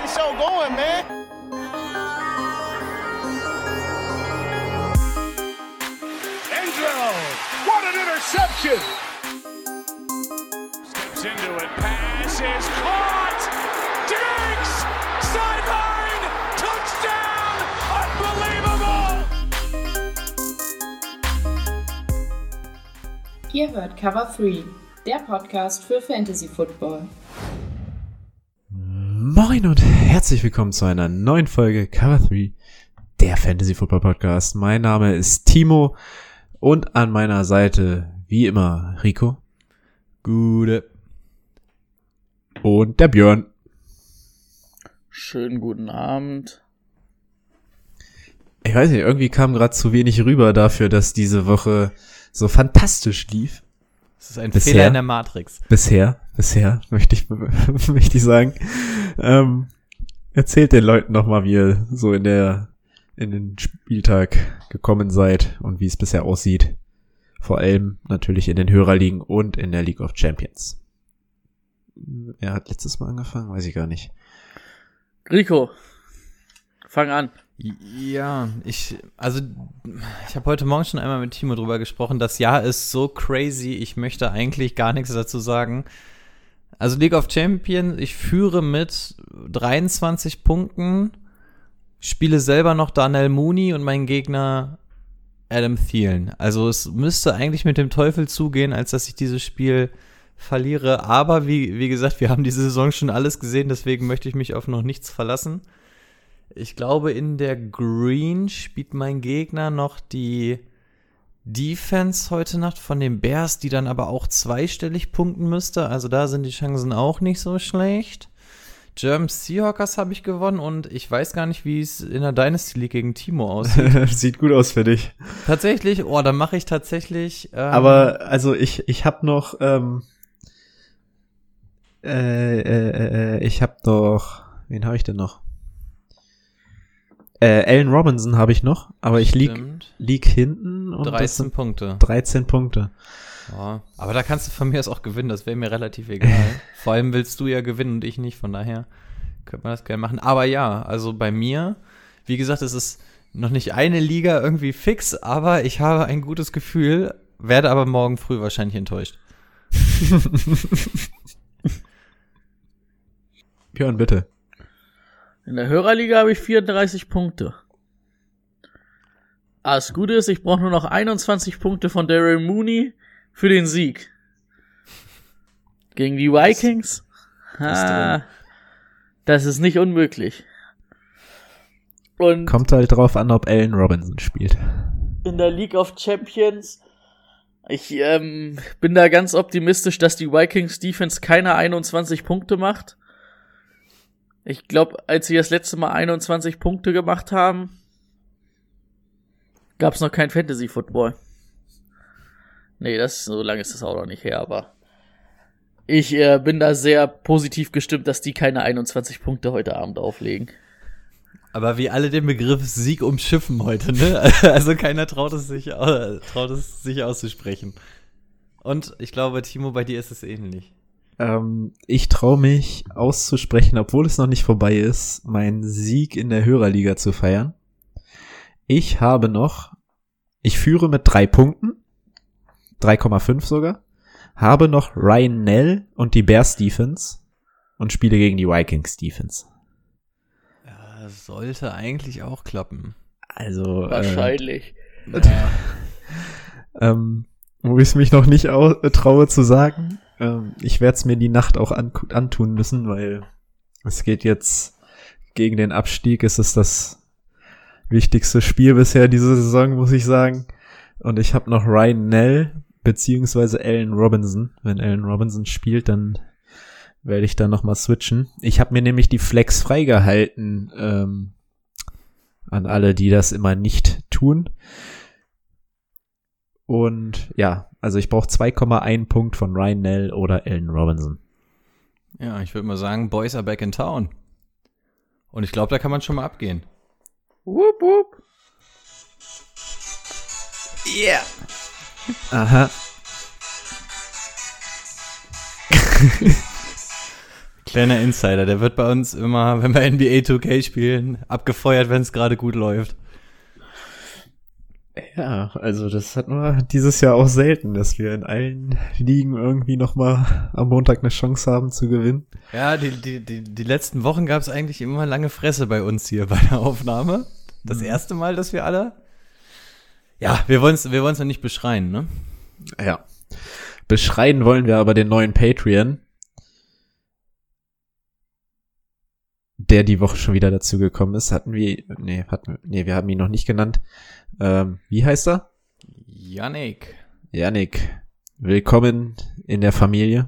the show going, man. Angelo, what an interception! Steps into it, pass is caught! Diggs! Sideline! Touchdown! Unbelievable! Ihr hört Cover 3, der Podcast für Fantasy Football. Moin und herzlich willkommen zu einer neuen Folge Cover 3, der Fantasy Football Podcast. Mein Name ist Timo und an meiner Seite, wie immer, Rico. Gute. Und der Björn. Schönen guten Abend. Ich weiß nicht, irgendwie kam gerade zu wenig rüber dafür, dass diese Woche so fantastisch lief. Das ist ein Fehler in der Matrix. Bisher, möchte ich sagen. Erzählt den Leuten nochmal, wie ihr so in den Spieltag gekommen seid und wie es bisher aussieht. Vor allem natürlich in den Hörerligen und in der League of Champions. Wer hat letztes Mal angefangen? Weiß ich gar nicht. Rico, fang an. Ja, ich habe heute Morgen schon einmal mit Timo drüber gesprochen. Das Jahr ist so crazy, ich möchte eigentlich gar nichts dazu sagen. Also League of Champions, ich führe mit 23 Punkten, spiele selber noch Darnell Mooney und mein Gegner Adam Thielen. Also es müsste eigentlich mit dem Teufel zugehen, als dass ich dieses Spiel verliere. Aber wie gesagt, wir haben diese Saison schon alles gesehen, deswegen möchte ich mich auf noch nichts verlassen. Ich glaube, in der Green spielt mein Gegner noch die Defense heute Nacht von den Bears, die dann aber auch zweistellig punkten müsste. Also da sind die Chancen auch nicht so schlecht. German Seahawkers habe ich gewonnen und ich weiß gar nicht, wie es in der Dynasty League gegen Timo aussieht. Sieht gut aus für dich. Tatsächlich? Oh, dann mache ich tatsächlich... Aber also ich habe noch... ich habe noch... Wen habe ich denn noch? Allen Robinson habe ich noch, aber ich lieg hinten. Und 13 Punkte. 13 Punkte. Ja, aber da kannst du von mir aus auch gewinnen, das wäre mir relativ egal. Vor allem willst du ja gewinnen und ich nicht, von daher könnte man das gerne machen. Aber ja, also bei mir, wie gesagt, es ist noch nicht eine Liga irgendwie fix, aber ich habe ein gutes Gefühl, werde aber morgen früh wahrscheinlich enttäuscht. Björn, bitte. In der Hörerliga habe ich 34 Punkte. Das Gute ist, ich brauche nur noch 21 Punkte von Darnell Mooney für den Sieg. Gegen die Vikings? Das ist nicht unmöglich. Und kommt halt drauf an, ob Allen Robinson spielt. in der League of Champions, ich bin da ganz optimistisch, dass die Vikings Defense keine 21 Punkte macht. Ich glaube, als sie das letzte Mal 21 Punkte gemacht haben, gab's noch kein Fantasy Football. Nee, so lange ist das auch noch nicht her, aber ich bin da sehr positiv gestimmt, dass die keine 21 Punkte heute Abend auflegen. Aber wir alle den Begriff Sieg umschiffen heute, ne? Also keiner traut es sich auszusprechen. Und ich glaube, Timo, bei dir ist es ähnlich. Ich traue mich auszusprechen, obwohl es noch nicht vorbei ist, meinen Sieg in der Hörerliga zu feiern. Ich führe mit 3 Punkten, 3,5 sogar, habe noch Ryan Nell und die Bears Defense und spiele gegen die Vikings Defense. Ja, das sollte eigentlich auch klappen. Also Wahrscheinlich. wo ich es mich noch nicht traue zu sagen, ich werde es mir die Nacht auch antun müssen, weil es geht jetzt gegen den Abstieg. Es ist das wichtigste Spiel bisher diese Saison, muss ich sagen. Und ich habe noch Ryan Nell beziehungsweise Allen Robinson. Wenn Allen Robinson spielt, dann werde ich da nochmal switchen. Ich habe mir nämlich die Flex freigehalten an alle, die das immer nicht tun. Und ja, also ich brauche 2,1 Punkt von Ryan Nell oder Allen Robinson. Ja, ich würde mal sagen, Boys are back in town. Und ich glaube, da kann man schon mal abgehen. Wupp, wupp. Yeah! Aha. Kleiner Insider, der wird bei uns immer, wenn wir NBA 2K spielen, abgefeuert, wenn es gerade gut läuft. Ja, also das hatten wir dieses Jahr auch selten, dass wir in allen Ligen irgendwie nochmal am Montag eine Chance haben zu gewinnen. Ja, die letzten Wochen gab es eigentlich immer lange Fresse bei uns hier bei der Aufnahme. Das erste Mal, dass wir alle... Ja, wir wollen's ja nicht beschreien, ne? Ja. Beschreien wollen wir aber den neuen Patreon, der die Woche schon wieder dazu gekommen ist. Wir haben ihn noch nicht genannt. Wie heißt er? Yannick, willkommen in der Familie.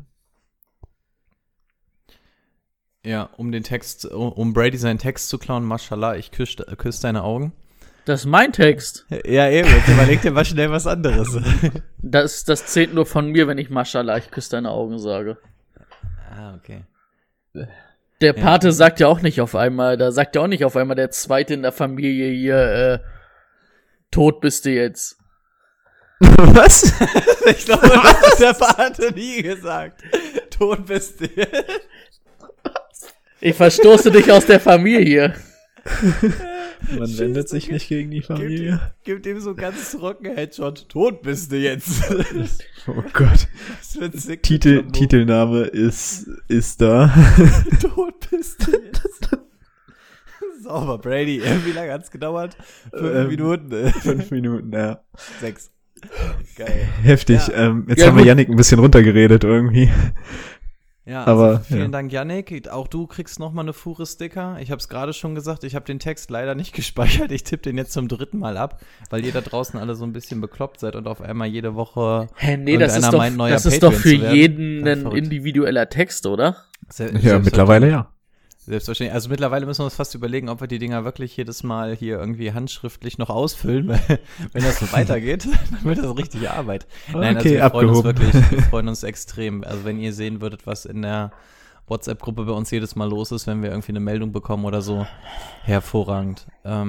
Ja, um Brady seinen Text zu klauen, Mashallah, ich küsse deine Augen. Das ist mein Text. Ja, eben, jetzt überleg dir mal schnell was anderes. Das zählt nur von mir, wenn ich Mashallah, ich küsse deine Augen sage. Ah, okay. Der Pate sagt ja auch nicht auf einmal, der Zweite in der Familie hier, tot bist du jetzt. Was? Ich glaube, das hat der Pate nie gesagt. Tot bist du jetzt. Ich verstoße dich aus der Familie. Man wendet sich nicht gegen die Familie. Gibt ihm so ganz trocken Headshot. Tot bist du jetzt. Oh Gott. Das wird sick. Titelname ist da. Tot bist du jetzt. Sauber, Brady. Wie lange hat's gedauert? 5 Minuten. 5 Minuten, ja. 6. Geil. Heftig. Ja. Jetzt haben wir Yannick ein bisschen runtergeredet irgendwie. Ja, aber vielen Dank, Yannick. Auch du kriegst nochmal eine Fuhre Sticker. Ich habe es gerade schon gesagt, ich habe den Text leider nicht gespeichert. Ich tippe den jetzt zum 3. Mal ab, weil ihr da draußen alle so ein bisschen bekloppt seid und auf einmal jede Woche das ist doch für jeden ein individueller Text, oder? Ja, mittlerweile ja. Selbstverständlich. Also mittlerweile müssen wir uns fast überlegen, ob wir die Dinger wirklich jedes Mal hier irgendwie handschriftlich noch ausfüllen, weil wenn das so weitergeht, dann wird das richtige Arbeit. Nein, also wir freuen uns extrem. Also wenn ihr sehen würdet, was in der WhatsApp-Gruppe bei uns jedes Mal los ist, wenn wir irgendwie eine Meldung bekommen oder so, hervorragend.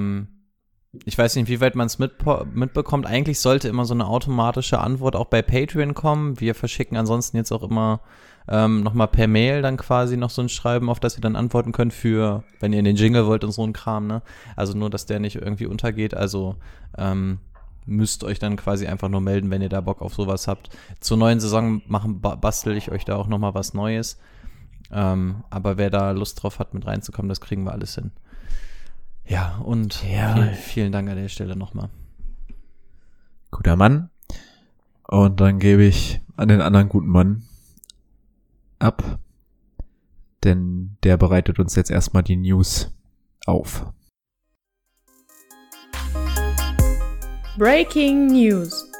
Ich weiß nicht, wie weit man es mitbekommt. Eigentlich sollte immer so eine automatische Antwort auch bei Patreon kommen. Wir verschicken ansonsten jetzt auch immer nochmal per Mail dann quasi noch so ein Schreiben, auf das ihr dann antworten könnt für, wenn ihr in den Jingle wollt und so ein Kram, ne? Also nur, dass der nicht irgendwie untergeht. Also müsst euch dann quasi einfach nur melden, wenn ihr da Bock auf sowas habt. Zur neuen Saison bastel ich euch da auch nochmal was Neues. Aber wer da Lust drauf hat, mit reinzukommen, das kriegen wir alles hin. Ja, und vielen Dank an der Stelle nochmal. Guter Mann. Und dann gebe ich an den anderen guten Mann ab, denn der bereitet uns jetzt erstmal die News auf. Breaking News.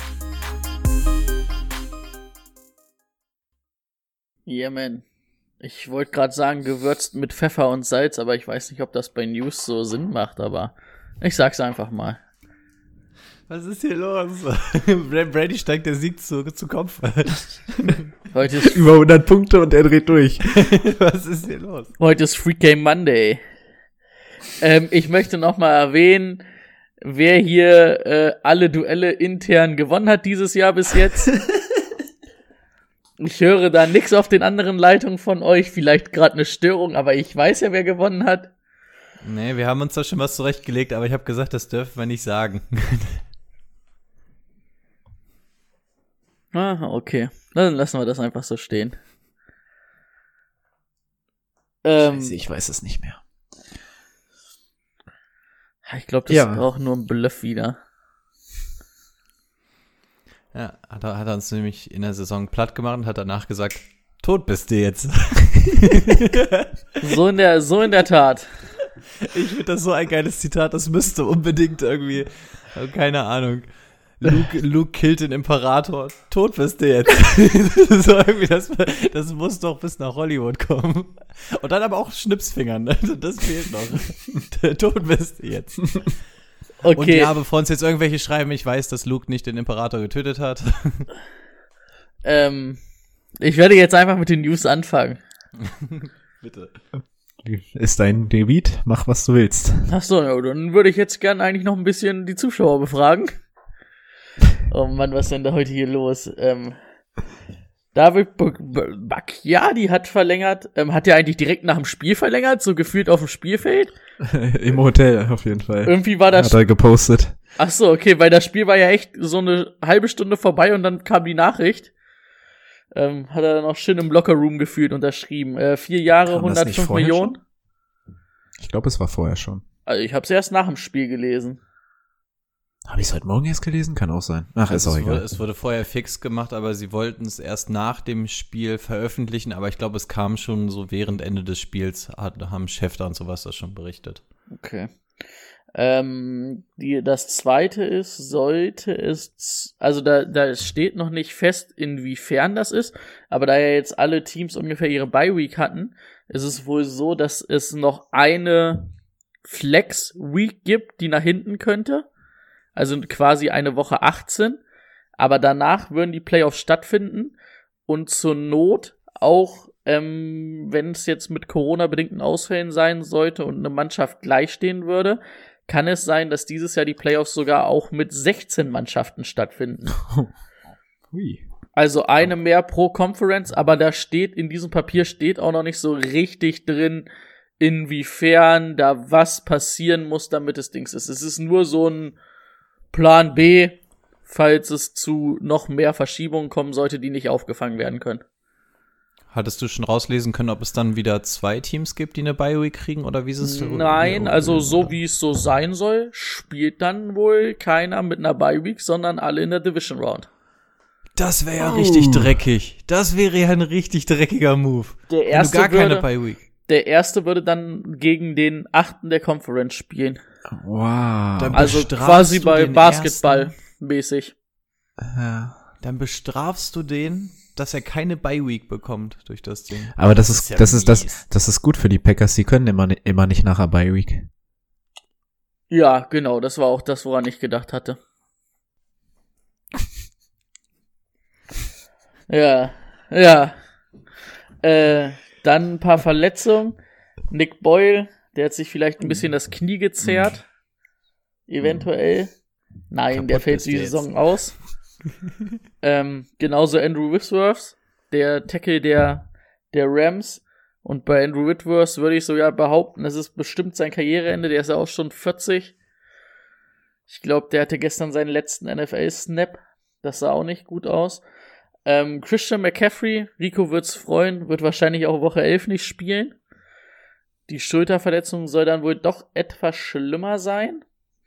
Yeah, man. Ich wollte gerade sagen, gewürzt mit Pfeffer und Salz, aber ich weiß nicht, ob das bei News so Sinn macht, aber ich sag's einfach mal. Was ist hier los? Brady steigt der Sieg zu Kopf. Heute ist über 100 Punkte und er dreht durch. Was ist hier los? Heute ist Free Game Monday. Ich möchte noch mal erwähnen, wer hier alle Duelle intern gewonnen hat dieses Jahr bis jetzt. Ich höre da nix auf den anderen Leitungen von euch, vielleicht gerade eine Störung, aber ich weiß ja, wer gewonnen hat. Nee, wir haben uns da schon was zurechtgelegt, aber ich habe gesagt, das dürfen wir nicht sagen. Ah, okay. Dann lassen wir das einfach so stehen. Scheiße, ich weiß es nicht mehr. Ich glaube, das ist auch nur ein Bluff wieder. Ja, hat er uns nämlich in der Saison platt gemacht und hat danach gesagt, tot bist du jetzt. So in der Tat. Ich finde das so ein geiles Zitat, das müsste unbedingt irgendwie, keine Ahnung, Luke killt den Imperator, tot bist du jetzt. So irgendwie, das muss doch bis nach Hollywood kommen. Und dann aber auch Schnipsfingern, ne? Das fehlt noch. Tot bist du jetzt. Okay. Und ja, bevor uns jetzt irgendwelche schreiben, ich weiß, dass Luke nicht den Imperator getötet hat. Ich werde jetzt einfach mit den News anfangen. Bitte. Ist dein Debüt, mach was du willst. Achso, ja, dann würde ich jetzt gerne eigentlich noch ein bisschen die Zuschauer befragen. Oh Mann, was ist denn da heute hier los? David Bakhtiari hat verlängert. Hat er eigentlich direkt nach dem Spiel verlängert? So gefühlt auf dem Spielfeld? Im Hotel auf jeden Fall. Irgendwie war das... Hat er gepostet. Ach so, okay, weil das Spiel war ja echt so eine halbe Stunde vorbei und dann kam die Nachricht. Hat er dann auch schön im Lockerroom gefühlt unterschrieben. 4 Jahre, 105 Millionen. Schon? Ich glaube, es war vorher schon. Also ich habe es erst nach dem Spiel gelesen. Habe ich es heute Morgen erst gelesen? Kann auch sein. Ach, ist auch egal. Es wurde vorher fix gemacht, aber sie wollten es erst nach dem Spiel veröffentlichen. Aber ich glaube, es kam schon so während Ende des Spiels, haben Schäfer und sowas das schon berichtet. Okay. Das zweite ist, sollte es, also da steht noch nicht fest, inwiefern das ist, aber da ja jetzt alle Teams ungefähr ihre Bye-Week hatten, ist es wohl so, dass es noch eine Flex-Week gibt, die nach hinten könnte. Also quasi eine Woche 18, aber danach würden die Playoffs stattfinden und zur Not auch, wenn es jetzt mit Corona-bedingten Ausfällen sein sollte und eine Mannschaft gleichstehen würde, kann es sein, dass dieses Jahr die Playoffs sogar auch mit 16 Mannschaften stattfinden. Hui. Also eine mehr pro Conference, aber da steht, in diesem Papier steht auch noch nicht so richtig drin, inwiefern da was passieren muss, damit es Dings ist. Es ist nur so ein Plan B, falls es zu noch mehr Verschiebungen kommen sollte, die nicht aufgefangen werden können. Hattest du schon rauslesen können, ob es dann wieder 2 Teams gibt, die eine Bye-Week kriegen, oder wie ist es? Nein, also so wie es so sein soll, spielt dann wohl keiner mit einer Bye-Week, sondern alle in der Division Round. Das wäre ja richtig dreckig. Das wäre ja ein richtig dreckiger Move. Der erste wenn du gar keine Bye-Week. Der erste würde dann gegen den 8. der Conference spielen. Wow. Dann Also quasi bei Basketball mäßig. Ja. Dann bestrafst du den, dass er keine Bye-Week bekommt durch das Ding. Aber das ist mies. gut für die Packers. Sie können immer nicht nach der Bye-Week. Ja, genau, das war auch das, woran ich gedacht hatte. Ja. Dann ein paar Verletzungen. Nick Boyle, der hat sich vielleicht ein bisschen das Knie gezerrt. Eventuell. Nein, Kaputt der fällt ist die der Saison aus. Genauso Andrew Whitworth, der Tackle der Rams. Und bei Andrew Whitworth würde ich sogar behaupten, das ist bestimmt sein Karriereende. Der ist ja auch schon 40. Ich glaube, der hatte gestern seinen letzten NFL-Snap. Das sah auch nicht gut aus. Christian McCaffrey, Rico wird's freuen, wird wahrscheinlich auch Woche 11 nicht spielen. Die Schulterverletzung soll dann wohl doch etwas schlimmer sein.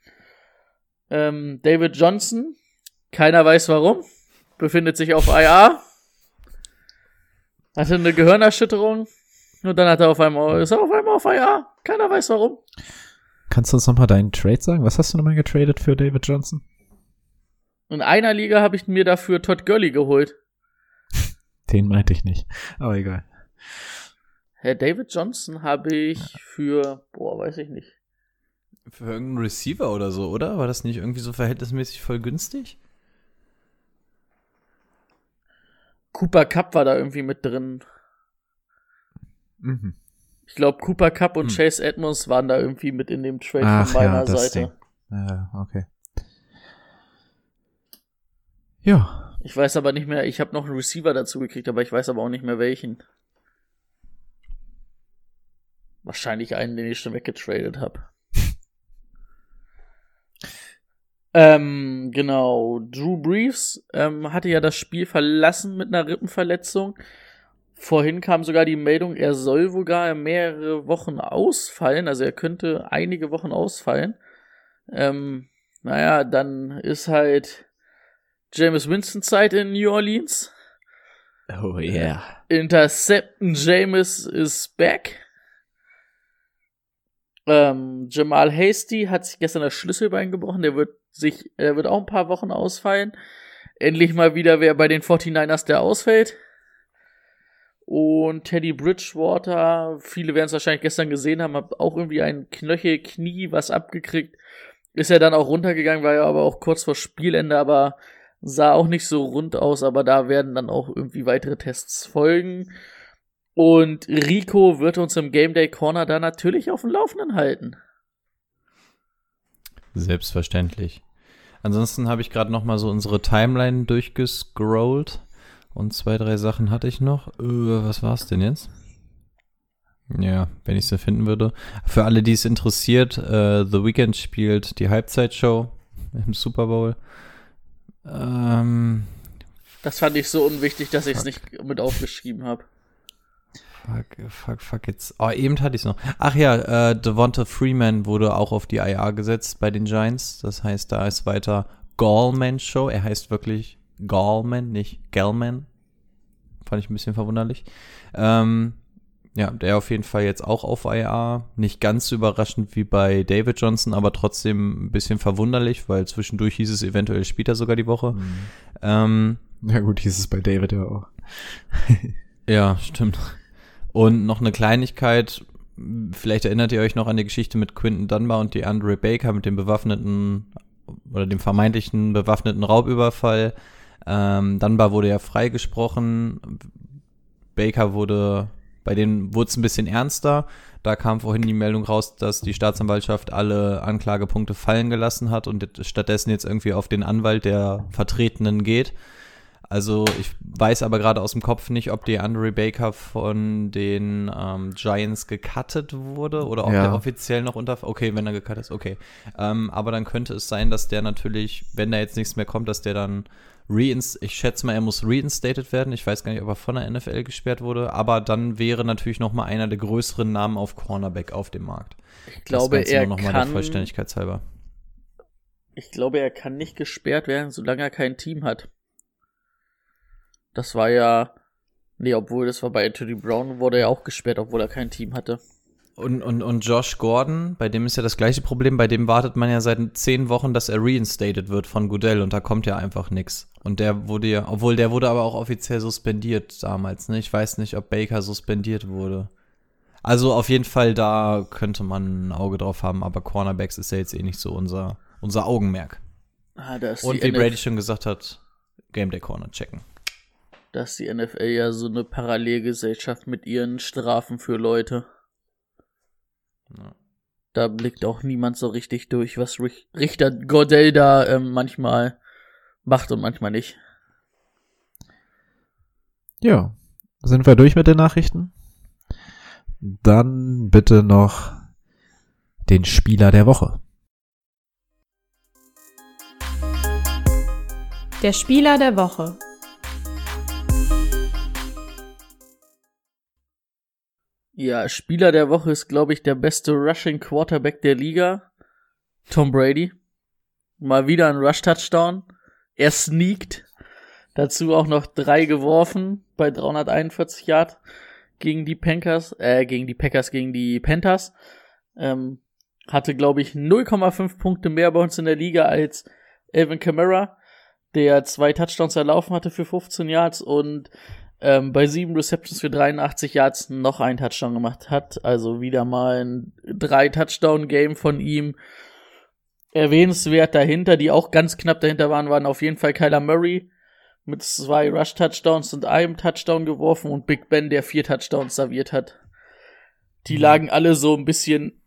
David Johnson, keiner weiß warum, befindet sich auf IR. Hatte eine Gehirnerschütterung und dann ist er auf einmal auf IR. Keiner weiß warum. Kannst du uns nochmal deinen Trade sagen? Was hast du nochmal getradet für David Johnson? In einer Liga habe ich mir dafür Todd Gurley geholt. Den meinte ich nicht. Aber egal. Herr David Johnson habe ich für, weiß ich nicht. Für irgendeinen Receiver oder so, oder? War das nicht irgendwie so verhältnismäßig voll günstig? Cooper Kupp war da irgendwie mit drin. Mhm. Ich glaube, Cooper Kupp und Chase Edmonds waren da irgendwie mit in dem Trade von meiner Seite. Ja, okay. Ja. Ich weiß aber nicht mehr, ich habe noch einen Receiver dazu gekriegt, aber ich weiß aber auch nicht mehr welchen. Wahrscheinlich einen, den ich schon weggetradet habe. Genau. Drew Brees hatte ja das Spiel verlassen mit einer Rippenverletzung. Vorhin kam sogar die Meldung, er soll wohl gar mehrere Wochen ausfallen. Also er könnte einige Wochen ausfallen. Dann ist halt Jameis Winston Zeit in New Orleans. Oh yeah. Intercepten Jameis is back. Jamal Hasty hat sich gestern das Schlüsselbein gebrochen. Der wird auch ein paar Wochen ausfallen. Endlich mal wieder wer bei den 49ers, der ausfällt. Und Teddy Bridgewater, viele werden es wahrscheinlich gestern gesehen haben, hat auch irgendwie ein Knöchel-Knie was abgekriegt. Ist ja dann auch runtergegangen, war ja aber auch kurz vor Spielende, aber sah auch nicht so rund aus, aber da werden dann auch irgendwie weitere Tests folgen. Und Rico wird uns im Game Day Corner da natürlich auf dem Laufenden halten. Selbstverständlich. Ansonsten habe ich gerade noch mal so unsere Timeline durchgescrollt Und 2, 3 Sachen hatte ich noch. Was war's denn jetzt? Ja, wenn ich es finden würde. Für alle, die es interessiert, The Weeknd spielt die Halbzeitshow im Super Bowl. Das fand ich so unwichtig, dass ich es nicht mit aufgeschrieben habe. Fuck jetzt. Oh, eben hatte ich es noch. Ach ja, Devonta Freeman wurde auch auf die IR gesetzt bei den Giants. Das heißt, da ist weiter Gallman Show. Er heißt wirklich Gallman, nicht Gallman. Fand ich ein bisschen verwunderlich. Ja, der auf jeden Fall jetzt auch auf IR. Nicht ganz so überraschend wie bei David Johnson, aber trotzdem ein bisschen verwunderlich, weil zwischendurch hieß es, eventuell spielt er sogar die Woche. Ja gut, hieß es bei David ja auch. Ja, stimmt. Und noch eine Kleinigkeit, vielleicht erinnert ihr euch noch an die Geschichte mit Quinton Dunbar und DeAndre Baker mit dem bewaffneten oder dem vermeintlichen bewaffneten Raubüberfall. Dunbar wurde ja freigesprochen. Baker bei denen wurde es ein bisschen ernster. Da kam vorhin die Meldung raus, dass die Staatsanwaltschaft alle Anklagepunkte fallen gelassen hat und stattdessen jetzt irgendwie auf den Anwalt der Vertretenen geht. Also ich weiß aber gerade aus dem Kopf nicht, ob DeAndre Baker von den Giants gecuttet wurde oder ob der offiziell noch okay, wenn er gecuttet ist, okay. Aber dann könnte es sein, dass der natürlich, wenn da jetzt nichts mehr kommt, dass der dann ich schätze mal, er muss reinstated werden. Ich weiß gar nicht, ob er von der NFL gesperrt wurde, aber dann wäre natürlich noch mal einer der größeren Namen auf Cornerback auf dem Markt. Ich glaube, er noch mal der Vollständigkeit halber. Ich glaube, er kann nicht gesperrt werden, solange er kein Team hat. Das war ja, obwohl das war bei Anthony Brown, wurde er auch gesperrt, obwohl er kein Team hatte. Und Josh Gordon, bei dem ist ja das gleiche Problem, bei dem wartet man ja seit 10 Wochen, dass er reinstated wird von Goodell und da kommt ja einfach nichts. Und der wurde aber auch offiziell suspendiert damals, ne? Ich weiß nicht, ob Baker suspendiert wurde. Also auf jeden Fall, da könnte man ein Auge drauf haben, aber Cornerbacks ist ja jetzt nicht so unser Augenmerk. Und wie Brady schon gesagt hat, Game Day Corner checken. Das ist die NFL ja so eine Parallelgesellschaft mit ihren Strafen für Leute. Ja. Da blickt auch niemand so richtig durch, was Richter Goodell da manchmal macht und manchmal nicht. Ja, sind wir durch mit den Nachrichten? Dann bitte noch den Spieler der Woche. Der Spieler der Woche. Ja, Spieler der Woche ist, glaube ich, der beste Rushing Quarterback der Liga. Tom Brady. Mal wieder ein Rush-Touchdown. Er sneakt. Dazu auch noch 3 geworfen bei 341 Yard gegen die Panthers. Hatte, glaube ich, 0,5 Punkte mehr bei uns in der Liga als Alvin Kamara, der 2 Touchdowns erlaufen hatte für 15 Yards und bei 7 Receptions für 83 Yards noch einen Touchdown gemacht hat. Also wieder mal ein 3-Touchdown-Game von ihm. Erwähnenswert dahinter, die auch ganz knapp dahinter waren auf jeden Fall Kyler Murray mit 2 Rush-Touchdowns und einem Touchdown geworfen und Big Ben, der 4 Touchdowns serviert hat. Die lagen alle so ein bisschen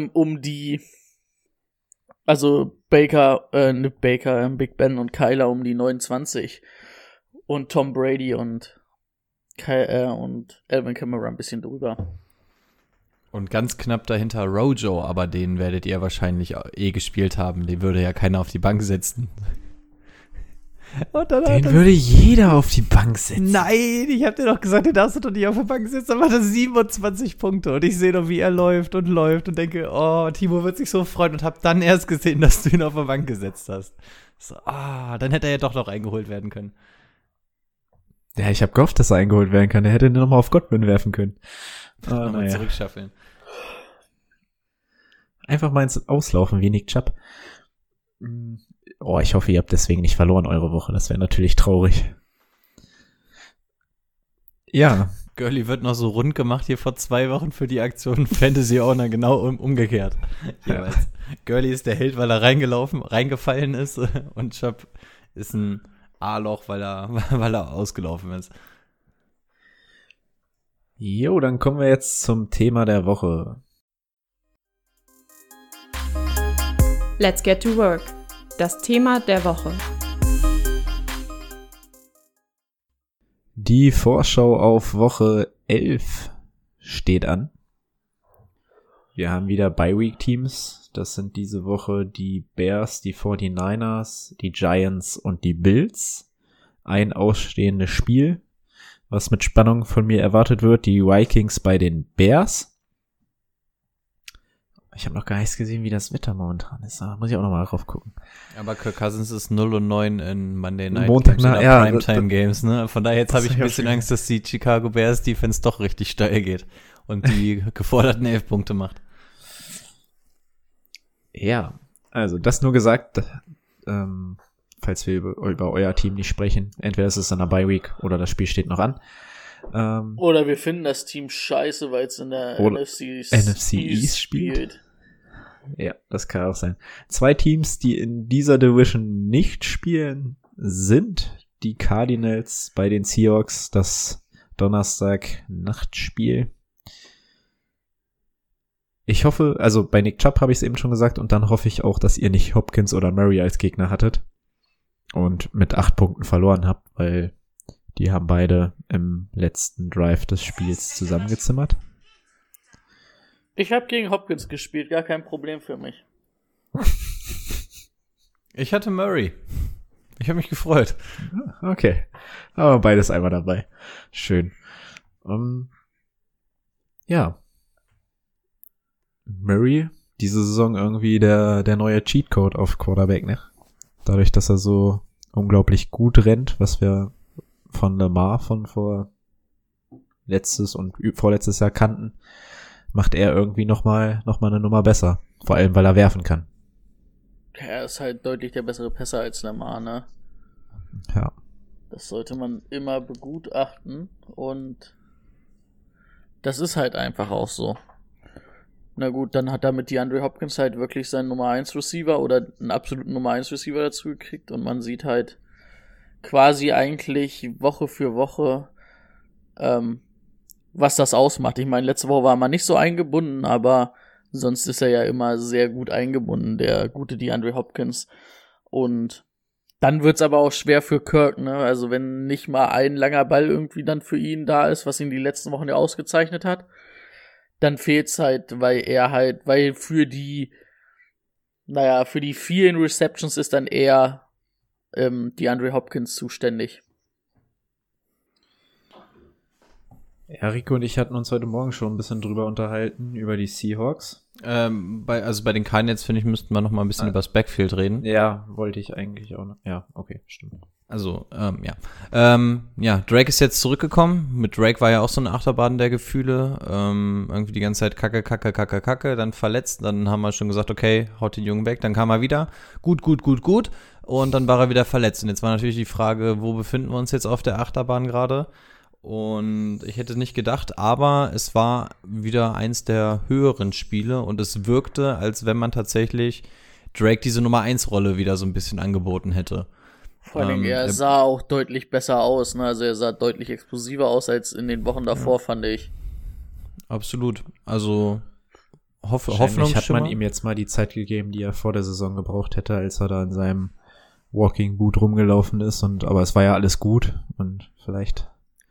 also Big Ben und Kyler um die 29 und Tom Brady und Alvin Kamara ein bisschen drüber. Und ganz knapp dahinter Rojo, aber den werdet ihr wahrscheinlich gespielt haben. Den würde ja keiner auf die Bank setzen. Den würde jeder auf die Bank setzen. Nein, ich hab dir doch gesagt, den darfst du doch nicht auf der Bank setzen. Dann macht er 27 Punkte und ich sehe doch, wie er läuft und denke, oh, Timo wird sich so freuen und hab dann erst gesehen, dass du ihn auf der Bank gesetzt hast. So, dann hätte er ja doch noch eingeholt werden können. Ja, ich habe gehofft, dass er eingeholt werden kann. Er hätte ihn nochmal auf Godwin werfen können. Nochmal zurückschaffeln. Einfach mal ins Auslaufen, wie Nick Chubb. Oh, ich hoffe, ihr habt deswegen nicht verloren eure Woche. Das wäre natürlich traurig. Ja. Gurley wird noch so rund gemacht hier vor 2 Wochen für die Aktion Fantasy Owner, genau umgekehrt. Ja. Gurley ist der Held, weil er reingefallen ist und Chubb ist ein A-Loch, weil er ausgelaufen ist. Jo, dann kommen wir jetzt zum Thema der Woche. Let's get to work. Das Thema der Woche. Die Vorschau auf Woche 11 steht an. Wir haben wieder Bye-Week-Teams. Das sind diese Woche die Bears, die 49ers, die Giants und die Bills. Ein ausstehendes Spiel, was mit Spannung von mir erwartet wird. Die Vikings bei den Bears. Ich habe noch gar nichts gesehen, wie das Wetter momentan ist. Da muss ich auch noch mal drauf gucken. Aber Kirk Cousins ist 0-9 in Monday Night Montag Games, ja, Primetime Games, ne? Von daher jetzt habe ich ein bisschen ja Angst, dass die Chicago Bears Defense doch richtig steil geht und die geforderten 11 Punkte macht. Ja, also das nur gesagt, falls wir über euer Team nicht sprechen. Entweder ist es in der Bye-Week oder das Spiel steht noch an. Oder wir finden das Team scheiße, weil es in der NFC East spielt. Ja, das kann auch sein. 2 Teams, die in dieser Division nicht spielen, sind die Cardinals bei den Seahawks, das Donnerstag-Nachtspiel. Ich hoffe, also bei Nick Chubb habe ich es eben schon gesagt, und dann hoffe ich auch, dass ihr nicht Hopkins oder Murray als Gegner hattet und mit 8 Punkten verloren habt, weil die haben beide im letzten Drive des Spiels zusammengezimmert. Ich habe gegen Hopkins gespielt, gar kein Problem für mich. Ich hatte Murray. Ich habe mich gefreut. Okay, aber beides einmal dabei. Schön. Ja. Murray, diese Saison irgendwie der neue Cheatcode auf Quarterback, ne? Dadurch, dass er so unglaublich gut rennt, was wir von Lamar von vor letztes und vorletztes Jahr kannten, macht er irgendwie noch mal eine Nummer besser. Vor allem, weil er werfen kann. Er ist halt deutlich der bessere Passer als Lamar, ne? Ja. Das sollte man immer begutachten und das ist halt einfach auch so. Na gut, dann hat damit DeAndre Hopkins halt wirklich seinen Nummer 1 Receiver oder einen absoluten Nummer 1 Receiver dazu gekriegt und man sieht halt quasi eigentlich Woche für Woche, was das ausmacht. Ich meine, letzte Woche war man nicht so eingebunden, aber sonst ist er ja immer sehr gut eingebunden, der gute DeAndre Hopkins. Und dann wird's aber auch schwer für Kirk, ne? Also wenn nicht mal ein langer Ball irgendwie dann für ihn da ist, was ihn die letzten Wochen ja ausgezeichnet hat, dann fehlt's halt, weil für die vielen Receptions ist dann eher DeAndre Hopkins zuständig. Ja, Rico und ich hatten uns heute Morgen schon ein bisschen drüber unterhalten, über die Seahawks. Bei den Cardinals, finde ich, müssten wir noch mal ein bisschen über das Backfield reden. Ja, wollte ich eigentlich auch noch. Ja, okay, stimmt. Also, ja, Drake ist jetzt zurückgekommen. Mit Drake war ja auch so eine Achterbahn der Gefühle. Irgendwie die ganze Zeit Kacke, dann verletzt. Dann haben wir schon gesagt, okay, haut den Jungen weg. Dann kam er wieder. Gut. Und dann war er wieder verletzt. Und jetzt war natürlich die Frage, wo befinden wir uns jetzt auf der Achterbahn gerade? Und ich hätte nicht gedacht, aber es war wieder eins der höheren Spiele und es wirkte, als wenn man tatsächlich Drake diese Nummer 1 Rolle wieder so ein bisschen angeboten hätte. Vor allem, er sah auch deutlich besser aus, ne? Also er sah deutlich explosiver aus als in den Wochen davor, fand ich. Absolut. Also Hoffnung hat man ihm jetzt mal die Zeit gegeben, die er vor der Saison gebraucht hätte, als er da in seinem Walking Boot rumgelaufen ist. Aber es war ja alles gut und vielleicht.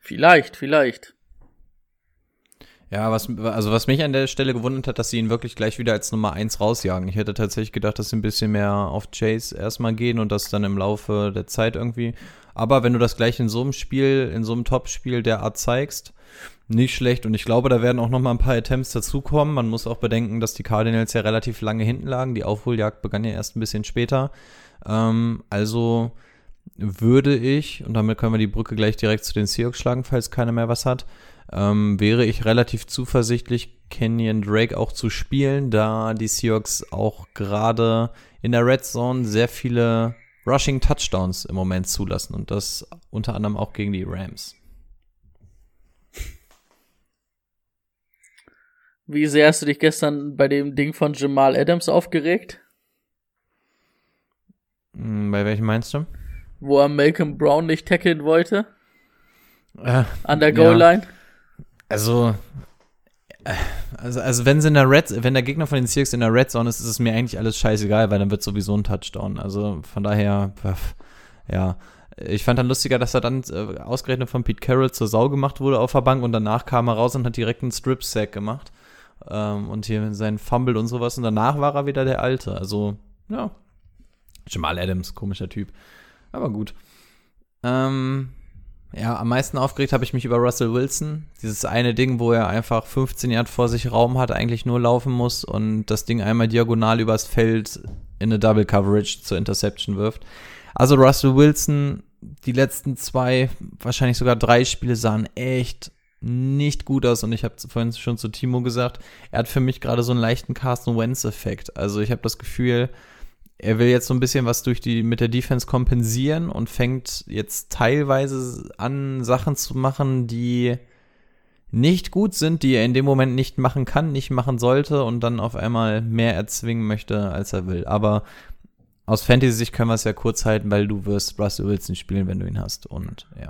Ja, was mich an der Stelle gewundert hat, dass sie ihn wirklich gleich wieder als Nummer 1 rausjagen. Ich hätte tatsächlich gedacht, dass sie ein bisschen mehr auf Chase erstmal gehen und das dann im Laufe der Zeit irgendwie. Aber wenn du das gleich in so einem Spiel, in so einem Top-Spiel derart zeigst, nicht schlecht. Und ich glaube, da werden auch noch mal ein paar Attempts dazukommen. Man muss auch bedenken, dass die Cardinals ja relativ lange hinten lagen. Die Aufholjagd begann ja erst ein bisschen später. Also würde ich, und damit können wir die Brücke gleich direkt zu den Seahawks schlagen, falls keiner mehr was hat, wäre ich relativ zuversichtlich, Kenyon Drake auch zu spielen, da die Seahawks auch gerade in der Red Zone sehr viele Rushing Touchdowns im Moment zulassen und das unter anderem auch gegen die Rams. Wie sehr hast du dich gestern bei dem Ding von Jamal Adams aufgeregt? Bei welchem meinst du? Wo er Malcolm Brown nicht tackeln wollte? An der Goal-Line? Ja. Also wenn der Gegner von den Seahawks in der Red Zone ist, ist es mir eigentlich alles scheißegal, weil dann wird sowieso ein Touchdown. Also von daher, ja. Ich fand dann lustiger, dass er dann ausgerechnet von Pete Carroll zur Sau gemacht wurde auf der Bank und danach kam er raus und hat direkt einen Strip-Sack gemacht. Und hier seinen Fumble und sowas. Und danach war er wieder der Alte. Also, ja. Jamal Adams, komischer Typ. Aber gut. Am meisten aufgeregt habe ich mich über Russell Wilson. Dieses eine Ding, wo er einfach 15 Yard vor sich Raum hat, eigentlich nur laufen muss und das Ding einmal diagonal übers Feld in eine Double Coverage zur Interception wirft. Also Russell Wilson, die letzten 2, wahrscheinlich sogar 3 Spiele sahen echt nicht gut aus und ich habe vorhin schon zu Timo gesagt, er hat für mich gerade so einen leichten Carson Wentz-Effekt. Also ich habe das Gefühl, er will jetzt so ein bisschen was mit der Defense kompensieren und fängt jetzt teilweise an, Sachen zu machen, die nicht gut sind, die er in dem Moment nicht machen kann, nicht machen sollte und dann auf einmal mehr erzwingen möchte, als er will. Aber aus Fantasy-Sicht können wir es ja kurz halten, weil du wirst Russell Wilson spielen, wenn du ihn hast. Und ja.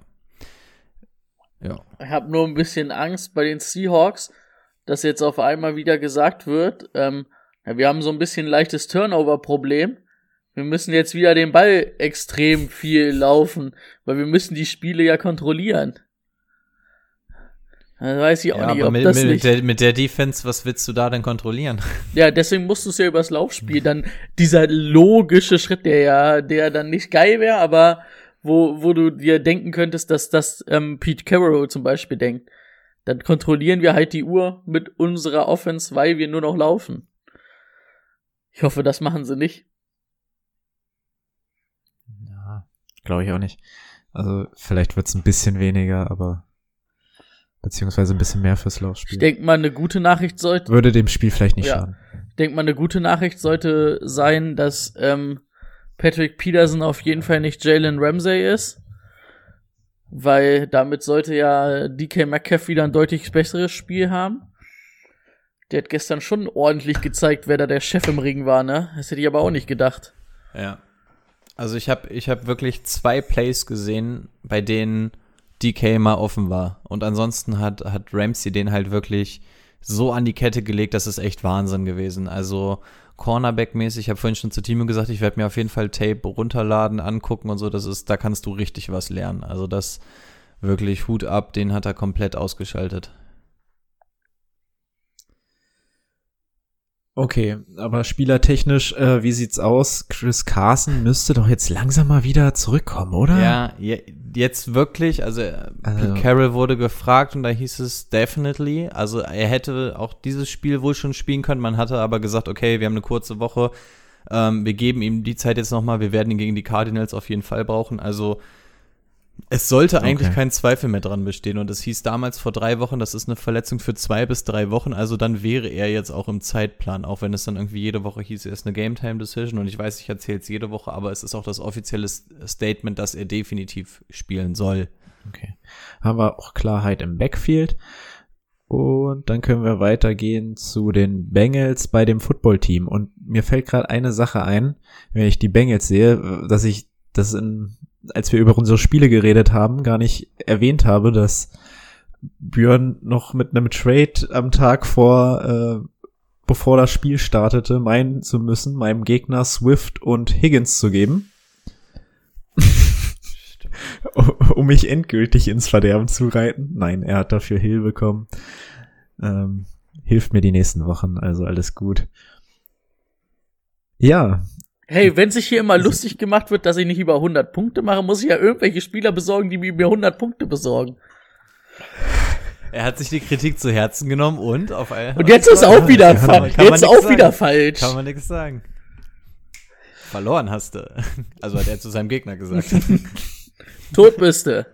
Ich habe nur ein bisschen Angst bei den Seahawks, dass jetzt auf einmal wieder gesagt wird, wir haben so ein bisschen leichtes Turnover-Problem. Wir müssen jetzt wieder den Ball extrem viel laufen, weil wir müssen die Spiele ja kontrollieren. Da weiß ich auch nicht, aber ob das nicht... mit der Defense, was willst du da denn kontrollieren? Ja, deswegen musst du es ja übers Laufspiel. Dann dieser logische Schritt, der dann nicht geil wäre, aber wo du dir denken könntest, dass das Pete Carroll zum Beispiel denkt. Dann kontrollieren wir halt die Uhr mit unserer Offense, weil wir nur noch laufen. Ich hoffe, das machen sie nicht. Ja, glaube ich auch nicht. Also vielleicht wird es ein bisschen weniger, aber beziehungsweise ein bisschen mehr fürs Laufspiel. Ich denke mal, eine gute Nachricht sollte... Würde dem Spiel vielleicht nicht schaden. Ich denke mal, eine gute Nachricht sollte sein, dass Patrick Peterson auf jeden Fall nicht Jalen Ramsey ist. Weil damit sollte ja DK Metcalf wieder ein deutlich besseres Spiel haben. Der hat gestern schon ordentlich gezeigt, wer da der Chef im Ring war, ne? Das hätte ich aber auch nicht gedacht. Ja. Also ich hab wirklich 2 Plays gesehen, bei denen DK mal offen war. Und ansonsten hat Ramsey den halt wirklich so an die Kette gelegt, das ist echt Wahnsinn gewesen. Also Cornerback-mäßig, ich habe vorhin schon zu Timo gesagt, ich werde mir auf jeden Fall Tape runterladen, angucken und so, da kannst du richtig was lernen. Also das wirklich Hut ab, den hat er komplett ausgeschaltet. Okay, aber spielertechnisch, wie sieht's aus? Chris Carson müsste doch jetzt langsam mal wieder zurückkommen, oder? Ja, jetzt wirklich, also Pete Carroll wurde gefragt und da hieß es definitely, also er hätte auch dieses Spiel wohl schon spielen können, man hatte aber gesagt, okay, wir haben eine kurze Woche, wir geben ihm die Zeit jetzt nochmal, wir werden ihn gegen die Cardinals auf jeden Fall brauchen, also es sollte eigentlich kein Zweifel mehr dran bestehen und es hieß damals vor 3 Wochen, das ist eine Verletzung für 2 bis 3 Wochen, also dann wäre er jetzt auch im Zeitplan, auch wenn es dann irgendwie jede Woche hieß, er ist eine Game-Time-Decision und ich weiß, ich erzähle es jede Woche, aber es ist auch das offizielle Statement, dass er definitiv spielen soll. Okay, haben wir auch Klarheit im Backfield und dann können wir weitergehen zu den Bengals bei dem Football-Team und mir fällt gerade eine Sache ein, wenn ich die Bengals sehe, dass ich das als wir über unsere Spiele geredet haben, gar nicht erwähnt habe, dass Björn noch mit einem Trade am Tag bevor das Spiel startete, meinen zu müssen, meinem Gegner Swift und Higgins zu geben, um mich endgültig ins Verderben zu reiten. Nein, er hat dafür Hill bekommen. Hilft mir die nächsten Wochen, also alles gut. Ja. Hey, wenn sich hier immer lustig gemacht wird, dass ich nicht über 100 Punkte mache, muss ich ja irgendwelche Spieler besorgen, die mir 100 Punkte besorgen. Er hat sich die Kritik zu Herzen genommen und auf einmal. Und jetzt ist auch wieder falsch. Jetzt auch wieder falsch. Kann man nichts sagen. Verloren hast du. Also hat er zu seinem Gegner gesagt. Tot bist du.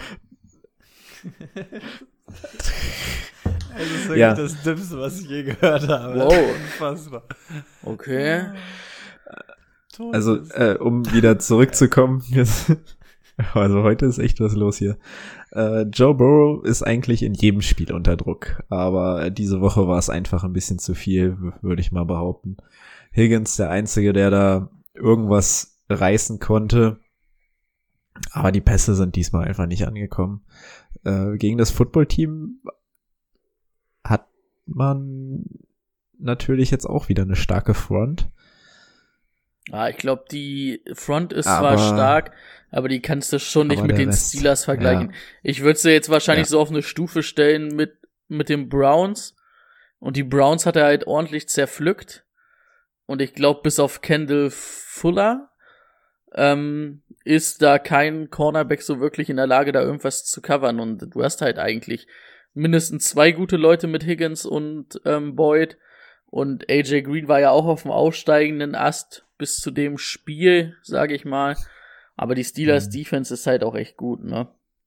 Das ist wirklich das Dümmste, was ich je gehört habe. Wow. Unfassbar. Okay. Also, um wieder zurückzukommen, also heute ist echt was los hier. Joe Burrow ist eigentlich in jedem Spiel unter Druck, aber diese Woche war es einfach ein bisschen zu viel, würde ich mal behaupten. Higgins der Einzige, der da irgendwas reißen konnte, aber die Pässe sind diesmal einfach nicht angekommen. Gegen das Footballteam hat man natürlich jetzt auch wieder eine starke Front. Ja, ich glaube, die Front ist zwar stark, aber die kannst du schon nicht mit den Steelers vergleichen. Ja. Ich würde sie jetzt wahrscheinlich so auf eine Stufe stellen mit den Browns. Und die Browns hat er halt ordentlich zerpflückt. Und ich glaube, bis auf Kendall Fuller ist da kein Cornerback so wirklich in der Lage, da irgendwas zu covern. Und du hast halt eigentlich mindestens 2 gute Leute mit Higgins und Boyd. Und AJ Green war ja auch auf dem aufsteigenden Ast bis zu dem Spiel, sage ich mal. Aber die Steelers Defense ist halt auch echt gut, ne?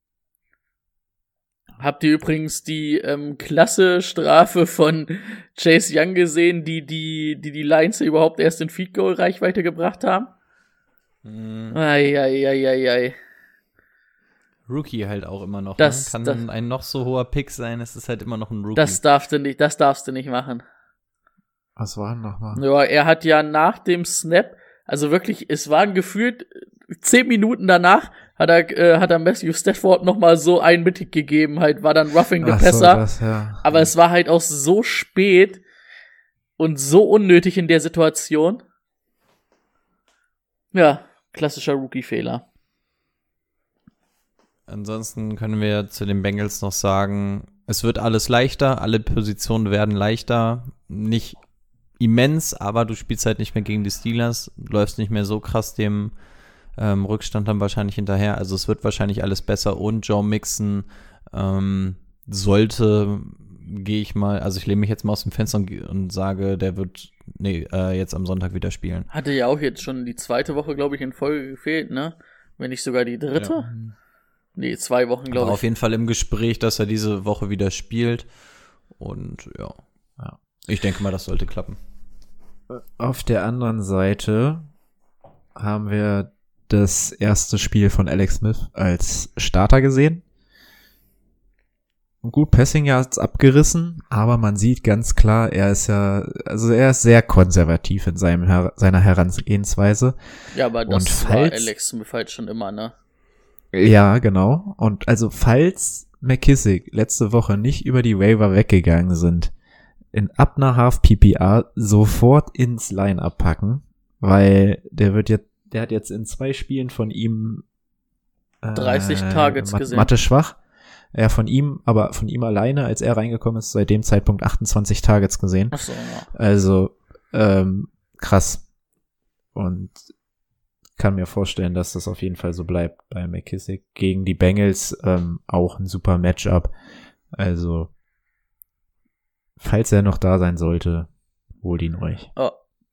Habt ihr übrigens die klasse Strafe von Chase Young gesehen, die Lions überhaupt erst in Field Goal Reichweite gebracht haben? Ei. Rookie halt auch immer noch. Kann ein noch so hoher Pick sein, es ist halt immer noch ein Rookie. Das darfst du nicht machen. Was war denn nochmal? Ja, er hat ja nach dem Snap, also wirklich, es waren gefühlt 10 Minuten danach, hat er Matthew Stafford nochmal so einen mittig gegeben, halt, war dann Roughing the Passer. Aber es war halt auch so spät und so unnötig in der Situation. Ja, klassischer Rookie-Fehler. Ansonsten können wir zu den Bengals noch sagen, es wird alles leichter, alle Positionen werden leichter, nicht immens, aber du spielst halt nicht mehr gegen die Steelers, du läufst nicht mehr so krass dem Rückstand dann wahrscheinlich hinterher, also es wird wahrscheinlich alles besser und Joe Mixon sollte, gehe ich mal, also ich lehne mich jetzt mal aus dem Fenster und sage, der wird jetzt am Sonntag wieder spielen. Hatte ja auch jetzt schon die 2. Woche, glaube ich, in Folge gefehlt, ne? Wenn nicht sogar die 3. Ja. Nee, 2 Wochen, glaube ich. Auf jeden Fall im Gespräch, dass er diese Woche wieder spielt und ja. Ich denke mal, das sollte klappen. Auf der anderen Seite haben wir das erste Spiel von Alex Smith als Starter gesehen. Gut, Passing Yards abgerissen, aber man sieht ganz klar, er ist sehr konservativ in seiner Herangehensweise. Ja, aber das war Alex Smith halt schon immer, ne? Ja, genau. Und also falls McKissick letzte Woche nicht über die Waiver weggegangen sind, ab einer Half PPR sofort ins Line-Up packen, weil der hat jetzt in 2 Spielen von ihm 30 Targets gesehen. Mathe schwach. Ja, von ihm alleine, als er reingekommen ist, seit dem Zeitpunkt 28 Targets gesehen. Ach so, ja. Also, krass. Und kann mir vorstellen, dass das auf jeden Fall so bleibt bei McKissick. Gegen die Bengals auch ein super Matchup. Also, falls er noch da sein sollte, holt ihn euch. Oh.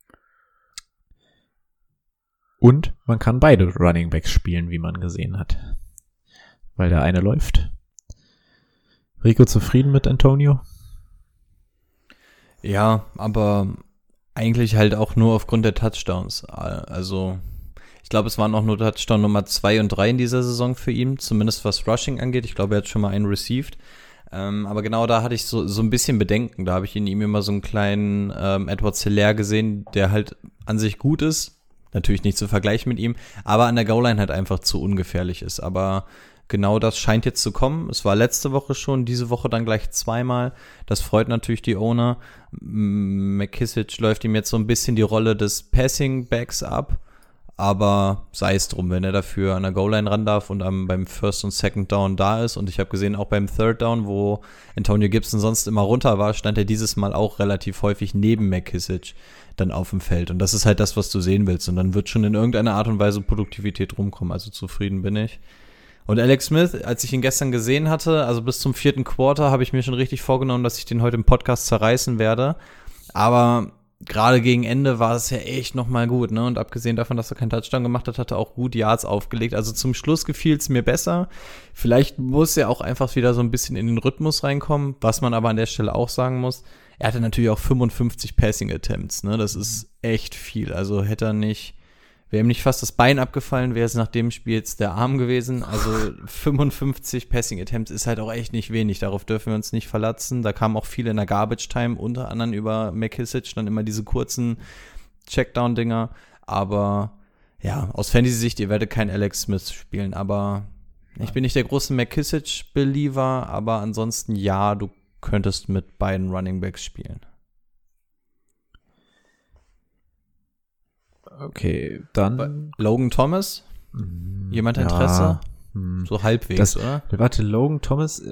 Und man kann beide Running Backs spielen, wie man gesehen hat. Weil der eine läuft. Rico zufrieden mit Antonio? Ja, aber eigentlich halt auch nur aufgrund der Touchdowns. Also, ich glaube, es waren auch nur Touchdown Nummer 2 und 3 in dieser Saison für ihn, zumindest was Rushing angeht. Ich glaube, er hat schon mal einen received. Aber genau da hatte ich so ein bisschen Bedenken. Da habe ich in ihm immer so einen kleinen Edwards-Helaire gesehen, der halt an sich gut ist. Natürlich nicht zu vergleichen mit ihm, aber an der Goal-Line halt einfach zu ungefährlich ist. Aber genau das scheint jetzt zu kommen. Es war letzte Woche schon, diese Woche dann gleich 2-mal. Das freut natürlich die Owner. McKissick läuft ihm jetzt so ein bisschen die Rolle des Passing-Backs ab. Aber sei es drum, wenn er dafür an der Goal-Line ran darf und beim First und Second Down da ist. Und ich habe gesehen, auch beim Third Down, wo Antonio Gibson sonst immer runter war, stand er dieses Mal auch relativ häufig neben McKissick dann auf dem Feld. Und das ist halt das, was du sehen willst. Und dann wird schon in irgendeiner Art und Weise Produktivität rumkommen. Also zufrieden bin ich. Und Alex Smith, als ich ihn gestern gesehen hatte, also bis zum 4. Quarter, habe ich mir schon richtig vorgenommen, dass ich den heute im Podcast zerreißen werde. Aber gerade gegen Ende war es ja echt nochmal gut, ne? Und abgesehen davon, dass er keinen Touchdown gemacht hat, hat er auch gut Yards aufgelegt. Also zum Schluss gefiel es mir besser. Vielleicht muss er auch einfach wieder so ein bisschen in den Rhythmus reinkommen. Was man aber an der Stelle auch sagen muss, er hatte natürlich auch 55 Passing Attempts, ne? Das ist echt viel. Also wäre ihm nicht fast das Bein abgefallen, wäre es nach dem Spiel jetzt der Arm gewesen. Also 55 Passing Attempts ist halt auch echt nicht wenig. Darauf dürfen wir uns nicht verlassen. Da kamen auch viele in der Garbage Time, unter anderem über McKissick, dann immer diese kurzen Checkdown-Dinger. Aber ja, aus Fantasy-Sicht, ihr werdet kein Alex Smith spielen. Aber ich bin nicht der große McKissick-Believer, aber ansonsten ja, du könntest mit beiden Running Backs spielen. Okay, dann Logan Thomas? Jemand Interesse? Ja, So halbwegs, oder? Warte, Logan Thomas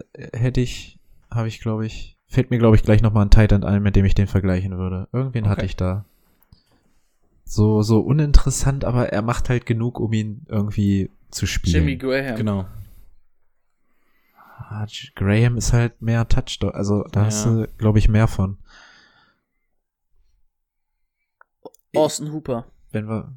fällt mir, glaube ich, gleich nochmal ein Tight End ein, mit dem ich den vergleichen würde. Irgendwen hatte ich da. So uninteressant, aber er macht halt genug, um ihn irgendwie zu spielen. Jimmy Graham. Genau. Graham ist halt mehr Touchdown, also da hast du, glaube ich, mehr von. Austin Hooper. Wenn wir,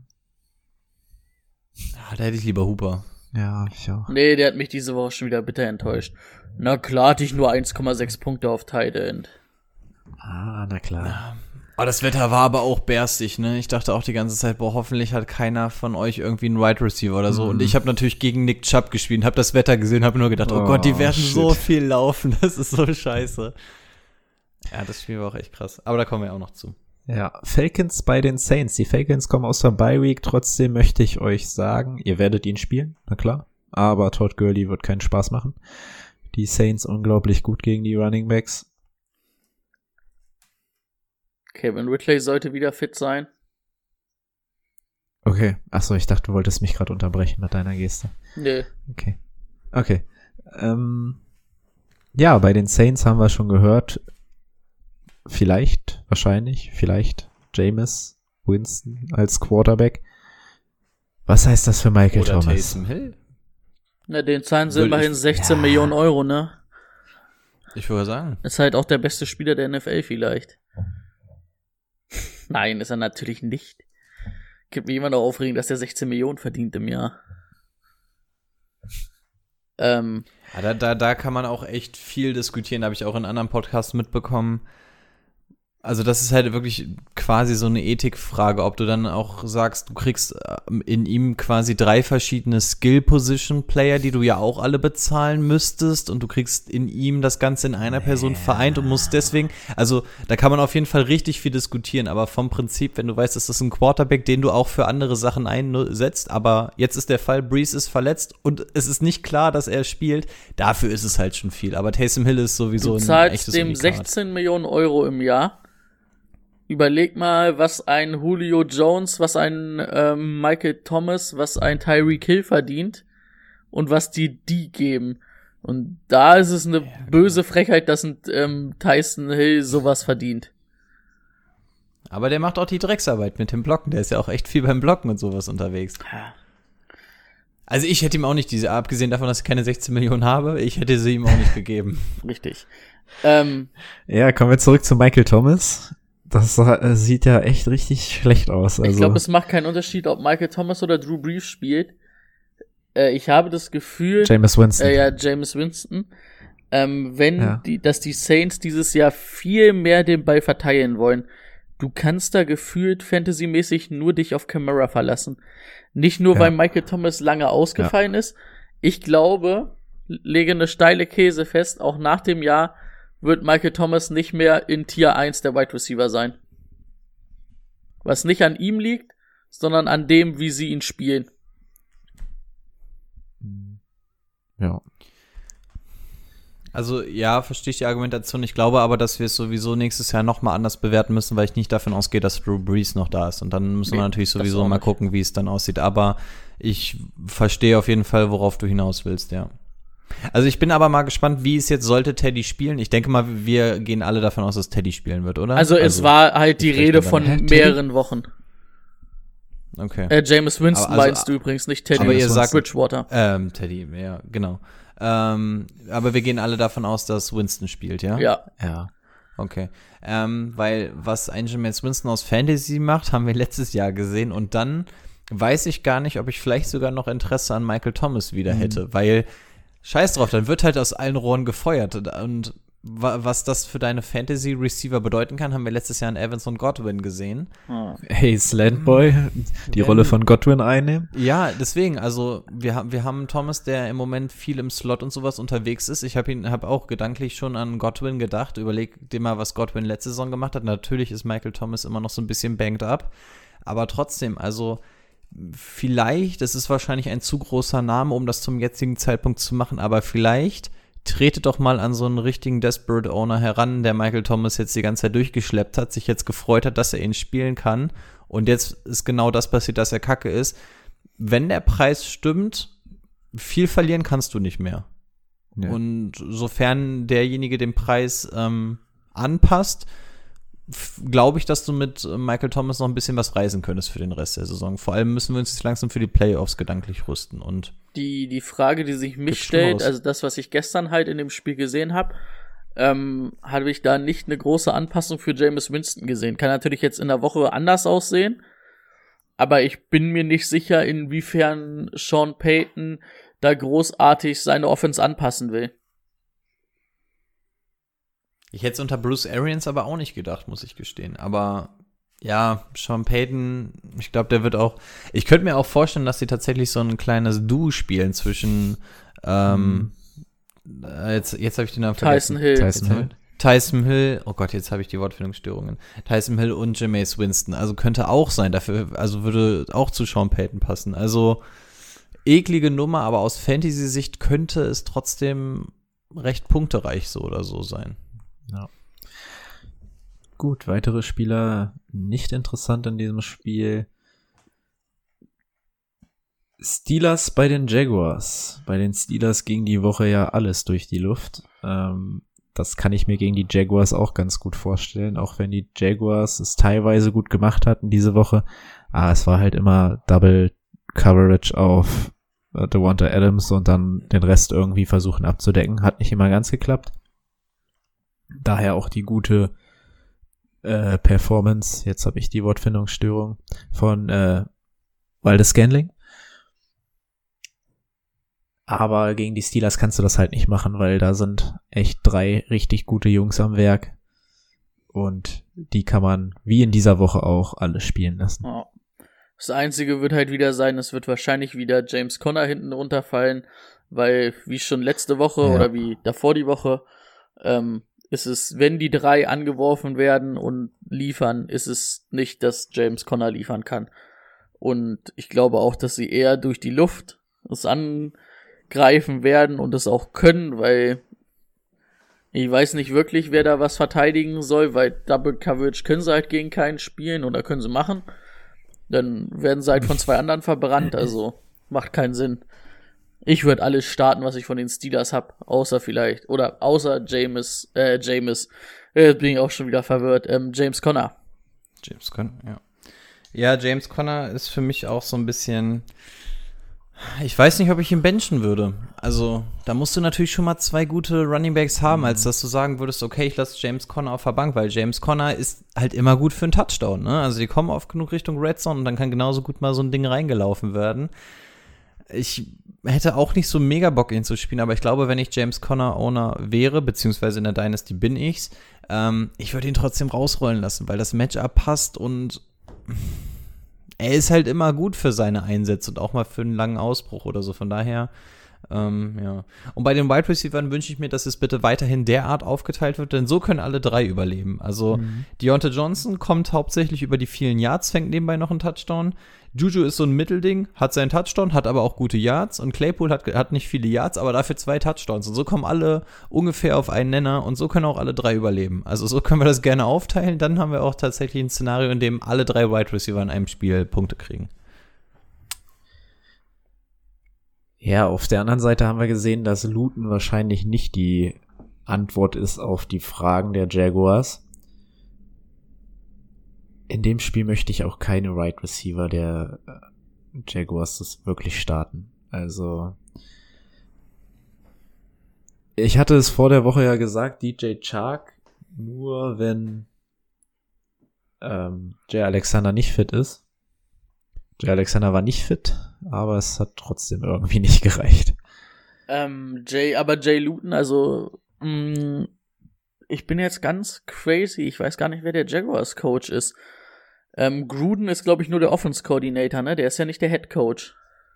Da hätte ich lieber Hooper. ja, ich auch. Nee, der hat mich diese Woche schon wieder bitter enttäuscht. Na klar hatte ich nur 1,6 Punkte auf Tight End. Na klar. Oh, das Wetter war aber auch bärstig, ne? Ich dachte auch die ganze Zeit, hoffentlich hat keiner von euch irgendwie einen Wide Receiver oder so. Und ich habe natürlich gegen Nick Chubb gespielt, habe das Wetter gesehen, habe nur gedacht, oh Gott, die werden so viel laufen, das ist so scheiße. Ja, das Spiel war auch echt krass. Aber da kommen wir auch noch zu. Ja, Falcons bei den Saints. Die Falcons kommen aus der Bye Week. Trotzdem möchte ich euch sagen, ihr werdet ihn spielen, na klar. Aber Todd Gurley wird keinen Spaß machen. Die Saints unglaublich gut gegen die Running Backs. Kevin Ridley sollte wieder fit sein. Okay. Achso, ich dachte, du wolltest mich gerade unterbrechen mit deiner Geste. Nee. Okay. Ja, bei den Saints haben wir schon gehört, vielleicht Jameis Winston als Quarterback. Was heißt das für Michael Oder Thomas? Taysom Hill? Na, den zahlen sie immerhin 16 Millionen Euro, ne? Ich würde sagen. Ist halt auch der beste Spieler der NFL vielleicht. Nein, ist er natürlich nicht. Gibt mir jemand auch aufregen, dass er 16 Millionen verdient im Jahr. Ja, da kann man auch echt viel diskutieren, habe ich auch in anderen Podcasts mitbekommen. Also das ist halt wirklich quasi so eine Ethikfrage, ob du dann auch sagst, du kriegst in ihm quasi 3 verschiedene Skill-Position-Player, die du ja auch alle bezahlen müsstest, und du kriegst in ihm das Ganze in einer Person vereint und musst deswegen, also da kann man auf jeden Fall richtig viel diskutieren, aber vom Prinzip, wenn du weißt, das ist ein Quarterback, den du auch für andere Sachen einsetzt, aber jetzt ist der Fall, Breeze ist verletzt und es ist nicht klar, dass er spielt, dafür ist es halt schon viel, aber Taysom Hill ist sowieso du ein echtes zahlst dem Unikat. 16 Millionen Euro im Jahr. Überleg mal, was ein Julio Jones, was ein Michael Thomas, was ein Tyreek Hill verdient und was die geben. Und da ist es eine böse Frechheit, dass ein Tyson Hill sowas verdient. Aber der macht auch die Drecksarbeit mit dem Blocken. Der ist ja auch echt viel beim Blocken und sowas unterwegs. Also ich hätte ihm auch nicht abgesehen davon, dass ich keine 16 Millionen habe, ich hätte sie ihm auch nicht gegeben. Richtig. Ja, kommen wir zurück zu Michael Thomas. Das sieht ja echt richtig schlecht aus. Also. Ich glaube, es macht keinen Unterschied, ob Michael Thomas oder Drew Brees spielt. Ich habe das Gefühl... Jameis Winston. Jameis Winston. Dass die Saints dieses Jahr viel mehr den Ball verteilen wollen. Du kannst da gefühlt fantasymäßig nur dich auf Kamara verlassen. Nicht nur, weil Michael Thomas lange ausgefallen ist. Ich glaube, lege eine steile These fest, auch nach dem Jahr wird Michael Thomas nicht mehr in Tier 1 der Wide Receiver sein. Was nicht an ihm liegt, sondern an dem, wie sie ihn spielen. Ja. Also ja, verstehe ich die Argumentation. Ich glaube aber, dass wir es sowieso nächstes Jahr nochmal anders bewerten müssen, weil ich nicht davon ausgehe, dass Drew Brees noch da ist. Und dann müssen wir natürlich sowieso mal gucken, wie es dann aussieht. Aber ich verstehe auf jeden Fall, worauf du hinaus willst, ja. Also ich bin aber mal gespannt, wie es jetzt sollte Teddy spielen. Ich denke mal, wir gehen alle davon aus, dass Teddy spielen wird, oder? Also es war halt die Rede von mehreren Wochen. Okay. Jameis Winston meinst du übrigens, nicht Teddy. Aber ihr sagt Bridgewater. Teddy, ja, genau. Aber wir gehen alle davon aus, dass Winston spielt, ja? Ja. Okay. Weil was ein Jameis Winston aus Fantasy macht, haben wir letztes Jahr gesehen, und dann weiß ich gar nicht, ob ich vielleicht sogar noch Interesse an Michael Thomas wieder hätte, weil scheiß drauf, dann wird halt aus allen Rohren gefeuert. Und was das für deine Fantasy-Receiver bedeuten kann, haben wir letztes Jahr in Evans und Godwin gesehen. Hey, Slantboy, die Rolle von Godwin einnehmen. Ja, deswegen, also wir haben Thomas, der im Moment viel im Slot und sowas unterwegs ist. Ich habe auch gedanklich schon an Godwin gedacht. Überleg dir mal, was Godwin letzte Saison gemacht hat. Natürlich ist Michael Thomas immer noch so ein bisschen banged up. Aber trotzdem, also vielleicht, es ist wahrscheinlich ein zu großer Name, um das zum jetzigen Zeitpunkt zu machen, aber vielleicht tretet doch mal an so einen richtigen Desperate Owner heran, der Michael Thomas jetzt die ganze Zeit durchgeschleppt hat, sich jetzt gefreut hat, dass er ihn spielen kann, Und jetzt ist genau das passiert, dass er kacke ist. Wenn der Preis stimmt, viel verlieren kannst du nicht mehr. Ja. Und sofern derjenige den Preis anpasst, glaube ich, dass du mit Michael Thomas noch ein bisschen was reißen könntest für den Rest der Saison. Vor allem müssen wir uns jetzt langsam für die Playoffs gedanklich rüsten. Und die Frage, die sich mich stellt, also das, was ich gestern halt in dem Spiel gesehen habe, habe ich da nicht eine große Anpassung für Jameis Winston gesehen. Kann natürlich jetzt in der Woche anders aussehen, aber ich bin mir nicht sicher, inwiefern Sean Payton da großartig seine Offense anpassen will. Ich hätte es unter Bruce Arians aber auch nicht gedacht, muss ich gestehen. Aber ja, Sean Payton, ich glaube, der wird auch. Ich könnte mir auch vorstellen, dass sie tatsächlich so ein kleines Duo spielen zwischen jetzt habe ich den Namen vergessen. Tyson Hill, oh Gott, jetzt habe ich die Wortfindungsstörungen. Tyson Hill und Jameis Winston. Also könnte auch sein, also würde auch zu Sean Payton passen. Also eklige Nummer, aber aus Fantasy-Sicht könnte es trotzdem recht punktereich so oder so sein. Ja. Gut, weitere Spieler nicht interessant in diesem Spiel. Steelers bei den Jaguars. Bei den Steelers ging die Woche ja alles durch die Luft. Das kann ich mir gegen die Jaguars auch ganz gut vorstellen, auch wenn die Jaguars es teilweise gut gemacht hatten diese Woche. Aber es war halt immer Double Coverage auf Devonta Adams und dann den Rest irgendwie versuchen abzudecken. Hat nicht immer ganz geklappt. Daher auch die gute Performance, jetzt habe ich die Wortfindungsstörung, von Valdes-Scantling. Aber gegen die Steelers kannst du das halt nicht machen, weil da sind echt 3 richtig gute Jungs am Werk. Und die kann man, wie in dieser Woche auch, alle spielen lassen. Ja. Das Einzige wird halt wieder sein, es wird wahrscheinlich wieder James Conner hinten runterfallen, weil wie schon letzte Woche oder wie davor die Woche, ist es, wenn die 3 angeworfen werden und liefern, ist es nicht, dass James Conner liefern kann. Und ich glaube auch, dass sie eher durch die Luft es angreifen werden und es auch können, weil ich weiß nicht wirklich, wer da was verteidigen soll, weil Double Coverage können sie halt gegen keinen spielen oder können sie machen. Dann werden sie halt von 2 anderen verbrannt, also macht keinen Sinn. Ich würde alles starten, was ich von den Steelers hab, außer James, bin ich auch schon wieder verwirrt, James Conner. James Conner, ja. Ja, James Conner ist für mich auch so ein bisschen, ich weiß nicht, ob ich ihn benchen würde. Also, da musst du natürlich schon mal 2 gute Runningbacks haben, als dass du sagen würdest, okay, ich lasse James Conner auf der Bank, weil James Conner ist halt immer gut für einen Touchdown, ne? Also, die kommen oft genug Richtung Red Zone und dann kann genauso gut mal so ein Ding reingelaufen werden. Ich hätte auch nicht so mega Bock, ihn zu spielen, aber ich glaube, wenn ich James Conner Owner wäre, beziehungsweise in der Dynasty bin ich's, ich würde ihn trotzdem rausrollen lassen, weil das Matchup passt und er ist halt immer gut für seine Einsätze und auch mal für einen langen Ausbruch oder so, von daher, ja. Und bei den Wide Receivers wünsche ich mir, dass es bitte weiterhin derart aufgeteilt wird, denn so können alle 3 überleben. Also Deontay Johnson kommt hauptsächlich über die vielen Yards, fängt nebenbei noch einen Touchdown. Juju ist so ein Mittelding, hat seinen Touchdown, hat aber auch gute Yards und Claypool hat nicht viele Yards, aber dafür 2 Touchdowns und so kommen alle ungefähr auf einen Nenner und so können auch alle 3 überleben. Also so können wir das gerne aufteilen, dann haben wir auch tatsächlich ein Szenario, in dem alle 3 Wide Receiver in einem Spiel Punkte kriegen. Ja, auf der anderen Seite haben wir gesehen, dass Luton wahrscheinlich nicht die Antwort ist auf die Fragen der Jaguars. In dem Spiel möchte ich auch keine Wide Receiver der Jaguars das wirklich starten. Also ich hatte es vor der Woche ja gesagt, DJ Chark, nur wenn Jay Alexander nicht fit ist. Jay Alexander war nicht fit, aber es hat trotzdem irgendwie nicht gereicht. Jay Luton, also ich bin jetzt ganz crazy, ich weiß gar nicht, wer der Jaguars Coach ist. Gruden ist, glaube ich, nur der Offense-Coordinator, ne? Der ist ja nicht der Head Coach.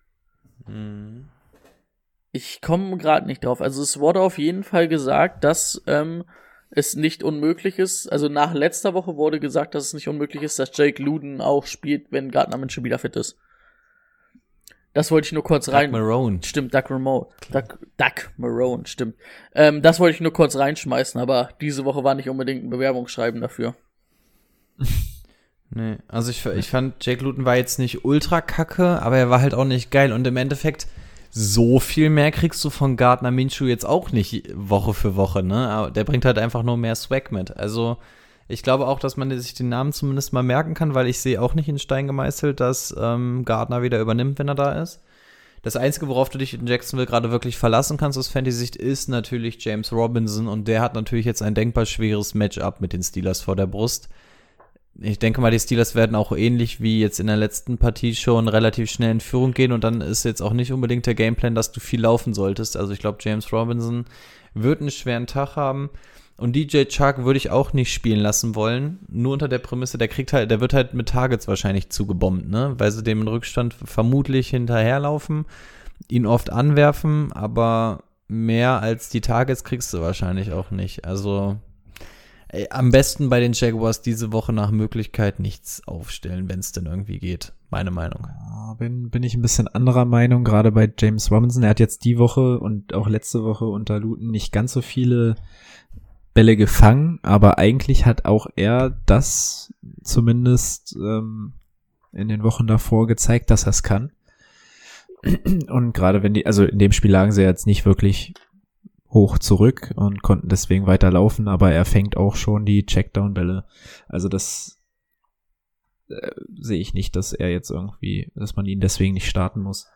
Ich komme gerade nicht drauf. Also es wurde auf jeden Fall gesagt, dass es nicht unmöglich ist. Also nach letzter Woche wurde gesagt, dass es nicht unmöglich ist, dass Jake Luton auch spielt, wenn Gardner Minshew wieder fit ist. Das wollte ich nur kurz rein. Doug Marrone. Stimmt, Doug Marrone, stimmt. Das wollte ich nur kurz reinschmeißen, aber diese Woche war nicht unbedingt ein Bewerbungsschreiben dafür. Nee, also ich fand, Jake Luton war jetzt nicht ultra kacke, aber er war halt auch nicht geil. Und im Endeffekt, so viel mehr kriegst du von Gardner Minshew jetzt auch nicht Woche für Woche, ne? Aber der bringt halt einfach nur mehr Swag mit. Also ich glaube auch, dass man sich den Namen zumindest mal merken kann, weil ich sehe auch nicht in Stein gemeißelt, dass Gardner wieder übernimmt, wenn er da ist. Das Einzige, worauf du dich in Jacksonville gerade wirklich verlassen kannst aus Fantasy-Sicht, ist natürlich James Robinson. Und der hat natürlich jetzt ein denkbar schweres Matchup mit den Steelers vor der Brust. Ich denke mal, die Steelers werden auch ähnlich wie jetzt in der letzten Partie schon relativ schnell in Führung gehen und dann ist jetzt auch nicht unbedingt der Gameplan, dass du viel laufen solltest. Also ich glaube, James Robinson wird einen schweren Tag haben und DJ Chark würde ich auch nicht spielen lassen wollen, nur unter der Prämisse, der wird halt mit Targets wahrscheinlich zugebombt, ne, weil sie dem in Rückstand vermutlich hinterherlaufen, ihn oft anwerfen, aber mehr als die Targets kriegst du wahrscheinlich auch nicht. Also am besten bei den Jaguars diese Woche nach Möglichkeit nichts aufstellen, wenn es denn irgendwie geht. Meine Meinung. Bin ich ein bisschen anderer Meinung, gerade bei James Robinson. Er hat jetzt die Woche und auch letzte Woche unter Luton nicht ganz so viele Bälle gefangen, aber eigentlich hat auch er das zumindest in den Wochen davor gezeigt, dass er es kann. Und gerade also in dem Spiel lagen sie jetzt nicht wirklich hoch zurück und konnten deswegen weiter laufen, aber er fängt auch schon die Checkdown-Bälle. Also das sehe ich nicht, dass er jetzt irgendwie, dass man ihn deswegen nicht starten muss.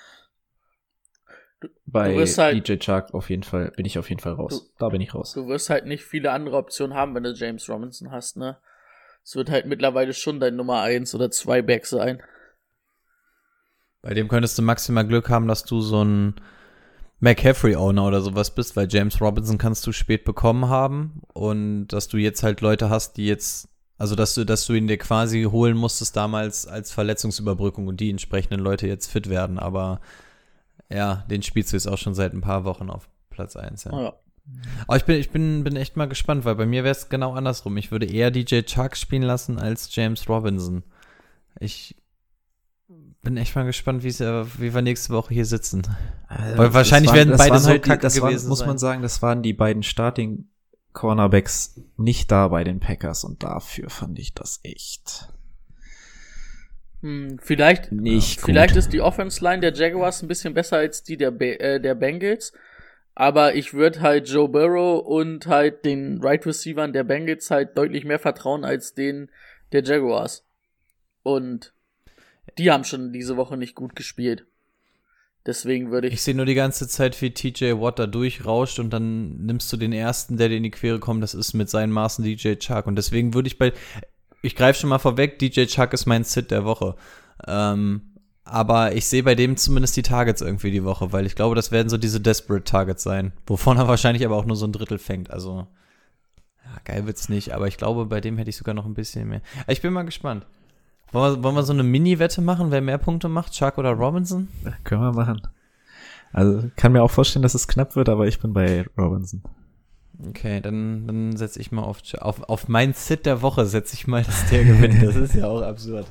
Bei DJ Chark bin ich auf jeden Fall raus. Da bin ich raus. Du wirst halt nicht viele andere Optionen haben, wenn du James Robinson hast, ne? Es wird halt mittlerweile schon dein Nummer 1 oder 2 Back sein. Bei dem könntest du maximal Glück haben, dass du so ein McCaffrey-Owner oder sowas bist, weil James Robinson kannst du spät bekommen haben und dass du jetzt halt Leute hast, die jetzt, also dass du ihn dir quasi holen musstest damals als Verletzungsüberbrückung und die entsprechenden Leute jetzt fit werden, aber ja, den spielst du jetzt auch schon seit ein paar Wochen auf Platz 1, ja. Oh ja. Aber ich bin echt mal gespannt, weil bei mir wäre es genau andersrum. Ich würde eher DJ Chark spielen lassen als James Robinson. Ich bin echt mal gespannt, wie wir nächste Woche hier sitzen. Weil wahrscheinlich werden beide so kacke gewesen sein. Muss man sagen, das waren die beiden Starting Cornerbacks nicht da bei den Packers und dafür fand ich das echt vielleicht nicht gut. Vielleicht ist die Offense-Line der Jaguars ein bisschen besser als die der Bengals, aber ich würde halt Joe Burrow und halt den Right Receivern der Bengals halt deutlich mehr vertrauen als den der Jaguars. Und die haben schon diese Woche nicht gut gespielt. Deswegen würde ich... Ich sehe nur die ganze Zeit, wie TJ Watt da durchrauscht und dann nimmst du den ersten, der dir in die Quere kommt, das ist mit seinen Maßen DJ Chark. Und deswegen würde ich greife schon mal vorweg, DJ Chark ist mein Sit der Woche. Aber ich sehe bei dem zumindest die Targets irgendwie die Woche, weil ich glaube, das werden so diese Desperate Targets sein, wovon er wahrscheinlich aber auch nur so ein Drittel fängt. Also, ja, geil wird's nicht, aber ich glaube, bei dem hätte ich sogar noch ein bisschen mehr. Ich bin mal gespannt. Wollen wir so eine Mini-Wette machen, wer mehr Punkte macht, Chark oder Robinson? Ja, können wir machen. Also kann mir auch vorstellen, dass es knapp wird, aber ich bin bei Robinson. Okay, dann setze ich mal auf mein Sit der Woche setze ich mal, dass der gewinnt. Das ist ja auch absurd.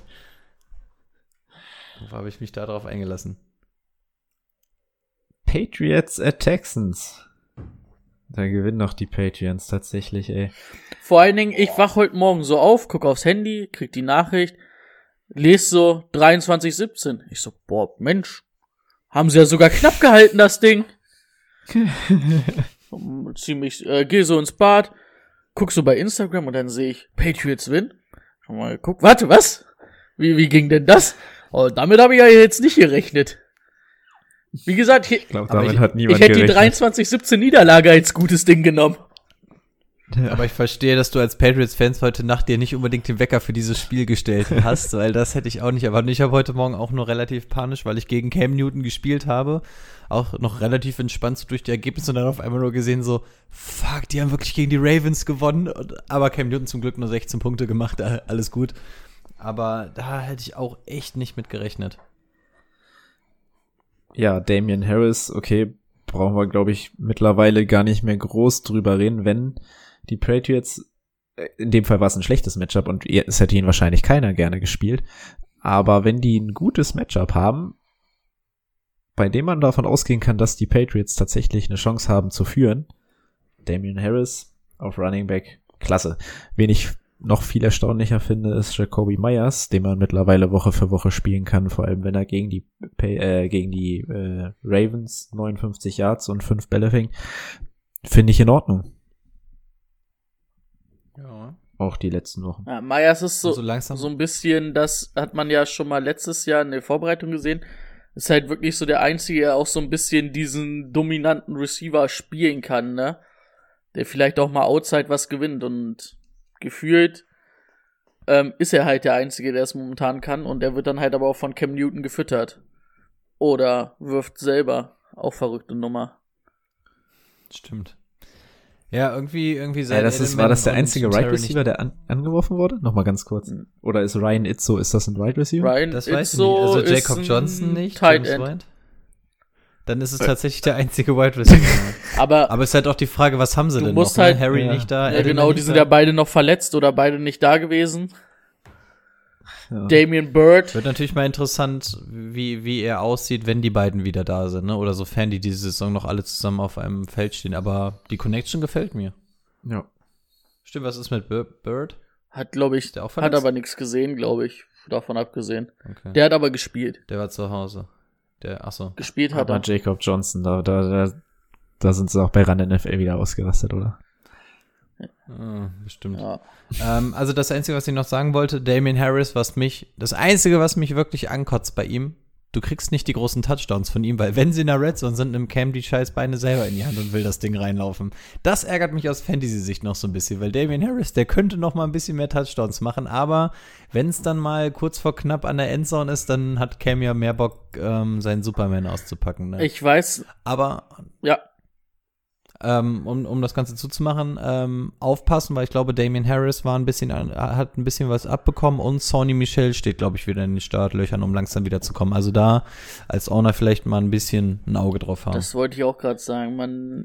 Wo habe ich mich da drauf eingelassen? Patriots at Texans. Da gewinnen noch die Patriots tatsächlich, ey. Vor allen Dingen, ich wach heute Morgen so auf, guck aufs Handy, krieg die Nachricht, lese so 23:17. Ich so, boah, Mensch, haben sie ja sogar knapp gehalten, das Ding. Geh so ins Bad, guck so bei Instagram und dann sehe ich, Patriots win. Schon mal geguckt, warte, was? Wie ging denn das? Oh, damit habe ich ja jetzt nicht gerechnet. Wie gesagt, ich hat niemand hätte die gerechnet. 23:17 Niederlage als gutes Ding genommen. Ja. Aber ich verstehe, dass du als Patriots-Fans heute Nacht dir nicht unbedingt den Wecker für dieses Spiel gestellt hast, weil das hätte ich auch nicht erwartet. Ich habe heute Morgen auch nur relativ panisch, weil ich gegen Cam Newton gespielt habe, auch noch relativ entspannt so durch die Ergebnisse und dann auf einmal nur gesehen so, fuck, die haben wirklich gegen die Ravens gewonnen, aber Cam Newton zum Glück nur 16 Punkte gemacht, alles gut. Aber da hätte ich auch echt nicht mit gerechnet. Ja, Damian Harris, okay, brauchen wir, glaube ich, mittlerweile gar nicht mehr groß drüber reden, wenn die Patriots, in dem Fall war es ein schlechtes Matchup und es hätte ihn wahrscheinlich keiner gerne gespielt, aber wenn die ein gutes Matchup haben, bei dem man davon ausgehen kann, dass die Patriots tatsächlich eine Chance haben zu führen, Damian Harris auf Running Back, klasse. Wen ich noch viel erstaunlicher finde, ist Jacoby Myers, den man mittlerweile Woche für Woche spielen kann, vor allem wenn er gegen die Ravens 59 Yards und 5 Bälle fing. Finde ich in Ordnung. Ja. Auch die letzten Wochen. Ja, Myers ist so langsam. ein bisschen, das hat man ja schon mal letztes Jahr in der Vorbereitung gesehen, ist halt wirklich so der Einzige, der auch so ein bisschen diesen dominanten Receiver spielen kann, ne? Der vielleicht auch mal outside was gewinnt und gefühlt ist er halt der Einzige, der es momentan kann und er wird dann halt aber auch von Cam Newton gefüttert. Oder wirft selber. Auch verrückte Nummer. Stimmt. Ja, irgendwie Ja, war das der einzige Right Receiver, der angeworfen wurde? Nochmal ganz kurz. Oder ist Ryan Itzo, ist das ein Right Receiver? Ryan Das Itzo weiß ich nicht. Also Jacob ist Johnson nicht. Tight James End. White. Dann ist es tatsächlich der einzige Wide Receiver. Aber es ist halt auch die Frage, was haben sie du denn musst noch? halt- Ne? Harry ja. nicht da. ja, Edelman genau, die nicht sind da. ja beide noch verletzt oder beide nicht da gewesen. Ja. Damian Byrd. Wird natürlich mal interessant, wie er aussieht, wenn die beiden wieder da sind, ne? Oder sofern die diese Saison noch alle zusammen auf einem Feld stehen. Aber die Connection gefällt mir. Ja. Stimmt, was ist mit Bird? Hat, glaube ich, der auch hat verletzt? aber nichts gesehen, glaube ich. Davon abgesehen. Okay. Der hat aber gespielt. Der war zu Hause. Achso. Gespielt hat Aber er. Jacob Johnson, da sind sie auch bei Run NFL wieder ausgerastet, oder? Bestimmt. Ja. Also das Einzige, was ich noch sagen wollte, Damian Harris, das Einzige, was mich wirklich ankotzt bei ihm, du kriegst nicht die großen Touchdowns von ihm, weil wenn sie in der Red Zone sind, nimmt Cam die scheiß Beine selber in die Hand und will das Ding reinlaufen. Das ärgert mich aus Fantasy-Sicht noch so ein bisschen, weil Damian Harris, der könnte noch mal ein bisschen mehr Touchdowns machen, aber wenn es dann mal kurz vor knapp an der Endzone ist, dann hat Cam ja mehr Bock, seinen Superman auszupacken. Ne? Ich weiß, Aber ja, um das Ganze zuzumachen, aufpassen, weil ich glaube, Damian Harris hat ein bisschen was abbekommen und Sony Michel steht, glaube ich, wieder in den Startlöchern, um langsam wieder zu kommen. Also da als Owner vielleicht mal ein bisschen ein Auge drauf haben. das wollte ich auch gerade sagen.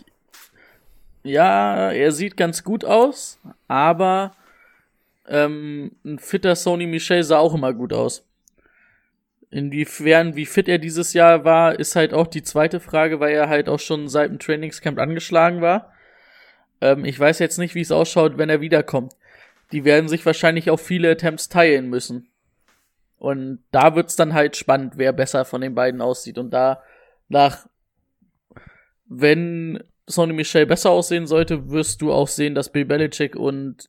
Er sieht ganz gut aus, aber ein fitter Sony Michel sah auch immer gut aus. Inwiefern, wie fit er dieses Jahr war, ist halt auch die zweite Frage, weil er halt auch schon seit dem Trainingscamp angeschlagen war. Ich weiß jetzt nicht, wie es ausschaut, wenn er wiederkommt. Die werden sich wahrscheinlich auch viele Attempts teilen müssen. Und da wird's dann halt spannend, wer besser von den beiden aussieht. Und wenn Sony Michel besser aussehen sollte, wirst du auch sehen, dass Bill Belichick und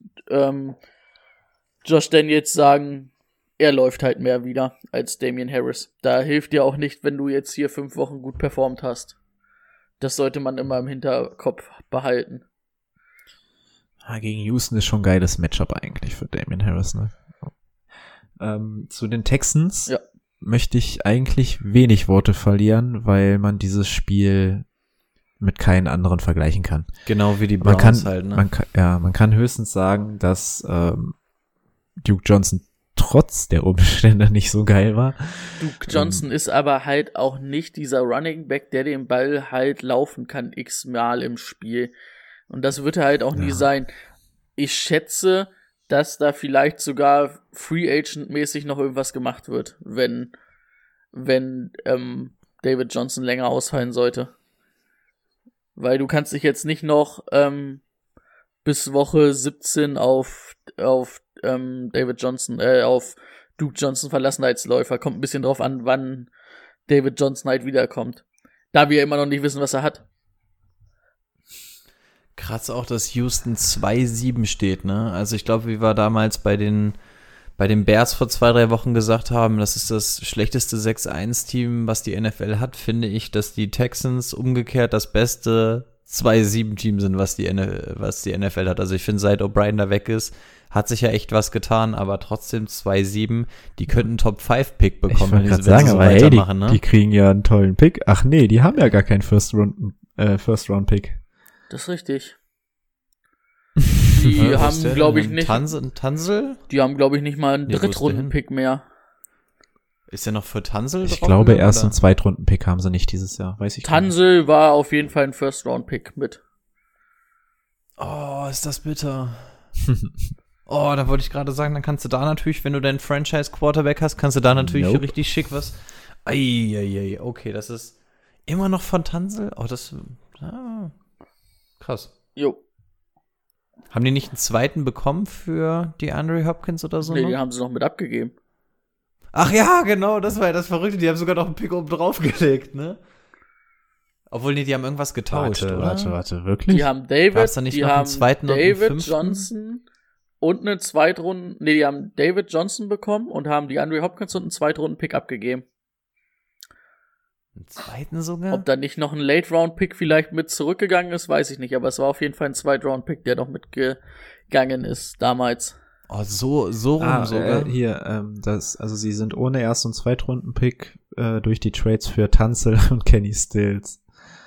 Josh Daniels sagen, er läuft halt mehr wieder als Damian Harris. Da hilft dir auch nicht, wenn du jetzt hier 5 Wochen gut performt hast. Das sollte man immer im Hinterkopf behalten. Gegen Houston ist schon ein geiles Matchup eigentlich für Damian Harris, ne? Zu den Texans Ja. möchte ich eigentlich wenig Worte verlieren, weil man dieses Spiel mit keinen anderen vergleichen kann. Genau wie die Man Browns kann, halt, ne? man kann höchstens sagen, dass Duke Johnson trotz der Umstände nicht so geil war. Duke Johnson ist aber halt auch nicht dieser Running Back, der den Ball halt laufen kann x-mal im Spiel. Und das wird er halt auch nie sein. Ich schätze, dass da vielleicht sogar Free Agent-mäßig noch irgendwas gemacht wird, wenn David Johnson länger ausfallen sollte. Weil du kannst dich jetzt nicht noch bis Woche 17 auf David Johnson, auf Duke Johnson verlassen als Läufer. Kommt ein bisschen drauf an, wann David Johnson halt wiederkommt. Da wir immer noch nicht wissen, was er hat. Krass auch, dass Houston 2-7 steht, ne? Also ich glaube, wie wir damals bei den Bears vor 2-3 Wochen gesagt haben, das ist das schlechteste 6-1-Team, was die NFL hat, finde ich, dass die Texans umgekehrt das beste 2-7-Team sind, was die NFL hat. Also ich finde, seit O'Brien da weg ist, hat sich ja echt was getan, aber trotzdem 2-7, die könnten Top-5-Pick bekommen, Ich wollte gerade wenn sagen, sie so aber hey, weitermachen, ne? die kriegen ja einen tollen Pick. Ach nee, die haben ja gar keinen First-Round-Pick. Das ist richtig. Die Was ist der haben, glaube ich, denn? nicht. Tansel? Die haben, glaube ich, nicht mal einen Nee, wo ist der Drittrunden-Pick mehr. Ist der noch für Tansel Ich drauf glaube, gegangen, erst oder? einen Zweitrunden-Pick haben sie nicht dieses Jahr. Weiß ich gar nicht. Tansel war auf jeden Fall ein First-Round-Pick mit. Oh, ist das bitter. Oh, da wollte ich gerade sagen, dann kannst du da natürlich, wenn du deinen Franchise-Quarterback hast, kannst du da natürlich Nope. richtig schick was. Eieiei, okay, das ist immer noch von Tansel. Oh, das krass. Jo. Haben die nicht einen zweiten bekommen für die Andre Hopkins oder so? Nee, noch? die haben sie noch mit abgegeben. Ach ja, genau, das war ja das Verrückte. Die haben sogar noch einen Pick oben draufgelegt, ne? Obwohl, nee, die haben irgendwas getauscht, oder? Warte, wirklich? Die haben David, Gab's da nicht die noch einen haben zweiten und einen David fünften? Johnson und eine Zweitrunden, nee, die haben David Johnson bekommen und haben die Andre Hopkins und einen Zweitrunden-Pick abgegeben. Einen zweiten sogar? Ob da nicht noch ein Late-Round-Pick vielleicht mit zurückgegangen ist, weiß ich nicht, aber es war auf jeden Fall ein Zweit-Round-Pick, der noch mitgegangen ist damals. Oh, so rum sogar. Also sie sind ohne Erst- und Zweitrunden-Pick durch die Trades für Tunzel und Kenny Stills.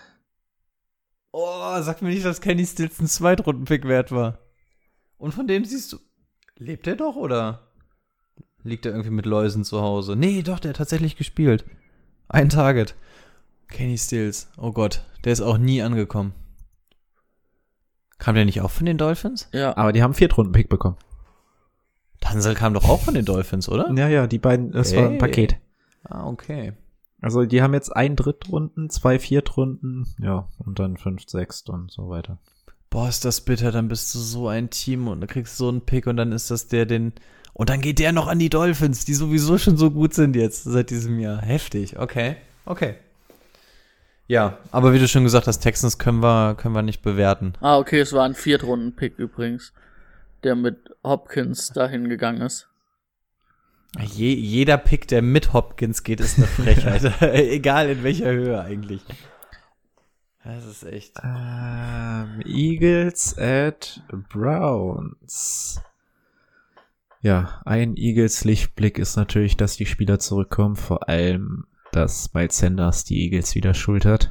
Oh, sag mir nicht, dass Kenny Stills ein Zweitrunden-Pick wert war. Und von dem siehst du, lebt er doch oder liegt er irgendwie mit Läusen zu Hause? Nee, doch, der hat tatsächlich gespielt. Ein Target. Kenny Stills. Oh Gott, der ist auch nie angekommen. Kam der nicht auch von den Dolphins? Ja. Aber die haben einen Viertrunden-Pick bekommen. Tansel kam doch auch von den Dolphins, oder? Ja, die beiden, das war ein Paket. Ah, okay. Also die haben jetzt 1 Drittrunden, 2 Viertrunden, ja, und dann 5 Sechst und so weiter. Boah, ist das bitter, dann bist du so ein Team und du kriegst so einen Pick und dann ist das und dann geht der noch an die Dolphins, die sowieso schon so gut sind jetzt seit diesem Jahr. Heftig, okay. Ja, aber wie du schon gesagt hast, Texans können wir nicht bewerten. Ah, okay, es war ein Viertrunden-Pick übrigens, der mit Hopkins dahin gegangen ist. Jeder Pick, der mit Hopkins geht, ist eine Frechheit. Egal in welcher Höhe eigentlich. Das ist echt. Eagles at Browns. Ja, ein Eagles Lichtblick ist natürlich, dass die Spieler zurückkommen, vor allem, dass Miles Sanders die Eagles wieder schultert.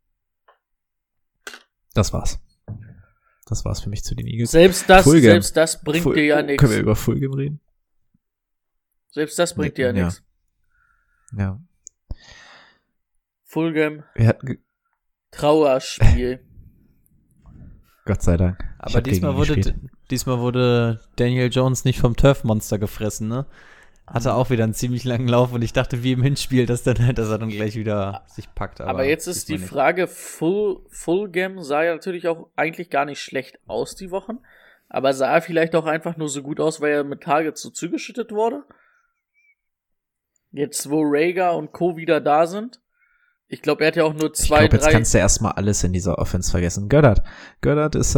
Das war's. Das war's für mich zu den Eagles. Selbst das bringt dir ja nichts. Können wir über Fulgham reden? Selbst das bringt dir ja nichts. Ja. Fulgham, Wir hatten Trauerspiel. Gott sei Dank. Aber diesmal wurde Daniel Jones nicht vom Turf-Monster gefressen, ne? Hatte auch wieder einen ziemlich langen Lauf und ich dachte, wie im Hinspiel, dass er dann gleich wieder sich packt. Aber jetzt ist die Frage, Fulgham sah ja natürlich auch eigentlich gar nicht schlecht aus die Wochen, aber sah er vielleicht auch einfach nur so gut aus, weil er mit Targets so zugeschüttet wurde? Jetzt, wo Rager und Co. wieder da sind. Ich glaube, er hat ja auch nur 2, 3... Jetzt kannst du erstmal alles in dieser Offense vergessen. Goddard ist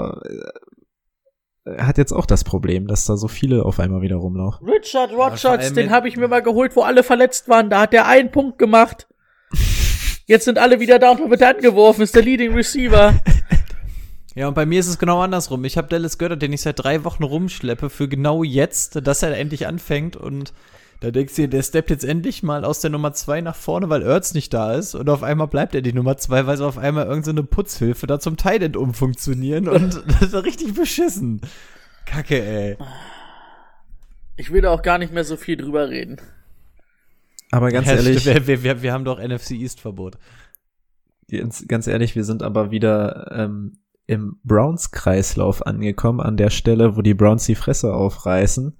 hat jetzt auch das Problem, dass da so viele auf einmal wieder rumlaufen. Richard Rodgers, den habe ich mir mal geholt, wo alle verletzt waren. Da hat der einen Punkt gemacht. Jetzt sind alle wieder da und wird angeworfen. Ist der Leading Receiver. Ja, und bei mir ist es genau andersrum. Ich habe Dallas Goedert, den ich seit 3 Wochen rumschleppe, für genau jetzt, dass er endlich anfängt. Und da denkst du dir, der steppt jetzt endlich mal aus der Nummer 2 nach vorne, weil Ertz nicht da ist. Und auf einmal bleibt er die Nummer 2, weil so auf einmal irgendeine Putzhilfe da zum Tight End umfunktionieren. Und das ist doch richtig beschissen. Kacke, ey. Ich will da auch gar nicht mehr so viel drüber reden. Aber ganz Ja, ehrlich, wir haben doch NFC East Verbot. ganz ehrlich, wir sind aber wieder im Browns-Kreislauf angekommen, an der Stelle, wo die Browns die Fresse aufreißen.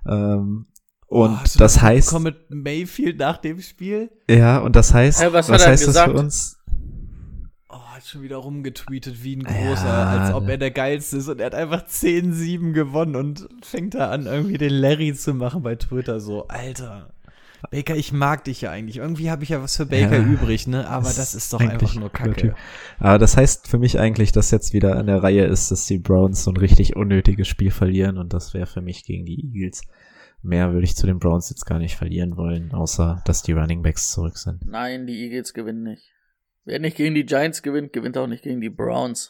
Und das heißt... Komm mit Mayfield nach dem Spiel? Ja, und das heißt... was hat er heißt gesagt? das für uns? Oh, hat schon wieder rumgetweetet wie ein Großer, als ob er der Geilste ist. Und er hat einfach 10-7 gewonnen und fängt da an, irgendwie den Larry zu machen bei Twitter. So, Alter, Baker, ich mag dich ja eigentlich. Irgendwie habe ich ja was für Baker übrig, ne? Aber das ist doch einfach nur Kacke. Aber das heißt für mich eigentlich, dass jetzt wieder an der Reihe ist, dass die Browns so ein richtig unnötiges Spiel verlieren. Und das wäre für mich gegen die Eagles. Mehr würde ich zu den Browns jetzt gar nicht verlieren wollen, außer dass die Running Backs zurück sind. Nein, die Eagles gewinnen nicht. Wer nicht gegen die Giants gewinnt, gewinnt auch nicht gegen die Browns.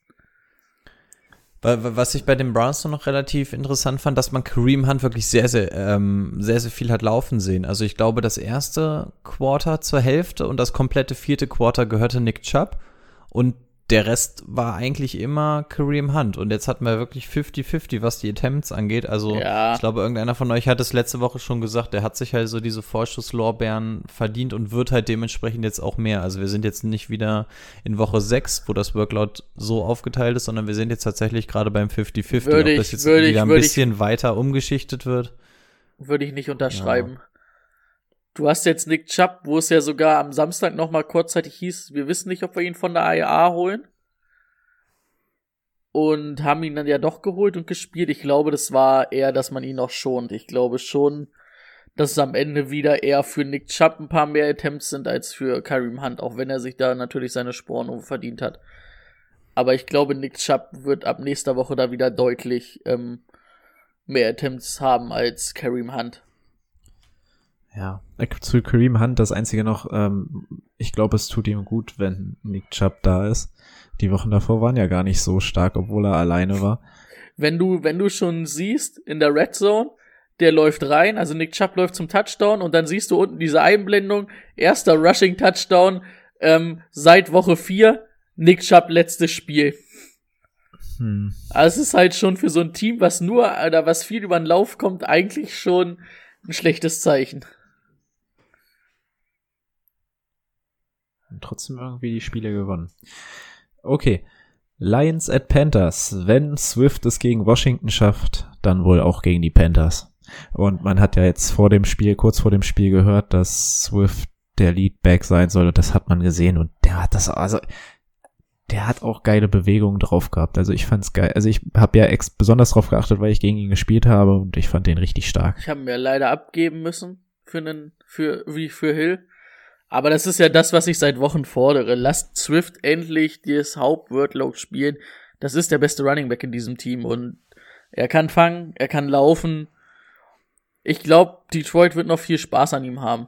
Was ich bei den Browns noch relativ interessant fand, dass man Kareem Hunt wirklich sehr, sehr viel hat laufen sehen. Also ich glaube, das erste Quarter zur Hälfte und das komplette 4. Quarter gehörte Nick Chubb und der Rest war eigentlich immer Kareem Hunt. Und jetzt hatten wir wirklich 50-50, was die Attempts angeht. Also Ich glaube, irgendeiner von euch hat es letzte Woche schon gesagt, der hat sich halt so diese Vorschusslorbeeren verdient und wird halt dementsprechend jetzt auch mehr. Also wir sind jetzt nicht wieder in Woche 6, wo das Workload so aufgeteilt ist, sondern wir sind jetzt tatsächlich gerade beim 50-50. Ob das jetzt wieder ein bisschen weiter umgeschichtet wird. Würde ich nicht unterschreiben. Ja. Du hast jetzt Nick Chubb, wo es ja sogar am Samstag noch mal kurzzeitig hieß, wir wissen nicht, ob wir ihn von der IA holen. und haben ihn dann ja doch geholt und gespielt. Ich glaube, das war eher, dass man ihn noch schont. Ich glaube schon, dass es am Ende wieder eher für Nick Chubb ein paar mehr Attempts sind als für Kareem Hunt, auch wenn er sich da natürlich seine Sporen verdient hat. Aber ich glaube, Nick Chubb wird ab nächster Woche da wieder deutlich mehr Attempts haben als Kareem Hunt. Ja, zu Kareem Hunt das Einzige noch, ich glaube, es tut ihm gut, wenn Nick Chubb da ist. Die Wochen davor waren ja gar nicht so stark, obwohl er alleine war. Wenn du schon siehst, in der Red Zone, der läuft rein, also Nick Chubb läuft zum Touchdown und dann siehst du unten diese Einblendung, erster Rushing Touchdown seit Woche 4, Nick Chubb letztes Spiel. Also es ist halt schon für so ein Team, was viel über den Lauf kommt, eigentlich schon ein schlechtes Zeichen. Und trotzdem irgendwie die Spiele gewonnen. Okay, Lions at Panthers. Wenn Swift es gegen Washington schafft, dann wohl auch gegen die Panthers. Und man hat ja jetzt kurz vor dem Spiel gehört, dass Swift der Leadback sein soll und das hat man gesehen und der hat auch geile Bewegungen drauf gehabt. Also ich fand's geil. Also ich habe ja besonders drauf geachtet, weil ich gegen ihn gespielt habe und ich fand den richtig stark. Ich habe mir leider abgeben müssen für Hill. Aber das ist ja das, was ich seit Wochen fordere. Lasst Swift endlich das Hauptworkload spielen. Das ist der beste Running Back in diesem Team und er kann fangen, er kann laufen. Ich glaube, Detroit wird noch viel Spaß an ihm haben.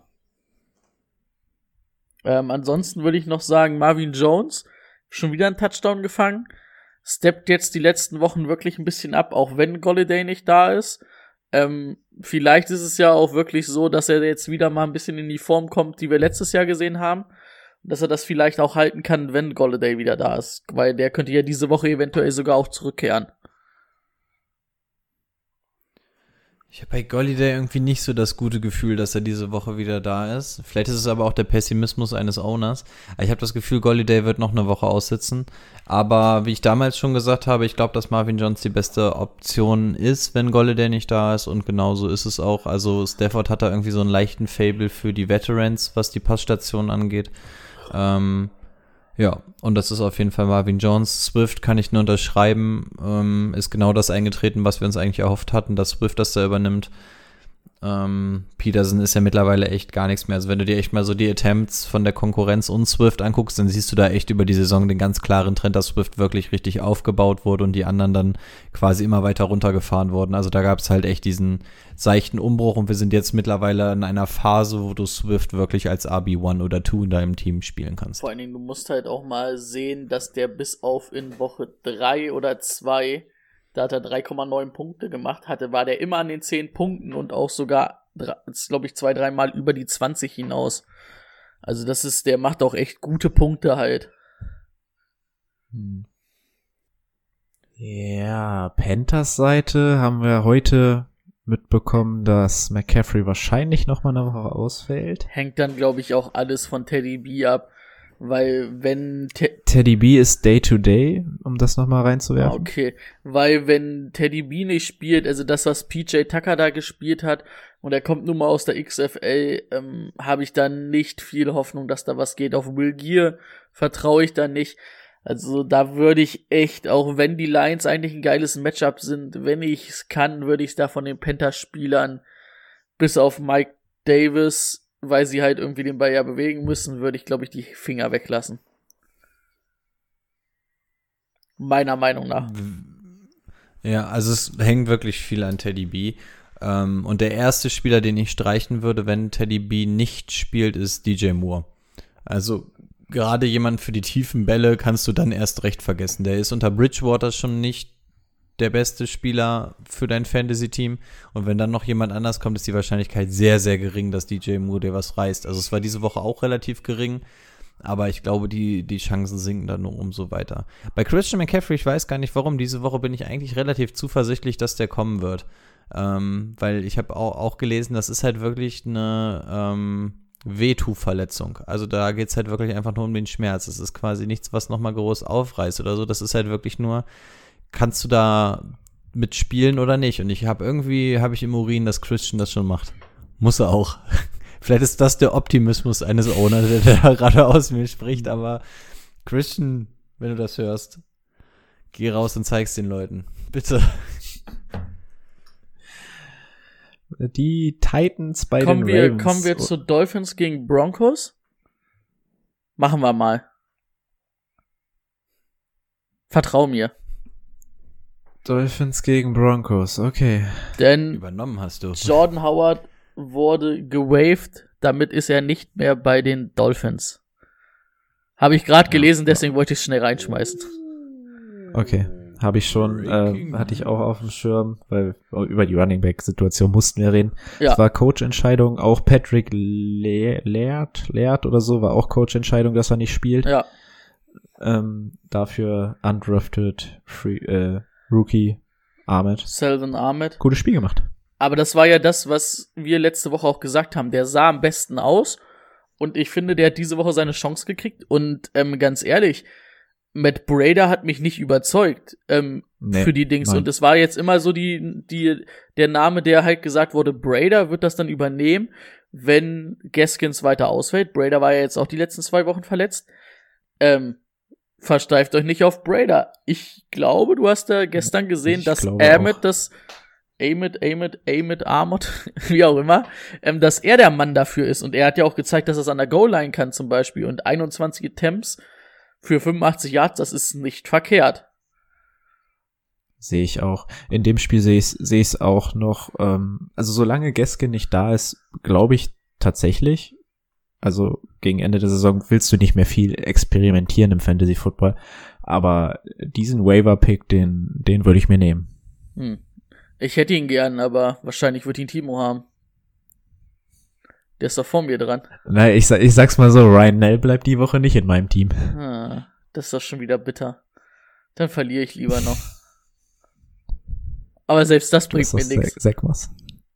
Ansonsten würde ich noch sagen, Marvin Jones, schon wieder einen Touchdown gefangen, steppt jetzt die letzten Wochen wirklich ein bisschen ab, auch wenn Golladay nicht da ist. Vielleicht ist es ja auch wirklich so, dass er jetzt wieder mal ein bisschen in die Form kommt, die wir letztes Jahr gesehen haben. Dass er das vielleicht auch halten kann, wenn Golladay wieder da ist. Weil der könnte ja diese Woche eventuell sogar auch zurückkehren. Ich habe bei Golladay irgendwie nicht so das gute Gefühl, dass er diese Woche wieder da ist. Vielleicht ist es aber auch der Pessimismus eines Owners. Ich habe das Gefühl, Golladay wird noch eine Woche aussitzen. Aber wie ich damals schon gesagt habe, ich glaube, dass Marvin Jones die beste Option ist, wenn Golladay nicht da ist. Und genauso ist es auch. Also Stafford hat da irgendwie so einen leichten Fable für die Veterans, was die Passstation angeht. Ja, und das ist auf jeden Fall Marvin Jones. Swift kann ich nur unterschreiben, ist genau das eingetreten, was wir uns eigentlich erhofft hatten, dass Swift das da übernimmt. Peterson ist ja mittlerweile echt gar nichts mehr. Also wenn du dir echt mal so die Attempts von der Konkurrenz und Swift anguckst, dann siehst du da echt über die Saison den ganz klaren Trend, dass Swift wirklich richtig aufgebaut wurde und die anderen dann quasi immer weiter runtergefahren wurden. Also da gab es halt echt diesen seichten Umbruch und wir sind jetzt mittlerweile in einer Phase, wo du Swift wirklich als RB1 oder 2 in deinem Team spielen kannst. Vor allen Dingen, du musst halt auch mal sehen, dass der bis auf in Woche 3 oder 2, da hat er 3,9 Punkte gemacht, war der immer an den 10 Punkten und auch sogar, glaube ich, 2-3 Mal über die 20 hinaus. Also der macht auch echt gute Punkte halt. Ja, Panthers Seite haben wir heute mitbekommen, dass McCaffrey wahrscheinlich noch mal eine Woche ausfällt. Hängt dann, glaube ich, auch alles von Teddy B ab. Weil wenn Teddy B ist Day-to-Day, um das nochmal reinzuwerfen. Okay, weil wenn Teddy B nicht spielt, also das, was PJ Tucker da gespielt hat, und er kommt nun mal aus der XFL, habe ich da nicht viel Hoffnung, dass da was geht. Auf Will Gear vertraue ich da nicht. Also da würde ich echt, auch wenn die Lions eigentlich ein geiles Matchup sind, wenn ich es kann, würde ich es da von den Panthers-Spielern bis auf Mike Davis, weil sie halt irgendwie den Ball ja bewegen müssen, würde ich, glaube ich, die Finger weglassen. Meiner Meinung nach. Ja, also es hängt wirklich viel an Teddy B. Und der erste Spieler, den ich streichen würde, wenn Teddy B nicht spielt, ist DJ Moore. Also gerade jemand für die tiefen Bälle kannst du dann erst recht vergessen. Der ist unter Bridgewater schon nicht der beste Spieler für dein Fantasy-Team. Und wenn dann noch jemand anders kommt, ist die Wahrscheinlichkeit sehr, sehr gering, dass DJ Moore dir was reißt. Also es war diese Woche auch relativ gering, aber ich glaube, die Chancen sinken dann nur umso weiter. Bei Christian McCaffrey, ich weiß gar nicht warum, diese Woche bin ich eigentlich relativ zuversichtlich, dass der kommen wird. Weil ich habe auch gelesen, das ist halt wirklich eine Wehtverletzung. Also da geht es halt wirklich einfach nur um den Schmerz. Es ist quasi nichts, was nochmal groß aufreißt oder so. Das ist halt wirklich nur, kannst du da mitspielen oder nicht? Und ich habe im Urin, dass Christian das schon macht. Muss er auch. Vielleicht ist das der Optimismus eines Owners, der gerade aus mir spricht, aber Christian, wenn du das hörst, Geh raus und zeig's den Leuten. Bitte. Die Titans bei den Ravens. Kommen wir zu Dolphins gegen Broncos? Machen wir mal. Vertrau mir. Dolphins gegen Broncos, okay. Denn Übernommen hast du. Jordan Howard wurde gewaved, damit ist er nicht mehr bei den Dolphins. Habe ich gerade gelesen, deswegen wollte ich es schnell reinschmeißen. Okay, habe ich schon, hatte ich auch auf dem Schirm, weil über die Running Back Situation mussten wir reden. Ja. Es war Coach-Entscheidung, auch Patrick Laird oder so war auch Coach-Entscheidung, dass er nicht spielt. Ja. Dafür undrafted Rookie Ahmed. Salvon Ahmed. Gutes Spiel gemacht. Aber das war ja das, was wir letzte Woche auch gesagt haben. Der sah am besten aus und ich finde, der hat diese Woche seine Chance gekriegt und ganz ehrlich, Matt Breida hat mich nicht überzeugt für die Dings. Nein. Und es war jetzt immer so der Name, der halt gesagt wurde, Breida wird das dann übernehmen, wenn Gaskins weiter ausfällt. Breida war ja jetzt auch die letzten 2 Wochen verletzt. Versteift euch nicht auf Breida. Ich glaube, du hast da gestern gesehen, dass Ahmed, wie auch immer, dass er der Mann dafür ist. Und er hat ja auch gezeigt, dass er es an der Goal-Line kann zum Beispiel. Und 21 Attempts für 85 Yards, das ist nicht verkehrt. Sehe ich auch. In dem Spiel sehe ich es auch noch, also solange Gaskin nicht da ist, glaube ich tatsächlich, also gegen Ende der Saison willst du nicht mehr viel experimentieren im Fantasy Football, aber diesen Waiver-Pick, den würde ich mir nehmen. Ich hätte ihn gern, aber wahrscheinlich wird ihn Timo haben. Der ist doch vor mir dran. Na, ich sag's mal so, Ryan Nell bleibt die Woche nicht in meinem Team. Das ist doch schon wieder bitter. Dann verliere ich lieber noch. Aber selbst das bringt mir nichts. Segmas.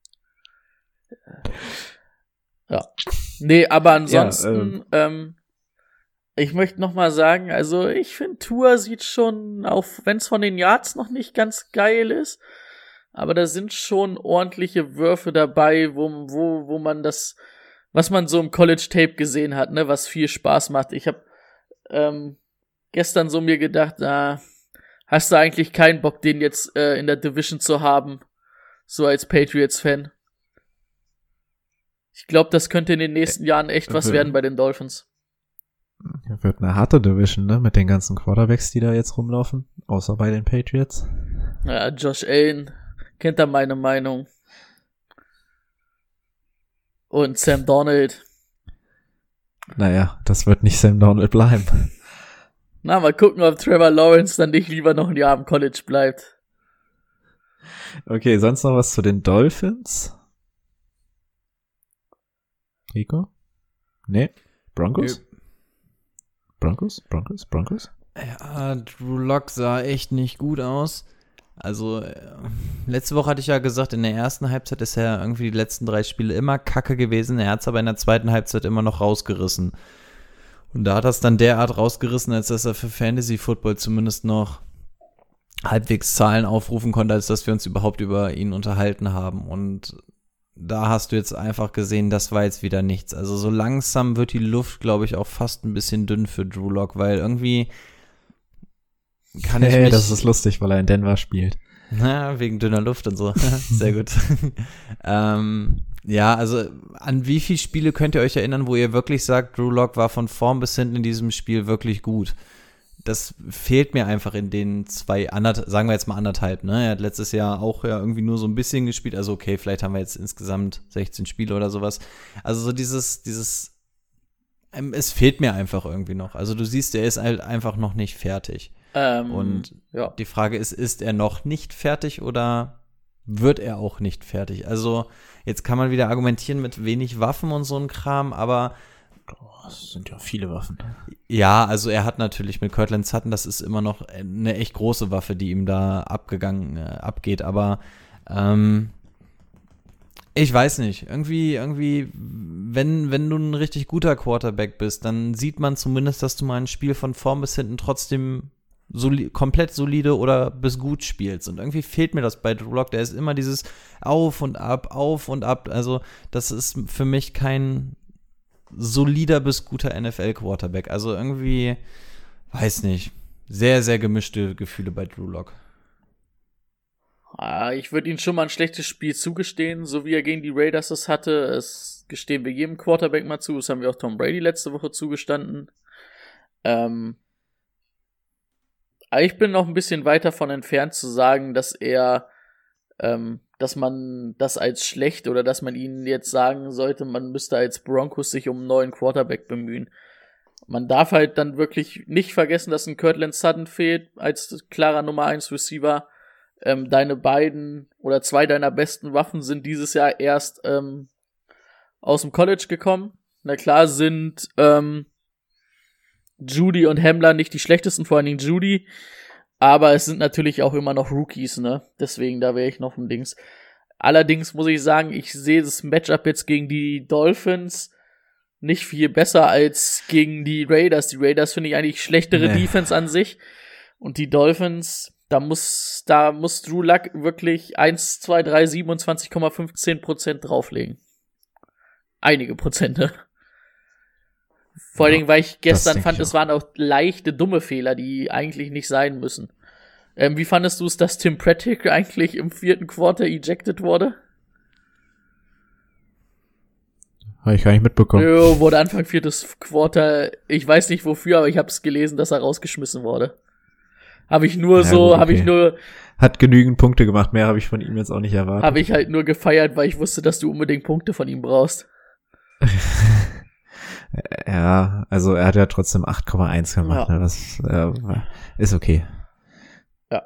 Ja. Nee, aber ansonsten, ich möchte noch mal sagen, also ich finde, Tua sieht schon, auch wenn es von den Yards noch nicht ganz geil ist, aber da sind schon ordentliche Würfe dabei, wo man das, was man so im College-Tape gesehen hat, ne, was viel Spaß macht. Ich habe gestern so mir gedacht, hast du eigentlich keinen Bock, den jetzt in der Division zu haben, so als Patriots-Fan? Ich glaube, das könnte in den nächsten Jahren echt was werden bei den Dolphins. Wird eine harte Division, ne, mit den ganzen Quarterbacks, die da jetzt rumlaufen, außer bei den Patriots. Ja, Josh Allen, kennt er meine Meinung. Und Sam Darnold. Naja, das wird nicht Sam Darnold bleiben. Na, mal gucken, ob Trevor Lawrence dann nicht lieber noch ein Jahr am College bleibt. Okay, sonst noch was zu den Dolphins? Rico? Nee. Broncos? Broncos? Ja, Drew Lock sah echt nicht gut aus. Also, letzte Woche hatte ich ja gesagt, in der ersten Halbzeit ist er irgendwie die letzten 3 Spiele immer kacke gewesen. Er hat es aber in der zweiten Halbzeit immer noch rausgerissen. Und da hat er es dann derart rausgerissen, als dass er für Fantasy Football zumindest noch halbwegs Zahlen aufrufen konnte, als dass wir uns überhaupt über ihn unterhalten haben. Und da hast du jetzt einfach gesehen, das war jetzt wieder nichts. Also so langsam wird die Luft, glaube ich, auch fast ein bisschen dünn für Drew Lock, weil irgendwie kann ich mich... Das ist lustig, weil er in Denver spielt. Na, wegen dünner Luft und so. Sehr gut. Ja, also an wie viele Spiele könnt ihr euch erinnern, wo ihr wirklich sagt, Drew Lock war von vorn bis hinten in diesem Spiel wirklich gut? Das fehlt mir einfach in den sagen wir jetzt mal 1,5, ne? Er hat letztes Jahr auch ja irgendwie nur so ein bisschen gespielt, also okay, vielleicht haben wir jetzt insgesamt 16 Spiele oder sowas. Also so dieses es fehlt mir einfach irgendwie noch. Also du siehst, er ist halt einfach noch nicht fertig. Und ja. Die Frage ist er noch nicht fertig oder wird er auch nicht fertig? Also jetzt kann man wieder argumentieren mit wenig Waffen und so ein Kram, aber das sind ja viele Waffen. Ja, also er hat natürlich mit Cortland Sutton, das ist immer noch eine echt große Waffe, die ihm da abgeht, aber ich weiß nicht, irgendwie, wenn du ein richtig guter Quarterback bist, dann sieht man zumindest, dass du mal ein Spiel von vorn bis hinten trotzdem komplett solide oder bis gut spielst. Und irgendwie fehlt mir das bei Drew Lock. Der ist immer dieses auf und ab. Also das ist für mich kein solider bis guter NFL-Quarterback. Also irgendwie, weiß nicht. sehr, sehr gemischte Gefühle bei Drew Lock. Ich würde ihm schon mal ein schlechtes Spiel zugestehen, so wie er gegen die Raiders es hatte. Das gestehen wir jedem Quarterback mal zu. Das haben wir auch Tom Brady letzte Woche zugestanden. Aber ich bin noch ein bisschen weit davon entfernt zu sagen, dass dass man das als schlecht oder dass man ihnen jetzt sagen sollte, man müsste als Broncos sich um einen neuen Quarterback bemühen. Man darf halt dann wirklich nicht vergessen, dass ein Cortland Sutton fehlt als klarer Nummer 1 Receiver. Deine beiden oder zwei deiner besten Waffen sind dieses Jahr erst aus dem College gekommen. Na klar sind Judy und Hamler nicht die schlechtesten, vor allen Dingen Judy, aber es sind natürlich auch immer noch Rookies, ne? Deswegen, da wäre ich noch ein Dings. Allerdings muss ich sagen, ich sehe das Matchup jetzt gegen die Dolphins nicht viel besser als gegen die Raiders. Die Raiders finde ich eigentlich schlechtere Defense an sich. Und die Dolphins, da muss Drew Luck wirklich 1, 2, 3, 27,15% drauflegen. Einige Prozente. Vor allen Dingen, weil ich gestern fand, es waren auch leichte, dumme Fehler, die eigentlich nicht sein müssen. Wie fandest du es, dass Tim Patrick eigentlich im 4. Quarter ejected wurde? Habe ich gar nicht mitbekommen. Wurde Anfang 4. Quarter, ich weiß nicht wofür, aber ich habe es gelesen, dass er rausgeschmissen wurde. Hat genügend Punkte gemacht, mehr habe ich von ihm jetzt auch nicht erwartet. Habe ich halt nur gefeiert, weil ich wusste, dass du unbedingt Punkte von ihm brauchst. Ja, also er hat ja trotzdem 8,1 gemacht, ja. Ne? Das ist okay. Ja.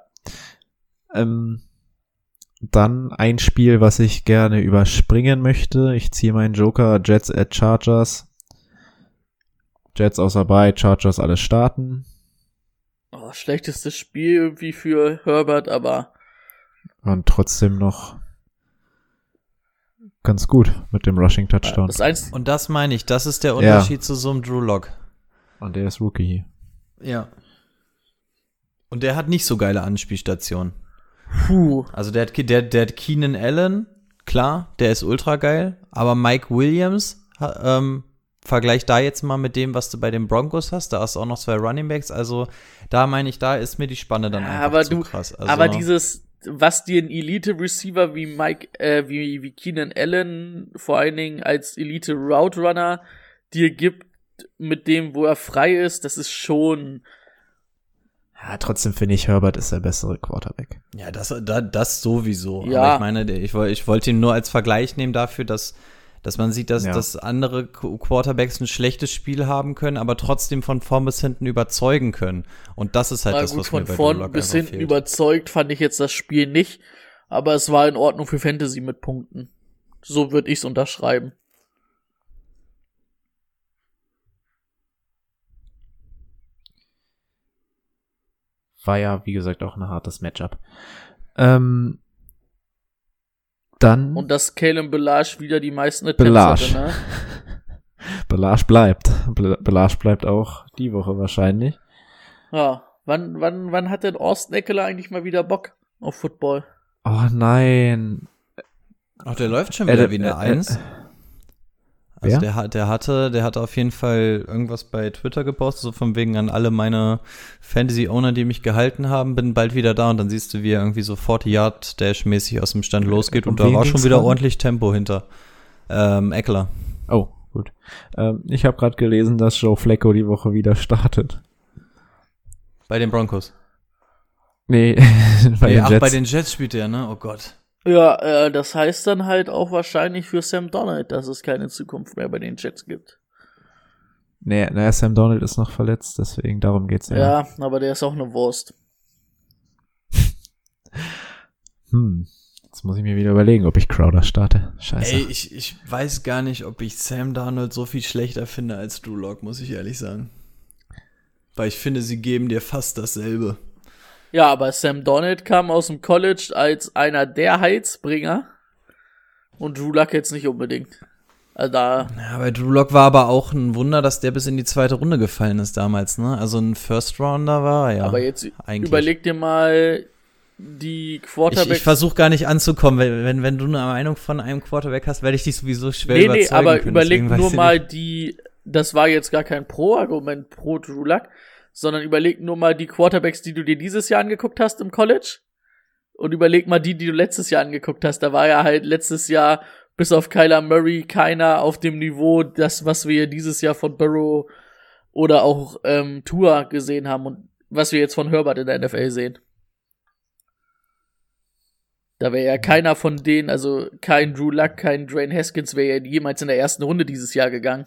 Dann ein Spiel, was ich gerne überspringen möchte. Ich ziehe meinen Joker, Jets at Chargers. Jets außer bye, Chargers alles starten. Schlechtestes Spiel irgendwie für Herbert, aber und trotzdem noch ganz gut mit dem Rushing Touchdown. Und das meine ich, das ist der Unterschied zu so einem Drew Lock. Und der ist Rookie. Ja. Und der hat nicht so geile Anspielstationen. Also der hat Keenan Allen, klar, der ist ultra geil, aber Mike Williams, vergleich da jetzt mal mit dem, was du bei den Broncos hast, da hast du auch noch 2 Runningbacks, also da meine ich, da ist mir die Spanne dann einfach zu krass. Also, aber was dir ein Elite-Receiver wie Keenan Allen vor allen Dingen als Elite-Route-Runner dir gibt, mit dem, wo er frei ist, das ist schon. Ja, trotzdem finde ich, Herbert ist der bessere Quarterback. Ja, das sowieso. Ja. Aber ich meine, ich wollte ihn nur als Vergleich nehmen dafür, dass man sieht, dass andere Quarterbacks ein schlechtes Spiel haben können, aber trotzdem von vorn bis hinten überzeugen können. Und das ist halt was mir bei von vorn bis hinten fehlt. Überzeugt fand ich jetzt das Spiel nicht, aber es war in Ordnung für Fantasy mit Punkten. So würde ich es unterschreiben. War ja, wie gesagt, auch ein hartes Matchup. Dann. Und dass Kalen Ballage wieder die meisten Attempts hatte, ne? Ballage bleibt. Ballage bleibt auch die Woche wahrscheinlich. Ja. Wann hat denn Austin Eckler eigentlich mal wieder Bock auf Football? Oh nein. Ach, der läuft schon wieder wie eine 1. Also der hatte auf jeden Fall irgendwas bei Twitter gepostet, so von wegen an alle meine Fantasy-Owner, die mich gehalten haben, bin bald wieder da und dann siehst du, wie er irgendwie so 40-Yard-Dash-mäßig aus dem Stand losgeht und da war schon wieder ordentlich Tempo hinter. Eckler. Oh, gut. Ich habe gerade gelesen, dass Joe Flacco die Woche wieder startet. Bei den Broncos? Nee, bei den Jets. Bei den Jets spielt er, ne? Oh Gott. Ja, das heißt dann halt auch wahrscheinlich für Sam Darnold, dass es keine Zukunft mehr bei den Jets gibt. Nee, Sam Darnold ist noch verletzt, deswegen darum geht's ja. Ja, aber der ist auch eine Wurst. Jetzt muss ich mir wieder überlegen, ob ich Crowder starte. Scheiße. Ey, ich weiß gar nicht, ob ich Sam Darnold so viel schlechter finde als Drew Lock, muss ich ehrlich sagen. Weil ich finde, sie geben dir fast dasselbe. Ja, aber Sam Darnold kam aus dem College als einer der Heilsbringer und Drew Lock jetzt nicht unbedingt. Also ja, bei Drew Lock war aber auch ein Wunder, dass der bis in die 2. Runde gefallen ist damals, ne? Also ein First-Rounder war er, ja. Aber jetzt eigentlich. Überleg dir mal die Quarterbacks. Ich versuche gar nicht anzukommen, wenn du eine Meinung von einem Quarterback hast, werde ich dich sowieso schwer überzeugen aber können. Überleg nur mal das war jetzt gar kein Pro-Argument pro Drew Lock, sondern überleg nur mal die Quarterbacks, die du dir dieses Jahr angeguckt hast im College und überleg mal die du letztes Jahr angeguckt hast. Da war ja halt letztes Jahr bis auf Kyler Murray keiner auf dem Niveau, das, was wir dieses Jahr von Burrow oder auch Tua gesehen haben und was wir jetzt von Herbert in der NFL sehen. Da wäre ja keiner von denen, also kein Drew Luck, kein Dwayne Haskins wäre ja jemals in der ersten Runde dieses Jahr gegangen.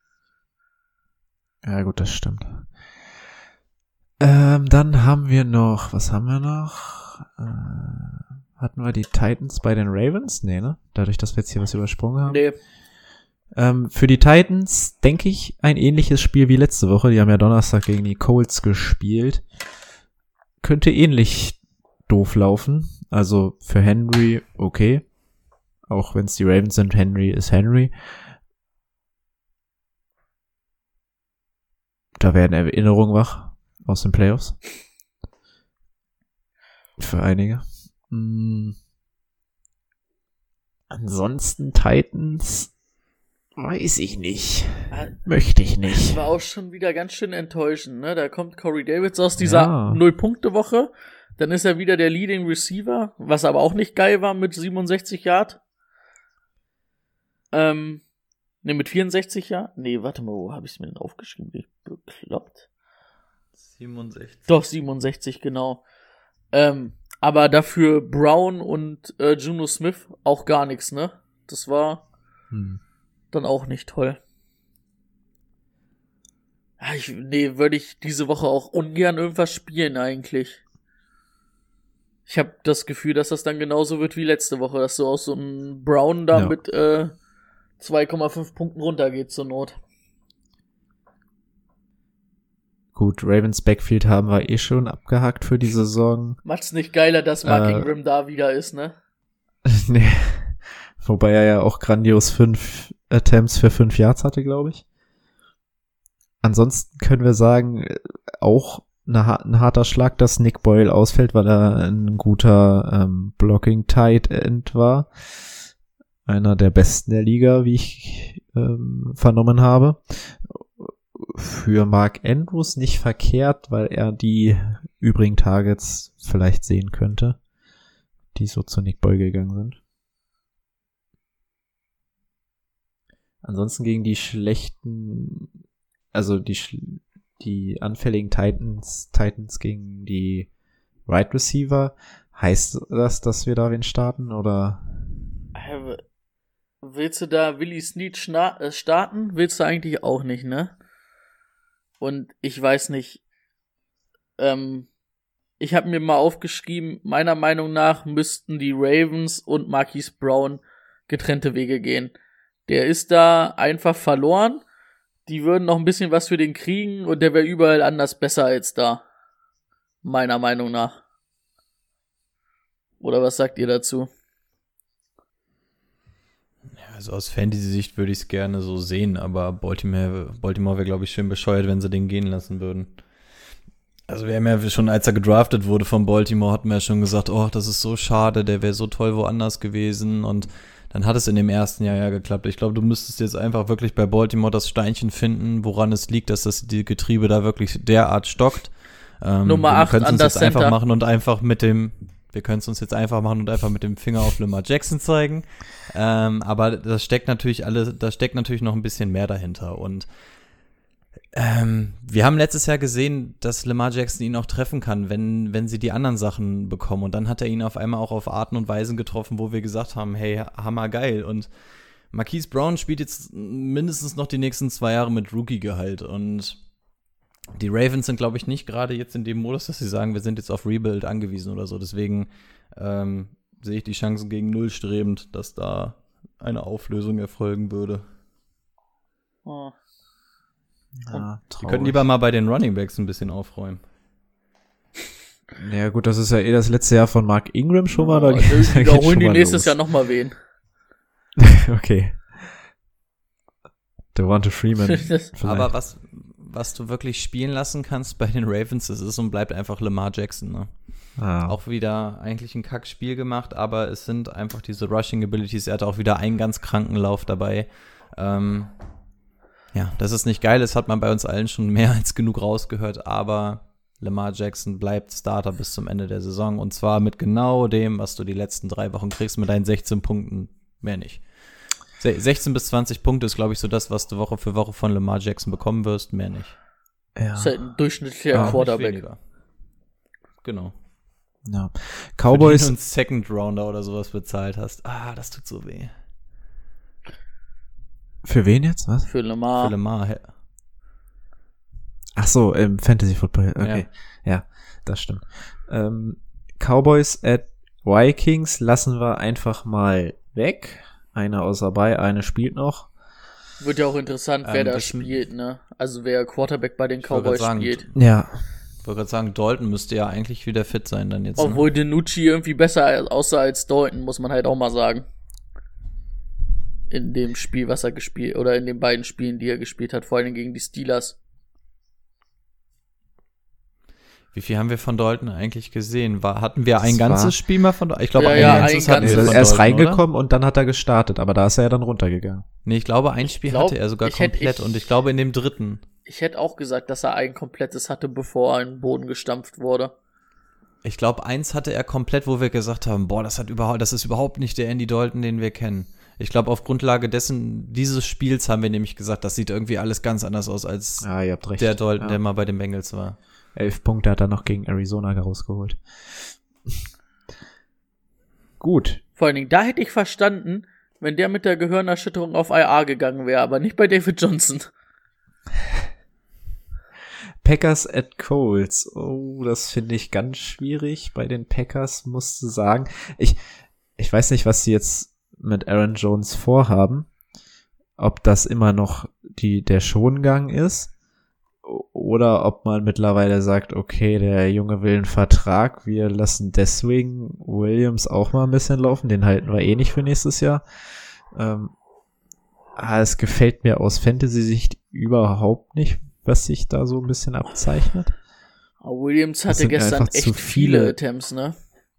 Ja gut, das stimmt. Dann haben wir noch, was haben wir noch? Hatten wir die Titans bei den Ravens? Nee, ne? Dadurch, dass wir jetzt hier was übersprungen haben. Nee. Für die Titans denke ich ein ähnliches Spiel wie letzte Woche. Die haben ja Donnerstag gegen die Colts gespielt. Könnte ähnlich doof laufen. Also für Henry okay. Auch wenn es die Ravens sind, Henry ist Henry. Da werden Erinnerungen wach aus den Playoffs. Für einige. Ansonsten Titans weiß ich nicht. Möchte ich nicht. Das war auch schon wieder ganz schön enttäuschend, ne? Da kommt Corey Davis aus dieser 0-Punkte-Woche. Dann ist er wieder der Leading Receiver, was aber auch nicht geil war mit 67 Yard. Mit 64 Yard? Nee, warte mal, wo habe ich es mir denn aufgeschrieben? Bin ich bekloppt? 67. Doch, 67, genau. Aber dafür Brown und Juno Smith auch gar nichts, ne? Das war dann auch nicht toll. Ja, würde ich diese Woche auch ungern irgendwas spielen eigentlich. Ich habe das Gefühl, dass das dann genauso wird wie letzte Woche, dass so aus so einem Brown da mit 2,5 Punkten runtergeht zur Not. Gut, Ravens Backfield haben wir eh schon abgehakt für die Saison. Macht's nicht geiler, dass Mark Ingram da wieder ist, ne? Nee. Wobei er ja auch grandios 5 Attempts für 5 Yards hatte, glaube ich. Ansonsten können wir sagen, auch ein harter Schlag, dass Nick Boyle ausfällt, weil er ein guter Blocking Tight End war. Einer der besten der Liga, wie ich vernommen habe. Für Mark Andrews nicht verkehrt, weil er die übrigen Targets vielleicht sehen könnte, die so zu Nick Boyle gegangen sind. Ansonsten gegen die schlechten, also die anfälligen Titans gegen die Wide Receiver, heißt das, dass wir da wen starten, oder? Willst du da Willie Snead starten? Willst du eigentlich auch nicht, ne? Und ich weiß nicht, ich habe mir mal aufgeschrieben, meiner Meinung nach müssten die Ravens und Marquise Brown getrennte Wege gehen. Der ist da einfach verloren. Die würden noch ein bisschen was für den kriegen und der wäre überall anders besser als da. Meiner Meinung nach. Oder was sagt ihr dazu? Ja, also aus Fantasy-Sicht würde ich es gerne so sehen, aber Baltimore wäre, glaube ich, schön bescheuert, wenn sie den gehen lassen würden. Also wir haben ja schon, als er gedraftet wurde von Baltimore, hatten wir ja schon gesagt, oh, das ist so schade, der wäre so toll woanders gewesen, und dann hat es in dem ersten Jahr ja geklappt. Ich glaube, du müsstest jetzt einfach wirklich bei Baltimore das Steinchen finden, woran es liegt, dass das die Getriebe da wirklich derart stockt. Nummer 8 an das Center. Wir können es uns jetzt einfach machen und einfach mit dem Finger auf Lamar Jackson zeigen. Aber das steckt natürlich noch ein bisschen mehr dahinter. Und wir haben letztes Jahr gesehen, dass Lamar Jackson ihn auch treffen kann, wenn sie die anderen Sachen bekommen. Und dann hat er ihn auf einmal auch auf Arten und Weisen getroffen, wo wir gesagt haben, hey, hammergeil. Und Marquise Brown spielt jetzt mindestens noch die nächsten 2 Jahre mit Rookie-Gehalt. Und die Ravens sind, glaube ich, nicht gerade jetzt in dem Modus, dass sie sagen, wir sind jetzt auf Rebuild angewiesen oder so. Deswegen sehe ich die Chancen gegen 0 strebend, dass da eine Auflösung erfolgen würde. Oh. Ja, wir könnten lieber mal bei den Runningbacks ein bisschen aufräumen. Ja gut, das ist ja eh das letzte Jahr von Mark Ingram schon mal. Da holen die nächstes Jahr nochmal wen. Okay. Devonta Freeman. Aber was du wirklich spielen lassen kannst bei den Ravens, das ist und bleibt einfach Lamar Jackson, ne? Auch wieder eigentlich ein Kackspiel gemacht, aber es sind einfach diese Rushing Abilities. Er hatte auch wieder einen ganz kranken Lauf dabei. Ja, das ist nicht geil, das hat man bei uns allen schon mehr als genug rausgehört, aber Lamar Jackson bleibt Starter bis zum Ende der Saison und zwar mit genau dem, was du die letzten 3 Wochen kriegst, mit deinen 16 Punkten, mehr nicht. 16 bis 20 Punkte ist, glaube ich, so das, was du Woche für Woche von Lamar Jackson bekommen wirst, mehr nicht. Ja. Das ist halt ein durchschnittlicher Quarterback. Genau. Ja. Cowboys. Wenn du einen Second Rounder oder sowas bezahlt hast. Das tut so weh. Für wen jetzt? Was? Für Lamar. Für Lamar, ja. Ach so, im Fantasy Football. Okay. Ja, das stimmt. Cowboys at Vikings lassen wir einfach mal weg. Einer außer bei, eine spielt noch. Wird ja auch interessant, wer da spielt, ne? Also wer Quarterback bei den Cowboys spielt. Ja. Ich wollte gerade sagen, Dalton müsste ja eigentlich wieder fit sein dann jetzt. Obwohl DiNucci irgendwie besser aussah als Dalton, muss man halt auch mal sagen. In dem Spiel, was er gespielt, oder in den beiden Spielen, die er gespielt hat, vor allem gegen die Steelers. Wie viel haben wir von Dalton eigentlich gesehen? Hatten wir ein ganzes Spiel mal von Dalton? Ich glaube, ein ganzes hatten wir von Er ist Dalton, reingekommen und dann hat er gestartet, aber da ist er ja dann runtergegangen. Nee, ich glaube, ein Spiel hatte er sogar komplett und ich glaube in dem dritten. Ich hätte auch gesagt, dass er ein komplettes hatte, bevor er in den Boden gestampft wurde. Ich glaube, eins hatte er komplett, wo wir gesagt haben, boah, das ist überhaupt nicht der Andy Dalton, den wir kennen. Ich glaube, auf Grundlage dieses Spiels haben wir nämlich gesagt, das sieht irgendwie alles ganz anders aus als ihr habt recht. Der Dalton, der mal bei den Bengals war. 11 Punkte hat er noch gegen Arizona rausgeholt. Gut. Vor allen Dingen, da hätte ich verstanden, wenn der mit der Gehirnerschütterung auf IR gegangen wäre, aber nicht bei David Johnson. Packers at Colts. Oh, das finde ich ganz schwierig. Bei den Packers musst du sagen. Ich weiß nicht, was sie jetzt mit Aaron Jones vorhaben. Ob das immer noch der Schongang ist. Oder ob man mittlerweile sagt, okay, der Junge will einen Vertrag. Wir lassen deswegen Williams auch mal ein bisschen laufen. Den halten wir eh nicht für nächstes Jahr. Es gefällt mir aus Fantasy-Sicht überhaupt nicht, was sich da so ein bisschen abzeichnet. Williams hatte gestern echt viele Attempts, ne?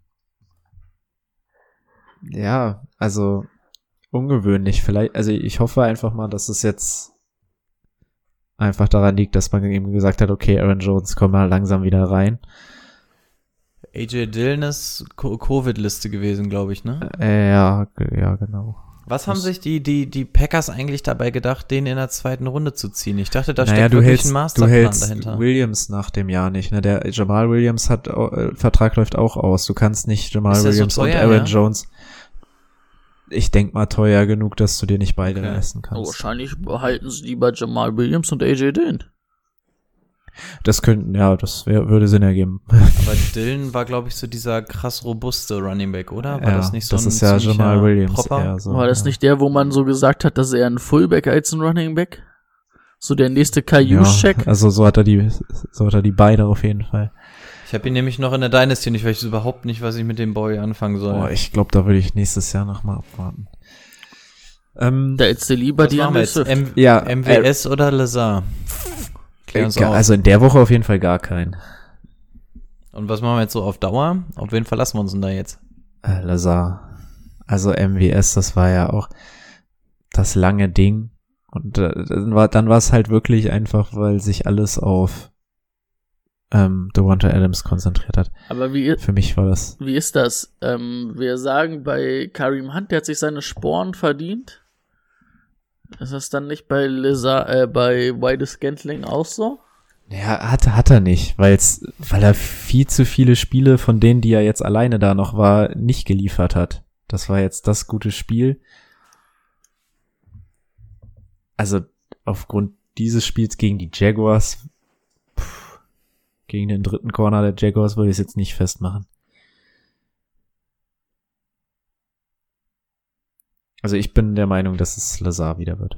Ja, also ungewöhnlich. Vielleicht, also ich hoffe einfach mal, dass es jetzt einfach daran liegt, dass man eben gesagt hat, okay, Aaron Jones, komm mal langsam wieder rein. AJ Dillon ist Covid-Liste gewesen, glaube ich, ne? Ja, genau. Was haben sich die Packers eigentlich dabei gedacht, den in der zweiten Runde zu ziehen? Ich dachte, da steckt du wirklich hältst, ein Masterplan dahinter. Williams nach dem Jahr nicht, ne? Der Jamal Williams Vertrag läuft auch aus. Du kannst nicht Jamal Williams so teuer, und Aaron Jones. Ich denk mal teuer genug, dass du dir nicht beide leisten kannst. Wahrscheinlich behalten sie lieber Jamal Williams und AJ Dillon. Das würde Sinn ergeben. Aber Dillon war, glaube ich, so dieser krass robuste Running Back, oder? War das nicht so das ist ja Jamal Williams eher so. War das nicht der, wo man so gesagt hat, dass er ein Fullback als ein Running Back? So der nächste Juszczyk? Also so hat er die beide auf jeden Fall. Ich habe ihn nämlich noch in der Dynasty und ich weiß überhaupt nicht, was ich mit dem Boy anfangen soll. Ich glaube, da würde ich nächstes Jahr noch mal abwarten. Da hättest du lieber die MWS oder Lazar? Also in der Woche auf jeden Fall gar keinen. Und was machen wir jetzt so auf Dauer? Auf wen verlassen wir uns denn da jetzt? Lazar. Also MWS, das war ja auch das lange Ding. Und dann war es halt wirklich einfach, weil sich alles auf Devonta Adams konzentriert hat. Aber für mich war das. Wie ist das? Wir sagen bei Kareem Hunt, der hat sich seine Sporen verdient. Ist das dann nicht bei Waldes-Scantling auch so? Ja, hat er nicht, weil er viel zu viele Spiele von denen, die er jetzt alleine da noch war, nicht geliefert hat. Das war jetzt das gute Spiel. Also aufgrund dieses Spiels gegen die Jaguars, gegen den dritten Corner der Jaguars würde ich es jetzt nicht festmachen. Also ich bin der Meinung, dass es Lazar wieder wird.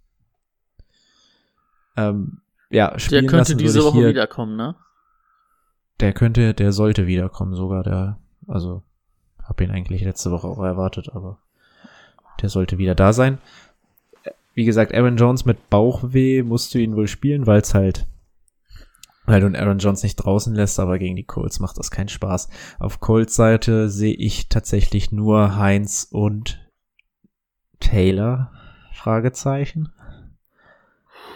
Spielen der könnte diese Woche wiederkommen, ne? Der sollte wiederkommen sogar. Habe ihn eigentlich letzte Woche auch erwartet, aber der sollte wieder da sein. Wie gesagt, Aaron Jones mit Bauchweh musst du ihn wohl spielen, weil du Aaron Jones nicht draußen lässt, aber gegen die Colts macht das keinen Spaß. Auf Colts Seite sehe ich tatsächlich nur Heinz und Taylor? Fragezeichen.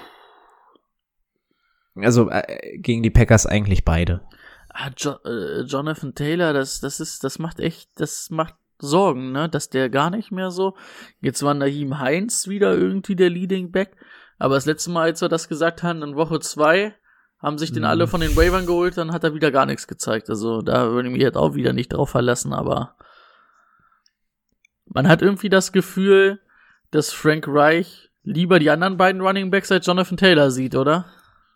Also gegen die Packers eigentlich beide. Jonathan Taylor, das macht Sorgen, ne, dass der gar nicht mehr so. Jetzt war Nyheim Hines wieder irgendwie der Leading Back, aber das letzte Mal, als wir das gesagt haben, in Woche 2, haben sich den alle von den Waivern geholt, dann hat er wieder gar nichts gezeigt. Also da würde ich mich jetzt auch wieder nicht drauf verlassen, aber man hat irgendwie das Gefühl, dass Frank Reich lieber die anderen beiden Running Backs als Jonathan Taylor sieht, oder?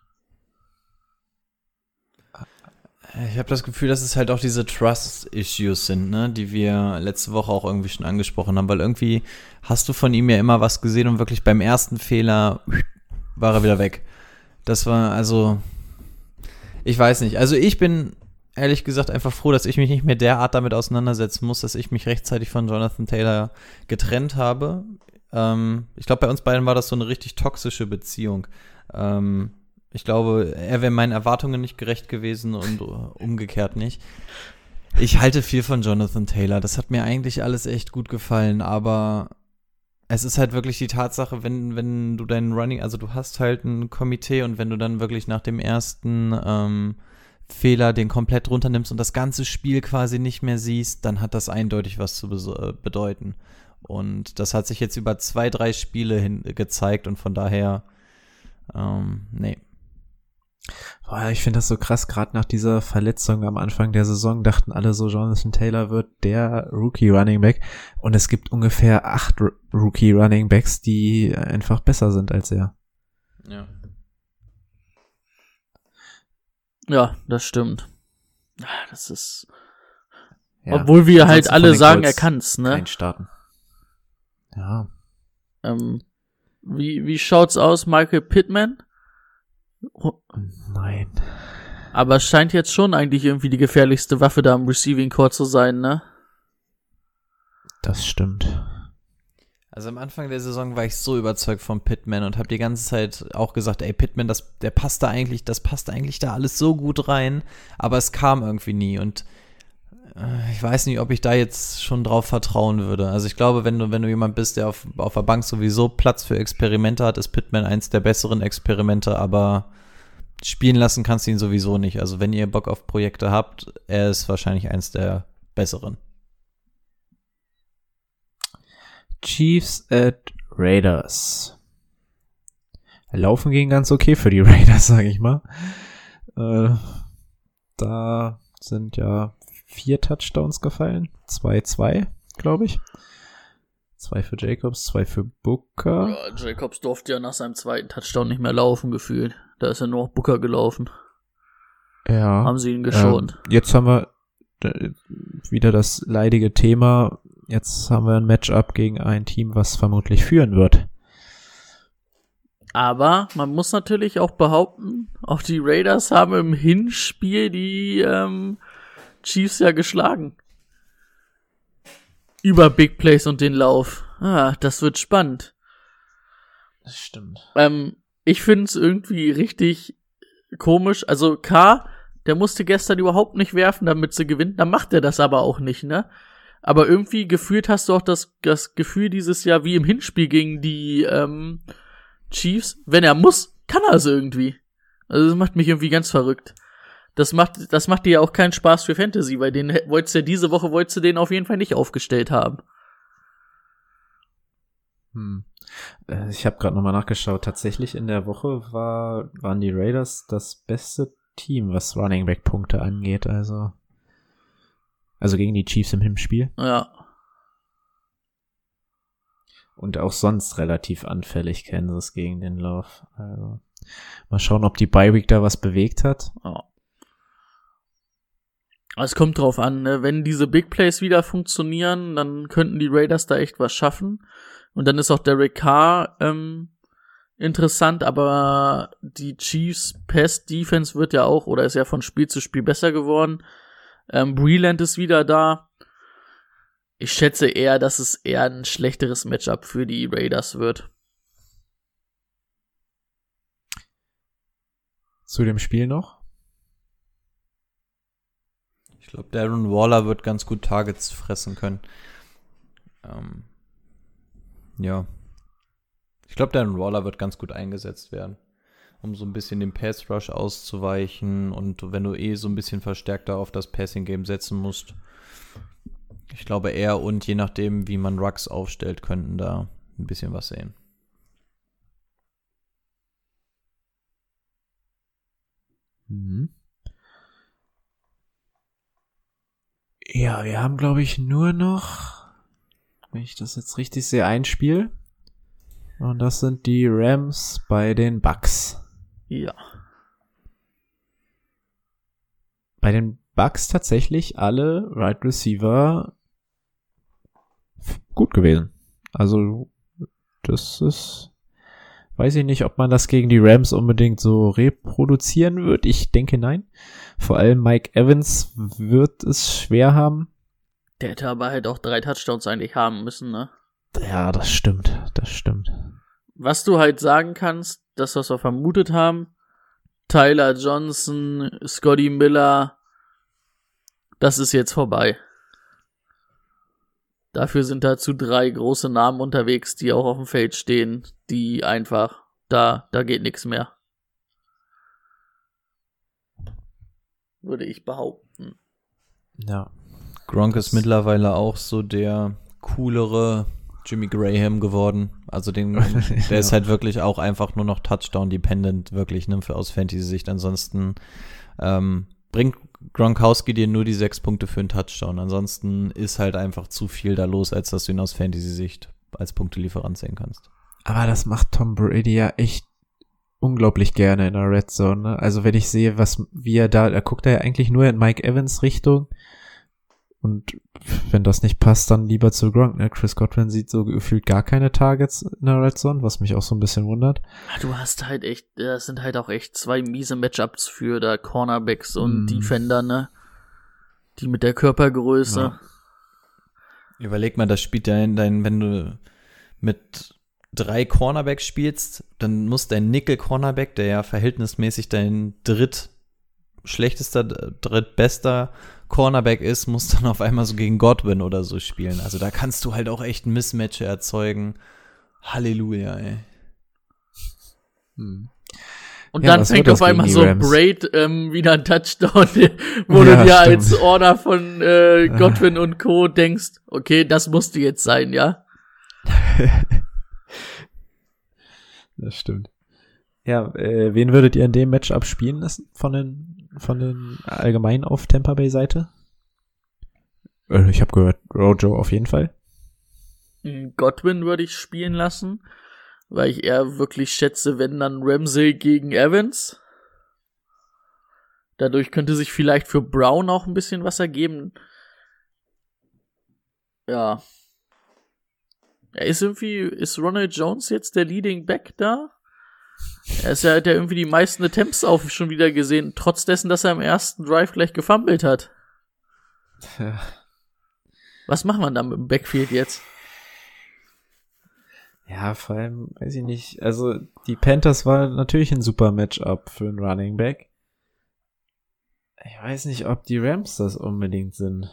Ich habe das Gefühl, dass es halt auch diese Trust-Issues sind, ne, die wir letzte Woche auch irgendwie schon angesprochen haben, weil irgendwie hast du von ihm ja immer was gesehen und wirklich beim ersten Fehler war er wieder weg. Das war, also, ich weiß nicht. Also ich bin ehrlich gesagt einfach froh, dass ich mich nicht mehr derart damit auseinandersetzen muss, dass ich mich rechtzeitig von Jonathan Taylor getrennt habe. Ich glaube, bei uns beiden war das so eine richtig toxische Beziehung. Ich glaube, er wäre meinen Erwartungen nicht gerecht gewesen und umgekehrt nicht. Ich halte viel von Jonathan Taylor. Das hat mir eigentlich alles echt gut gefallen, aber es ist halt wirklich die Tatsache, wenn du deinen also du hast halt ein Komitee und wenn du dann wirklich nach dem ersten Fehler den komplett runternimmst und das ganze Spiel quasi nicht mehr siehst, dann hat das eindeutig was zu bedeuten. Und das hat sich jetzt über 2-3 Spiele gezeigt und von daher, nee. Boah, ich finde das so krass, gerade nach dieser Verletzung am Anfang der Saison dachten alle so, Jonathan Taylor wird der Rookie Running Back und es gibt ungefähr 8 Rookie Running Backs, die einfach besser sind als er. Ja. Ja, das stimmt. Das ist, Ja, obwohl wir halt ansonsten alle von den sagen, Colts er kann's, ne? reinstarten. Ja. Wie schaut's aus, Michael Pittman? Nein. Aber es scheint jetzt schon eigentlich irgendwie die gefährlichste Waffe da im Receiving Core zu sein, ne? Das stimmt. Also am Anfang der Saison war ich so überzeugt von Pittman und habe die ganze Zeit auch gesagt, ey, Pittman, das passt eigentlich da alles so gut rein, aber es kam irgendwie nie und ich weiß nicht, ob ich da jetzt schon drauf vertrauen würde. Also ich glaube, wenn du jemand bist, der auf der Bank sowieso Platz für Experimente hat, ist Pittman eins der besseren Experimente, aber spielen lassen kannst du ihn sowieso nicht. Also wenn ihr Bock auf Projekte habt, er ist wahrscheinlich eins der besseren. Chiefs at Raiders. Laufen ging ganz okay für die Raiders, sag ich mal. Da sind ja 4 Touchdowns gefallen. 2, glaube ich. 2 für Jacobs, 2 für Booker. Ja, Jacobs durfte ja nach seinem zweiten Touchdown nicht mehr laufen, gefühlt. Da ist ja nur noch Booker gelaufen. Ja. Haben sie ihn geschont. Jetzt haben wir wieder das leidige Thema. Jetzt haben wir ein Matchup gegen ein Team, was vermutlich führen wird. Aber man muss natürlich auch behaupten, auch die Raiders haben im Hinspiel die Chiefs ja geschlagen. Über Big Plays und den Lauf. Das wird spannend. Das stimmt. Ich finde es irgendwie richtig komisch. Also K, der musste gestern überhaupt nicht werfen, damit sie gewinnen. Dann macht er das aber auch nicht, ne? Aber irgendwie gefühlt hast du auch das Gefühl dieses Jahr wie im Hinspiel gegen die Chiefs. Wenn er muss, kann er es irgendwie. Also das macht mich irgendwie ganz verrückt. Das macht dir ja auch keinen Spaß für Fantasy, weil diese Woche wolltest du den auf jeden Fall nicht aufgestellt haben. Ich habe gerade nochmal nachgeschaut. Tatsächlich in der Woche waren die Raiders das beste Team, was Running Back Punkte angeht. Also gegen die Chiefs im Hinspiel. Ja. Und auch sonst relativ anfällig Kansas gegen den Lauf. Also mal schauen, ob die Bye-Week da was bewegt hat. Ja. Es kommt drauf an, ne? Wenn diese Big Plays wieder funktionieren, dann könnten die Raiders da echt was schaffen. Und dann ist auch Derek Carr interessant, aber die Chiefs Pass-Defense wird ja auch, oder ist ja von Spiel zu Spiel besser geworden. Breeland ist wieder da. Ich schätze eher, dass es eher ein schlechteres Matchup für die Raiders wird. Zu dem Spiel noch? Ich glaube, Darren Waller wird ganz gut Targets fressen können. Ja. Ich glaube, Darren Waller wird ganz gut eingesetzt werden. um so ein bisschen den Pass-Rush auszuweichen und wenn du so ein bisschen verstärkter auf das Passing-Game setzen musst. Ich glaube, er und je nachdem, wie man Ruggs aufstellt, könnten da ein bisschen was sehen. Ja, wir haben, glaube ich, nur noch, wenn ich das jetzt richtig sehe, ein Spiel. Und das sind die Rams bei den Bucks. Ja. Bei den Bucks tatsächlich alle Right Receiver gut gewesen. Also das ist, weiß ich nicht, ob man das gegen die Rams unbedingt so reproduzieren wird. Ich denke nein. Vor allem Mike Evans wird es schwer haben. Der hätte aber halt auch 3 Touchdowns eigentlich haben müssen, ne? Ja, das stimmt. Was du halt sagen kannst, das, was wir vermutet haben, Tyler Johnson, Scotty Miller, das ist jetzt vorbei. Dafür sind dazu 3 große Namen unterwegs, die auch auf dem Feld stehen, die einfach, da geht nichts mehr. Würde ich behaupten. Ja. Gronk ist mittlerweile auch so der coolere Jimmy Graham geworden. Also der ist halt wirklich auch einfach nur noch Touchdown-dependent, wirklich, ne, aus Fantasy-Sicht. Ansonsten bringt Gronkowski dir nur die 6 Punkte für einen Touchdown. Ansonsten ist halt einfach zu viel da los, als dass du ihn aus Fantasy-Sicht als Punktelieferant sehen kannst. Aber das macht Tom Brady ja echt unglaublich gerne in der Red Zone, ne? Also wenn ich sehe, wie er guckt er ja eigentlich nur in Mike Evans Richtung. Und wenn das nicht passt, dann lieber zu Gronk, ne? Chris Godwin sieht so gefühlt gar keine Targets in der Red Zone, was mich auch so ein bisschen wundert. Du hast halt echt, das sind halt auch echt 2 miese Matchups für da Cornerbacks und Defender, ne? Die mit der Körpergröße. Ja. Überleg mal, das spielt wenn du mit 3 Cornerbacks spielst, dann muss dein Nickel-Cornerback, der ja verhältnismäßig dein drittbester Cornerback ist, muss dann auf einmal so gegen Godwin oder so spielen. Also da kannst du halt auch echt ein Mismatch erzeugen. Halleluja, ey. Und dann fängt auf einmal so Braid wieder ein Touchdown, wo du dir als Order von Godwin und Co. denkst, okay, das musste jetzt sein, ja? Das stimmt. Ja, wen würdet ihr in dem Matchup spielen lassen von den allgemein auf Tampa Bay Seite? Ich habe gehört, Rojo auf jeden Fall. Godwin würde ich spielen lassen, weil ich eher wirklich schätze, wenn dann Ramsey gegen Evans. Dadurch könnte sich vielleicht für Brown auch ein bisschen was ergeben. Ja. Ist Ronald Jones jetzt der Leading Back da? Er ist ja, hat ja irgendwie die meisten Attempts auch schon wieder gesehen, trotz dessen, dass er im ersten Drive gleich gefummelt hat. Ja. Was macht man da mit dem Backfield jetzt? Ja, vor allem, weiß ich nicht, also die Panthers war natürlich ein super Matchup für einen Running Back. Ich weiß nicht, ob die Rams das unbedingt sind.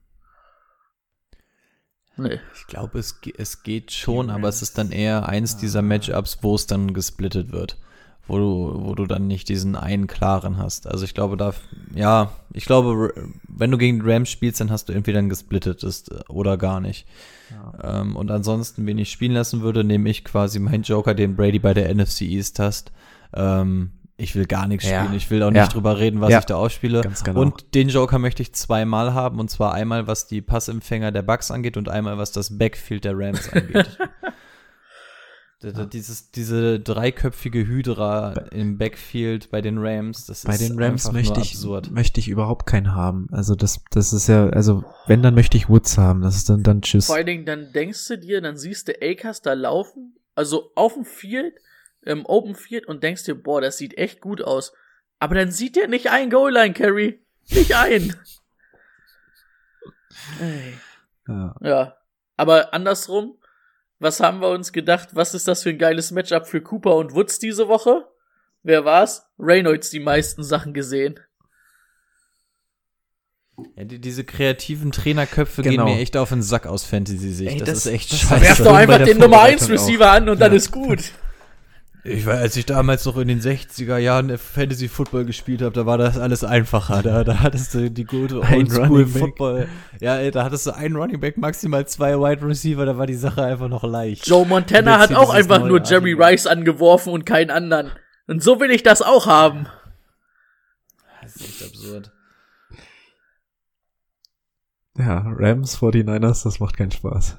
Nee. Ich glaube, es geht schon, aber es ist dann eher eins dieser Matchups, wo es dann gesplittet wird. Wo du dann nicht diesen einen klaren hast. Also ich glaube, wenn du gegen die Rams spielst, dann hast du entweder ein gesplittetes oder gar nicht. Ja. Und ansonsten, wen ich spielen lassen würde, nehme ich quasi meinen Joker, den Brady bei der NFC East hast. Ich will gar nichts spielen. Ich will auch nicht drüber reden, was ich da ausspiele. Ganz genau. Und den Joker möchte ich 2-mal haben. Und zwar einmal, was die Passempfänger der Bucks angeht und einmal, was das Backfield der Rams angeht. Diese dreiköpfige Hydra im Backfield bei den Rams, das bei ist den Rams einfach nur absurd. Möchte ich überhaupt keinen haben. Also das ist ja, also wenn, dann möchte ich Woods haben. Das ist dann tschüss. Vor allen Dingen, dann denkst du dir, dann siehst du Akers da laufen, also auf dem Field, im Open Field und denkst dir, boah, das sieht echt gut aus. Aber dann sieht der nicht ein Goal-Line-Carry. Nicht ein. Ja. Aber andersrum, was haben wir uns gedacht? Was ist das für ein geiles Matchup für Cooper und Woods diese Woche? Wer war's? Reynolds die meisten Sachen gesehen. Ja, diese kreativen Trainerköpfe gehen mir echt auf den Sack aus Fantasy-Sicht. Das ist echt scheiße. Werf doch einfach den Nummer 1 Receiver an und dann ist gut. Ich weiß, als ich damals noch in den 60er Jahren Fantasy Football gespielt habe, da war das alles einfacher. Da hattest du die gute Oldschool Football. Ja, ey, da hattest du einen Running Back, maximal 2 Wide Receiver, da war die Sache einfach noch leicht. Joe Montana hat auch einfach nur Jerry Rice angeworfen und keinen anderen. Und so will ich das auch haben. Das ist echt absurd. Ja, Rams, 49ers, das macht keinen Spaß.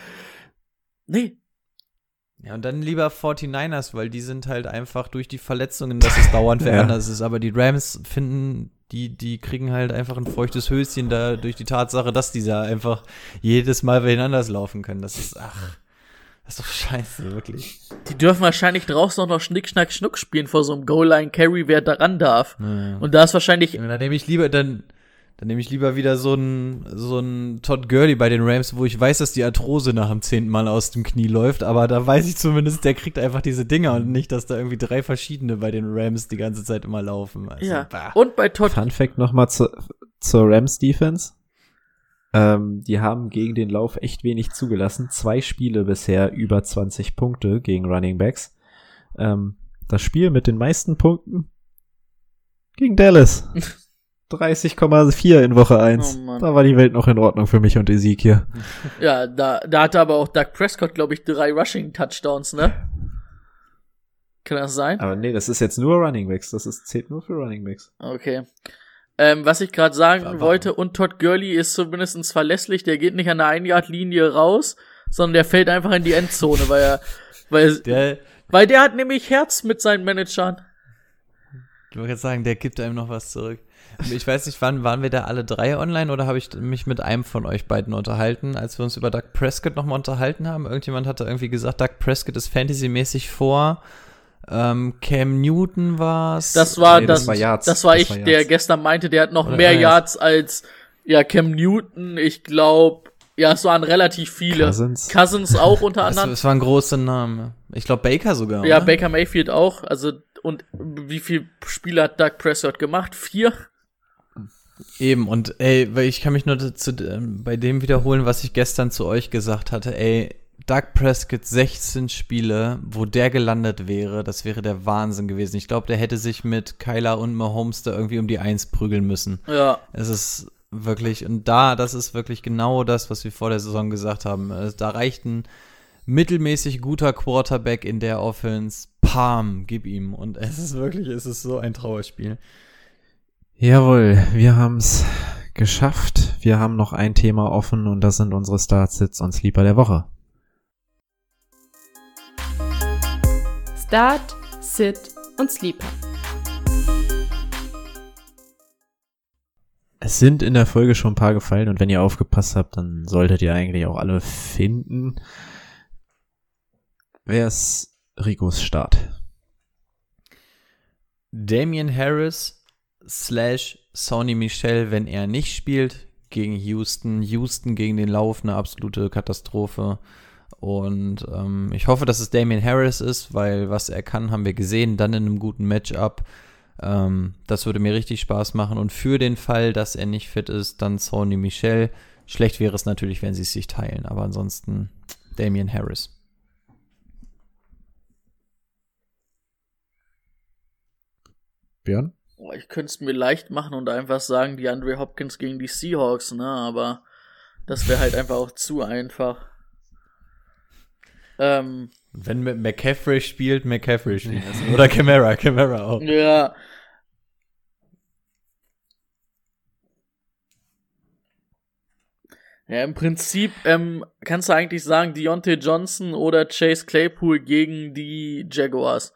Nee. Ja, und dann lieber 49ers, weil die sind halt einfach durch die Verletzungen, dass es dauernd anders ist. Aber die Rams finden, die kriegen halt einfach ein feuchtes Höschen da durch die Tatsache, dass die da einfach jedes Mal wen anders laufen können. Das ist doch scheiße, wirklich. Die dürfen wahrscheinlich draußen auch noch Schnick, Schnack, Schnuck spielen vor so einem Goal-Line-Carry, wer daran darf. Ja. Und da ist wahrscheinlich... Ja, dann nehme ich lieber wieder so ein Todd Gurley bei den Rams, wo ich weiß, dass die Arthrose nach dem 10. Mal aus dem Knie läuft, aber da weiß ich zumindest, der kriegt einfach diese Dinger und nicht, dass da irgendwie 3 verschiedene bei den Rams die ganze Zeit immer laufen. Also, ja, und bei Todd... Fun Fact nochmal zur Rams Defense. Die haben gegen den Lauf echt wenig zugelassen. 2 Spiele bisher über 20 Punkte gegen Running Backs. Das Spiel mit den meisten Punkten gegen Dallas. 30,4 in Woche 1. Oh, da war die Welt noch in Ordnung für mich und Ezekiel. Ja, da hatte aber auch Doug Prescott, glaube ich, 3 Rushing-Touchdowns, ne? Kann das sein? Aber nee, das ist jetzt nur Running Backs. Zählt nur für Running Backs. Okay. Was ich gerade sagen wollte, und Todd Gurley ist zumindest verlässlich, der geht nicht an der 1-Yard-Linie raus, sondern der fällt einfach in die Endzone, weil der hat nämlich Herz mit seinen Managern. Ich wollte gerade sagen, der gibt einem noch was zurück. Ich weiß nicht, wann waren wir da alle 3 online oder habe ich mich mit einem von euch beiden unterhalten, als wir uns über Doug Prescott nochmal unterhalten haben? Irgendjemand hatte irgendwie gesagt, Doug Prescott ist fantasymäßig vor. Cam Newton war's. Das war ich, Yards. Der gestern meinte, der hat noch Oder mehr Yards als Cam Newton. Ich glaube, es waren relativ viele. Cousins auch unter anderem. Es waren große Namen. Ich glaube Baker sogar. Ja, oder? Baker Mayfield auch. Also, und wie viele Spiele hat Doug Prescott gemacht? 4? Eben, und weil ich kann mich nur bei dem wiederholen, was ich gestern zu euch gesagt hatte. Doug Prescott 16 Spiele, wo der gelandet wäre, das wäre der Wahnsinn gewesen. Ich glaube, der hätte sich mit Kyler und Mahomes da irgendwie um die 1 prügeln müssen. Ja. Es ist wirklich, und das ist wirklich genau das, was wir vor der Saison gesagt haben. Da reicht ein mittelmäßig guter Quarterback in der Offense. Pam, gib ihm. Und es ist so ein Trauerspiel. Jawohl, wir haben's geschafft. Wir haben noch ein Thema offen und das sind unsere Start-Sits und Sleeper der Woche. Start, Sit und Sleeper. Es sind in der Folge schon ein paar gefallen und wenn ihr aufgepasst habt, dann solltet ihr eigentlich auch alle finden. Wer ist Ricos Start? Damian Harris / Sony Michel, wenn er nicht spielt, gegen Houston. Houston gegen den Lauf, eine absolute Katastrophe. Und ich hoffe, dass es Damian Harris ist, weil was er kann, haben wir gesehen, dann in einem guten Matchup. Das würde mir richtig Spaß machen. Und für den Fall, dass er nicht fit ist, dann Sony Michel. Schlecht wäre es natürlich, wenn sie es sich teilen, aber ansonsten Damian Harris. Björn? Ich könnte es mir leicht machen und einfach sagen, die DeAndre Hopkins gegen die Seahawks, ne? Aber das wäre halt einfach auch zu einfach. Wenn McCaffrey spielt lassen. Oder Kamara auch. Ja. Ja, im Prinzip kannst du eigentlich sagen, Deontay Johnson oder Chase Claypool gegen die Jaguars.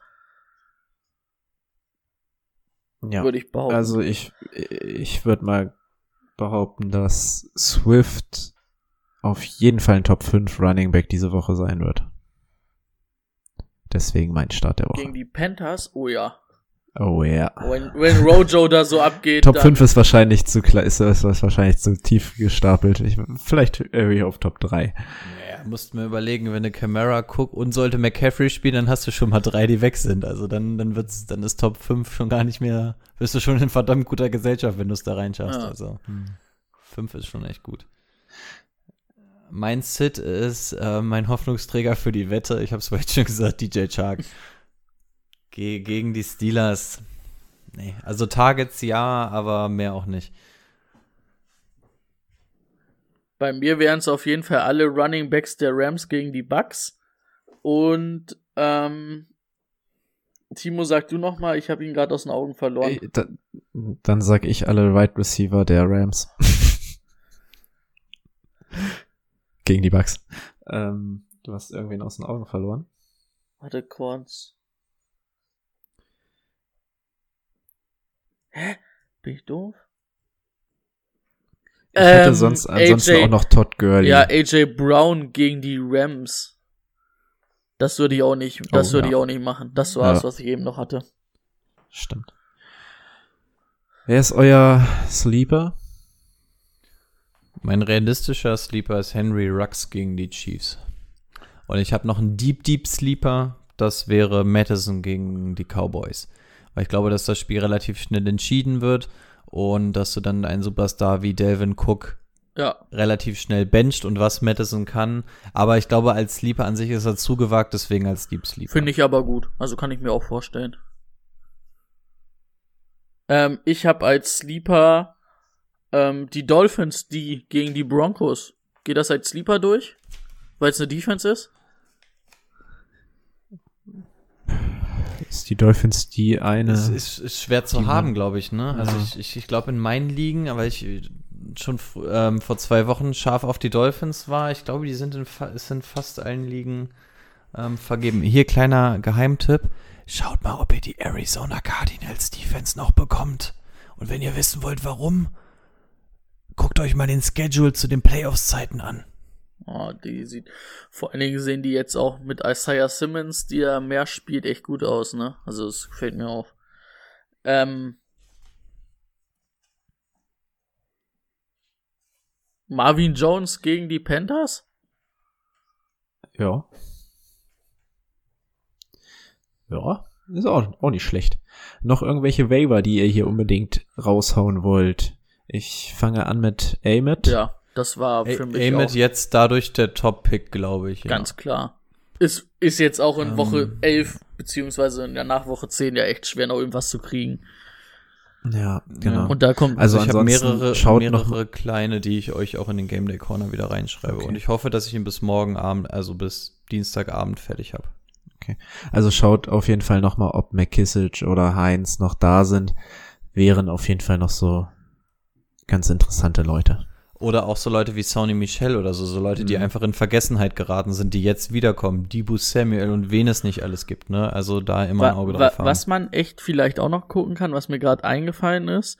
Ja, würde ich behaupten. Also ich würde mal behaupten, dass Swift auf jeden Fall ein Top 5 Running Back diese Woche sein wird. Deswegen mein Start der Woche. Gegen die Panthers? Oh ja. Oh ja. Wenn Rojo da so abgeht. Top 5 ist wahrscheinlich zu klar, ist wahrscheinlich zu tief gestapelt. Vielleicht irgendwie auf Top 3. Ja, musst mir überlegen, wenn eine Kamara guckt und sollte McCaffrey spielen, dann hast du schon mal 3, die weg sind. Also dann ist Top 5 schon gar nicht mehr, bist du schon in verdammt guter Gesellschaft, wenn du es da reinschaffst. Ja. Also 5 ist schon echt gut. Mein Sit ist mein Hoffnungsträger für die Wette. Ich habe es vorhin schon gesagt, DJ Chark. Gegen die Steelers. Nee, also Targets ja, aber mehr auch nicht. Bei mir wären es auf jeden Fall alle Running Backs der Rams gegen die Bucks. Und Timo, sag du noch mal, ich habe ihn gerade aus den Augen verloren. Dann sag ich alle Wide Receiver der Rams. Gegen die Bucks. Du hast irgendwen aus den Augen verloren. Warte, kurz. Hä? Bin ich doof? Ich hätte ansonsten auch noch Todd Gurley. Ja, AJ Brown gegen die Rams. Das würde ich auch nicht, ich auch nicht machen. Das war es, was ich eben noch hatte. Stimmt. Wer ist euer Sleeper? Mein realistischer Sleeper ist Henry Ruggs gegen die Chiefs. Und ich habe noch einen Deep Sleeper. Das wäre Madison gegen die Cowboys. Weil ich glaube, dass das Spiel relativ schnell entschieden wird und dass du dann einen Superstar wie Dalvin Cook relativ schnell bencht und was Madison kann. Aber ich glaube, als Sleeper an sich ist er zu gewagt, deswegen als Deep Sleeper. Finde ich aber gut. Also kann ich mir auch vorstellen. Ich habe als Sleeper die Dolphins, die gegen die Broncos. Geht das als Sleeper durch? Weil es eine Defense ist? Ist die Dolphins die eine? Es ist schwer zu haben, glaube ich, ne? Also ich glaube in meinen Ligen, aber ich schon vor 2 Wochen scharf auf die Dolphins war. Ich glaube, die sind in fast allen Ligen vergeben. Hier kleiner Geheimtipp. Schaut mal, ob ihr die Arizona Cardinals Defense noch bekommt. Und wenn ihr wissen wollt, warum, guckt euch mal den Schedule zu den Playoffs-Zeiten an. Oh, vor allen Dingen sehen die jetzt auch mit Isaiah Simmons, die ja mehr spielt, echt gut aus, ne? Also es gefällt mir auch. Marvin Jones gegen die Panthers? Ja. Ja, ist auch nicht schlecht. Noch irgendwelche Waiver, die ihr hier unbedingt raushauen wollt? Ich fange an mit Amit. Ja, das war für mich Amit auch jetzt dadurch der Top-Pick, glaube ich. Ganz klar. Ist jetzt auch in Woche 11, beziehungsweise in der Nachwoche 10 ja echt schwer, noch irgendwas zu kriegen. Ja, genau. Und da kommt, also ich habe mehrere kleine, die ich euch auch in den Game Day Corner wieder reinschreibe. Okay. Und ich hoffe, dass ich ihn bis morgen Abend, also bis Dienstagabend fertig habe. Okay. Also schaut auf jeden Fall nochmal, ob McKissick oder Heinz noch da sind. Wären auf jeden Fall noch so ganz interessante Leute. Oder auch so Leute wie Sony Michel oder so Leute, die einfach in Vergessenheit geraten sind, die jetzt wiederkommen. Deebo Samuel und wen es nicht alles gibt, ne? Also da immer ein Auge drauf haben. Was man echt vielleicht auch noch gucken kann, was mir gerade eingefallen ist,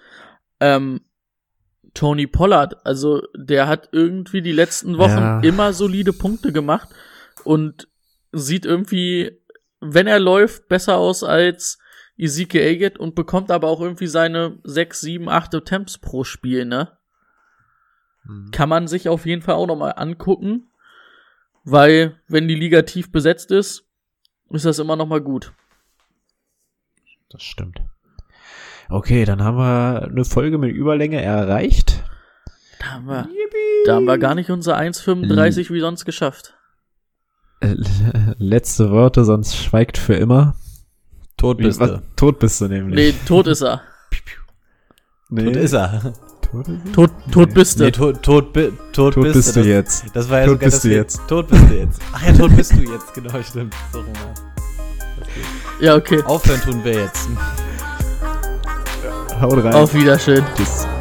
Tony Pollard, also der hat irgendwie die letzten Wochen immer solide Punkte gemacht und sieht irgendwie, wenn er läuft, besser aus als Ezekiel Elliott und bekommt aber auch irgendwie seine 6, 7, 8 Attempts pro Spiel, ne? Kann man sich auf jeden Fall auch nochmal angucken, weil wenn die Liga tief besetzt ist das immer nochmal gut. Das stimmt. Okay, dann haben wir eine Folge mit Überlänge erreicht. Da haben wir gar nicht unser 1,35 wie sonst geschafft. Letzte Worte, sonst schweigt für immer. Tot bist du. Tot bist du nämlich. Nee, tot ist er. Tot ist er. Tot bist du. Nee, tot bist du jetzt. Das war ja tot sogar bist du jetzt. Tot bist du jetzt. Ach ja, tot bist du jetzt. Genau, stimmt. So rum. Ja, okay. Aufhören tun wir jetzt. Haut rein. Auf Wiedersehen. Tschüss.